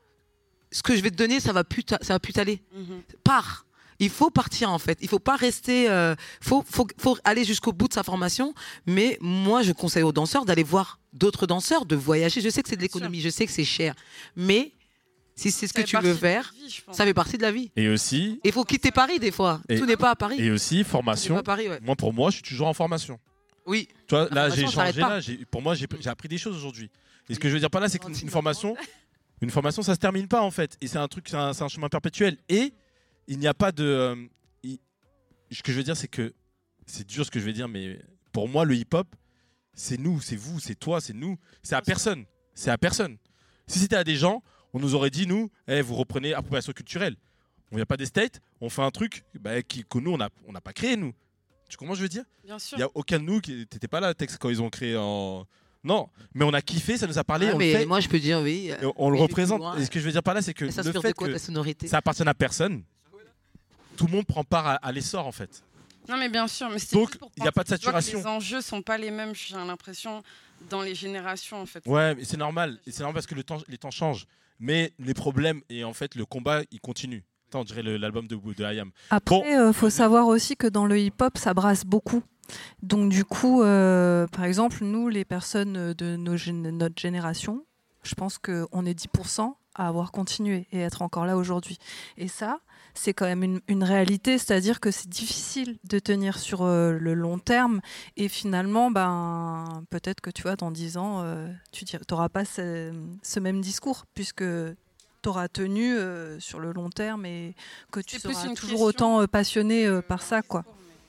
ce que je vais te donner, ça va plus, t'a- ça va plus t'aller. Mhm. Pars. Il faut partir en fait. Il faut pas rester. Euh, faut, faut, faut aller jusqu'au bout de sa formation. Mais moi, je conseille aux danseurs d'aller voir d'autres danseurs, de voyager. Je sais que c'est de l'économie, je sais que c'est cher, mais Si c'est ce Ça que fait tu veux partie de faire, la vie, je pense. ça fait partie de la vie. Et aussi. Il faut quitter Paris des fois. Et- Tout n'est pas à Paris. Et aussi, formation. C'est pas Paris, ouais. Moi, pour moi, je suis toujours en formation. Oui. Tu vois, La là, j'ai formation, ça changé. s'arrête Là, pas. j'ai- pour moi, j'ai j'ai appris des choses aujourd'hui. Et ce que je veux dire par là, c'est qu'une formation, une formation, ça se termine pas en fait. Et c'est un truc, c'est un, c'est un chemin perpétuel. Et il n'y a pas de. euh, il- Ce que je veux dire, c'est que c'est dur ce que je vais dire, mais pour moi, le hip-hop, c'est nous, c'est vous, c'est toi, c'est nous. C'est à personne. C'est à personne. Si c'était à des gens, on nous aurait dit, nous, eh, vous reprenez appropriation culturelle. On vient pas des States, on fait un truc bah, qui, que nous, on n'a on n'a pas créé, nous. Tu comprends ce que je veux dire? Bien sûr. Il n'y a aucun de nous qui. T'étais pas là, Tex, quand ils ont créé en. Non, mais on a kiffé, ça nous a parlé. Ah, on mais le fait, moi, je peux dire oui. et on le Mais je vais représente. plus loin. Et ce que je veux dire par là, c'est que Mais ça le se fait fait de quoi, que ta sonorité ça appartient à personne, tout le monde prend part à, à l'essor en fait. Non, mais bien sûr. Mais c'est Donc, juste pour il n'y a pas de penser, tu vois, que saturation. Les enjeux sont pas les mêmes, j'ai l'impression, dans les générations, en fait. Ouais, mais c'est normal. Et c'est normal parce que le temps, les temps changent. Mais les problèmes et en fait le combat, il continue. Attends, on dirait le- l'album de, de I A M. Après, Bon, il faut savoir aussi que dans le hip-hop, ça brasse beaucoup. Donc du coup, euh, par exemple, nous, les personnes de nos gén- notre génération, je pense qu'on est dix pour cent à avoir continué et être encore là aujourd'hui. Et ça, c'est quand même une, une réalité, c'est-à-dire que c'est difficile de tenir sur euh, le long terme. Et finalement, ben, peut-être que tu vois, dans dix ans, euh, tu n'auras pas ce, ce même discours, puisque tu auras tenu euh, sur le long terme et que tu C'est plus seras une toujours question. autant euh, passionné euh, par ça, quoi.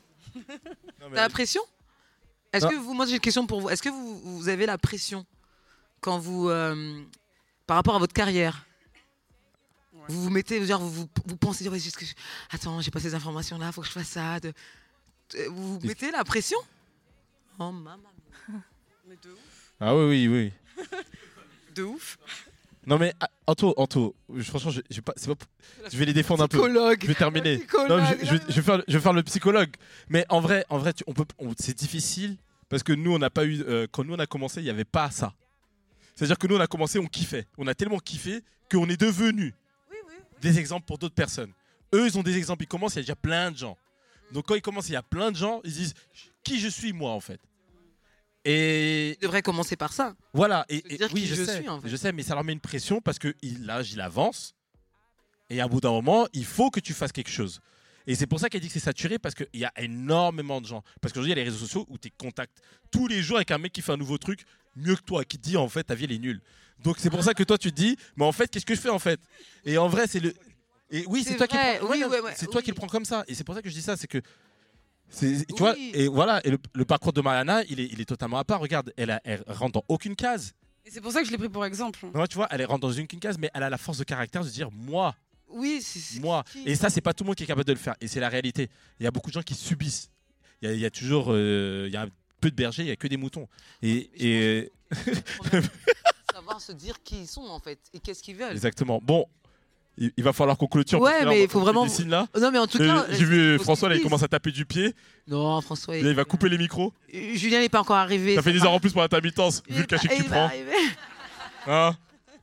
T'as la pression? Est-ce Non. que vous, moi j'ai une question pour vous. Est-ce que vous, vous avez la pression quand vous, euh, par rapport à votre carrière, vous vous mettez, genre, vous, vous, vous pensez, dire, ouais, est-ce que je- attends, j'ai pas ces informations là, faut que je fasse ça. de- de- Vous vous mettez la pression? Oh maman. Mais de ouf. Ah oui, oui, oui. De ouf. Non mais ah, Anto, Anto, je- franchement, je, j'ai pas, c'est pas pour- je vais les défendre un peu. Psychologue. Je vais terminer. Le psychologue. Non, mais je, je vais- je vais faire, je vais faire le psychologue. Mais en vrai, en vrai, tu- on peut, on- c'est difficile parce que nous, on n'a pas eu, euh, quand nous on a commencé, il n'y avait pas ça. C'est-à-dire que nous, on a commencé, on kiffait. On a tellement kiffé qu'on est devenus des exemples pour d'autres personnes. Eux, ils ont des exemples. Ils commencent, il y a déjà plein de gens. Donc quand ils commencent, il y a plein de gens. Ils disent qui je suis moi en fait. Et Il devrait commencer par ça. voilà, et, Se et dire oui, qui je, je sais, suis, en fait. je sais, mais ça leur met une pression parce que il- l'âge, il avance. Et à bout d'un moment, il faut que tu fasses quelque chose. Et c'est pour ça qu'elle dit que c'est saturé parce qu'il y a énormément de gens. Parce qu'aujourd'hui, il y a les réseaux sociaux où tu contactes tous les jours avec un mec qui fait un nouveau truc mieux que toi, qui te dit en fait ta vie elle est nulle. Donc c'est pour ça que toi tu te dis, mais en fait, qu'est-ce que je fais en fait? Et en vrai, c'est le. Et oui, c'est C'est toi qui vrai, le prends- oui, ouais, ouais, ouais, c'est toi oui. qui le prends comme ça. Et c'est pour ça que je dis ça, c'est que. c'est- Tu vois, et voilà, et le, le parcours de Mariana, il est, il est totalement à part. Regarde, elle, a, elle rentre dans aucune case. Et c'est pour ça que je l'ai pris pour exemple. Non, tu vois, elle rentre dans une case, mais elle a la force de caractère de dire moi. Oui, c'est Moi. Et ça, c'est pas tout le monde qui est capable de le faire. Et c'est la réalité. Il y a beaucoup de gens qui subissent. Il y a, il y a toujours. euh, il y a un peu de bergers, il y a que des moutons. Et. et... Savoir se dire qui ils sont en fait et qu'est-ce qu'ils veulent. Exactement. Bon, il, il va falloir qu'on clôture. Ouais, parce que là, mais on va il faut faire vraiment- des signes, là. Non, mais en tout Euh, cas, j'ai vu faut François, là, il qu'ils commence à taper du pied. Non, François. Là, il va couper les micros. Julien n'est pas encore arrivé. Ça fait des va. heures en plus pour l'intermittence, vu le cachet que Il tu va prends. arriver. Hein?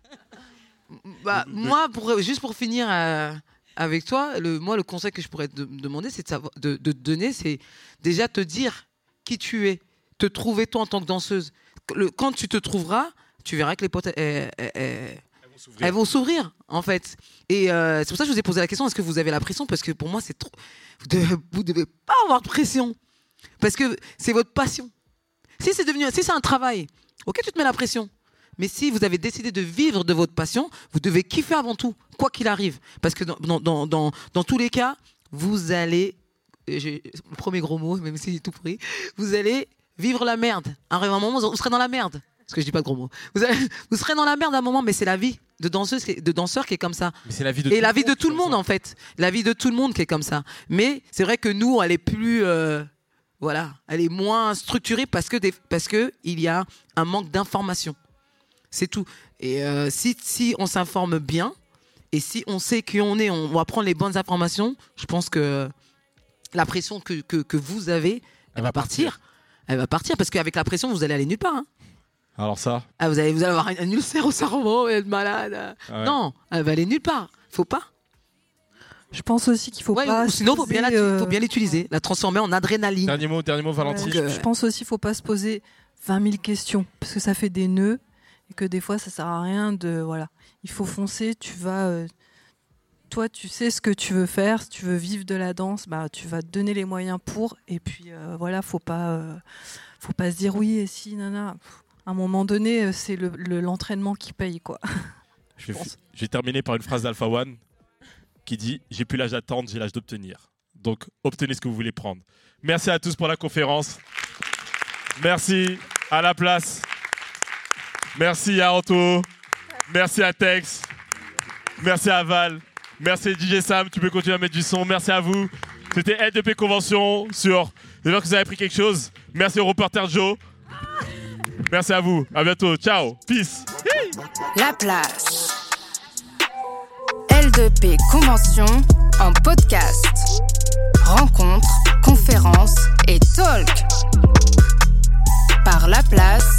Bah, moi, pour, juste pour finir euh, avec toi, le, moi, le conseil que je pourrais te demander, c'est de, savoir- de, de te donner, c'est déjà te dire qui tu es, te trouver toi en tant que danseuse. Le- quand tu te trouveras, tu verras que les potes, elles, elles- elles- elles vont s'ouvrir, en fait. Et euh, c'est pour ça que je vous ai posé la question, est-ce que vous avez la pression? Parce que pour moi, c'est trop... Vous devez, vous devez pas avoir de pression. Parce que c'est votre passion. Si c'est devenu, si c'est un travail, ok, tu te mets la pression. Mais si vous avez décidé de vivre de votre passion, vous devez kiffer avant tout, quoi qu'il arrive. Parce que dans, dans, dans, dans, dans tous les cas, vous allez, et j'ai- le premier gros mot, même si c'est tout pourri, vous allez vivre la merde. À un moment, vous serez dans la merde. Parce que je dis pas de gros mots. Vous, allez- vous serez dans la merde à un moment, mais c'est la vie de danseuse, qui est- de danseur qui est comme ça. Mais c'est la vie de Et tout la le vie de monde, tout le monde, en fait. La vie de tout le monde qui est comme ça. Mais c'est vrai que nous, elle est plus... euh, voilà, elle est moins structurée parce que des- parce que il y a un manque d'information. C'est tout. Et euh, si, si on s'informe bien et si on sait qui on est, on va prendre les bonnes informations, je pense que la pression que, que, que vous avez, elle, va partir. Elle va partir parce qu'avec la pression, vous allez aller nulle part. hein. Alors ça. Ah, vous, allez, vous allez avoir un, un ulcère au cerveau, être malade. Ah ouais. Non, elle va aller nulle part. Faut pas. Je pense aussi qu'il faut Ouais, pas. ou sinon, faut bien, la- poser, euh, faut bien l'utiliser, la transformer en adrénaline. Dernier mot, dernier mot, Valentine. Je, je pense aussi qu'il faut pas se poser vingt mille questions parce que ça fait des nœuds et que des fois ça sert à rien de voilà, il faut foncer, tu vas euh, toi tu sais ce que tu veux faire, si tu veux vivre de la danse, bah tu vas te donner les moyens pour, et puis euh, voilà, faut pas euh, faut pas se dire oui et si nana. À un moment donné, c'est le, le, l'entraînement qui paye quoi. Je vais, je vais terminer par une phrase d'Alpha One qui dit « J'ai plus l'âge d'attendre, j'ai l'âge d'obtenir ». Donc, obtenez ce que vous voulez prendre. Merci à tous pour la conférence. Merci à La Place. Merci à Anto. Merci à Tex. Merci à Val. Merci à D J Sam. Tu peux continuer à mettre du son. Merci à vous. C'était L deux P Convention sur... J'espère que vous avez appris quelque chose. Merci au reporter Joe. Merci à vous. À bientôt. Ciao. Peace. La Place. L deux P Convention en podcast. Rencontres, conférences et talk. Par La Place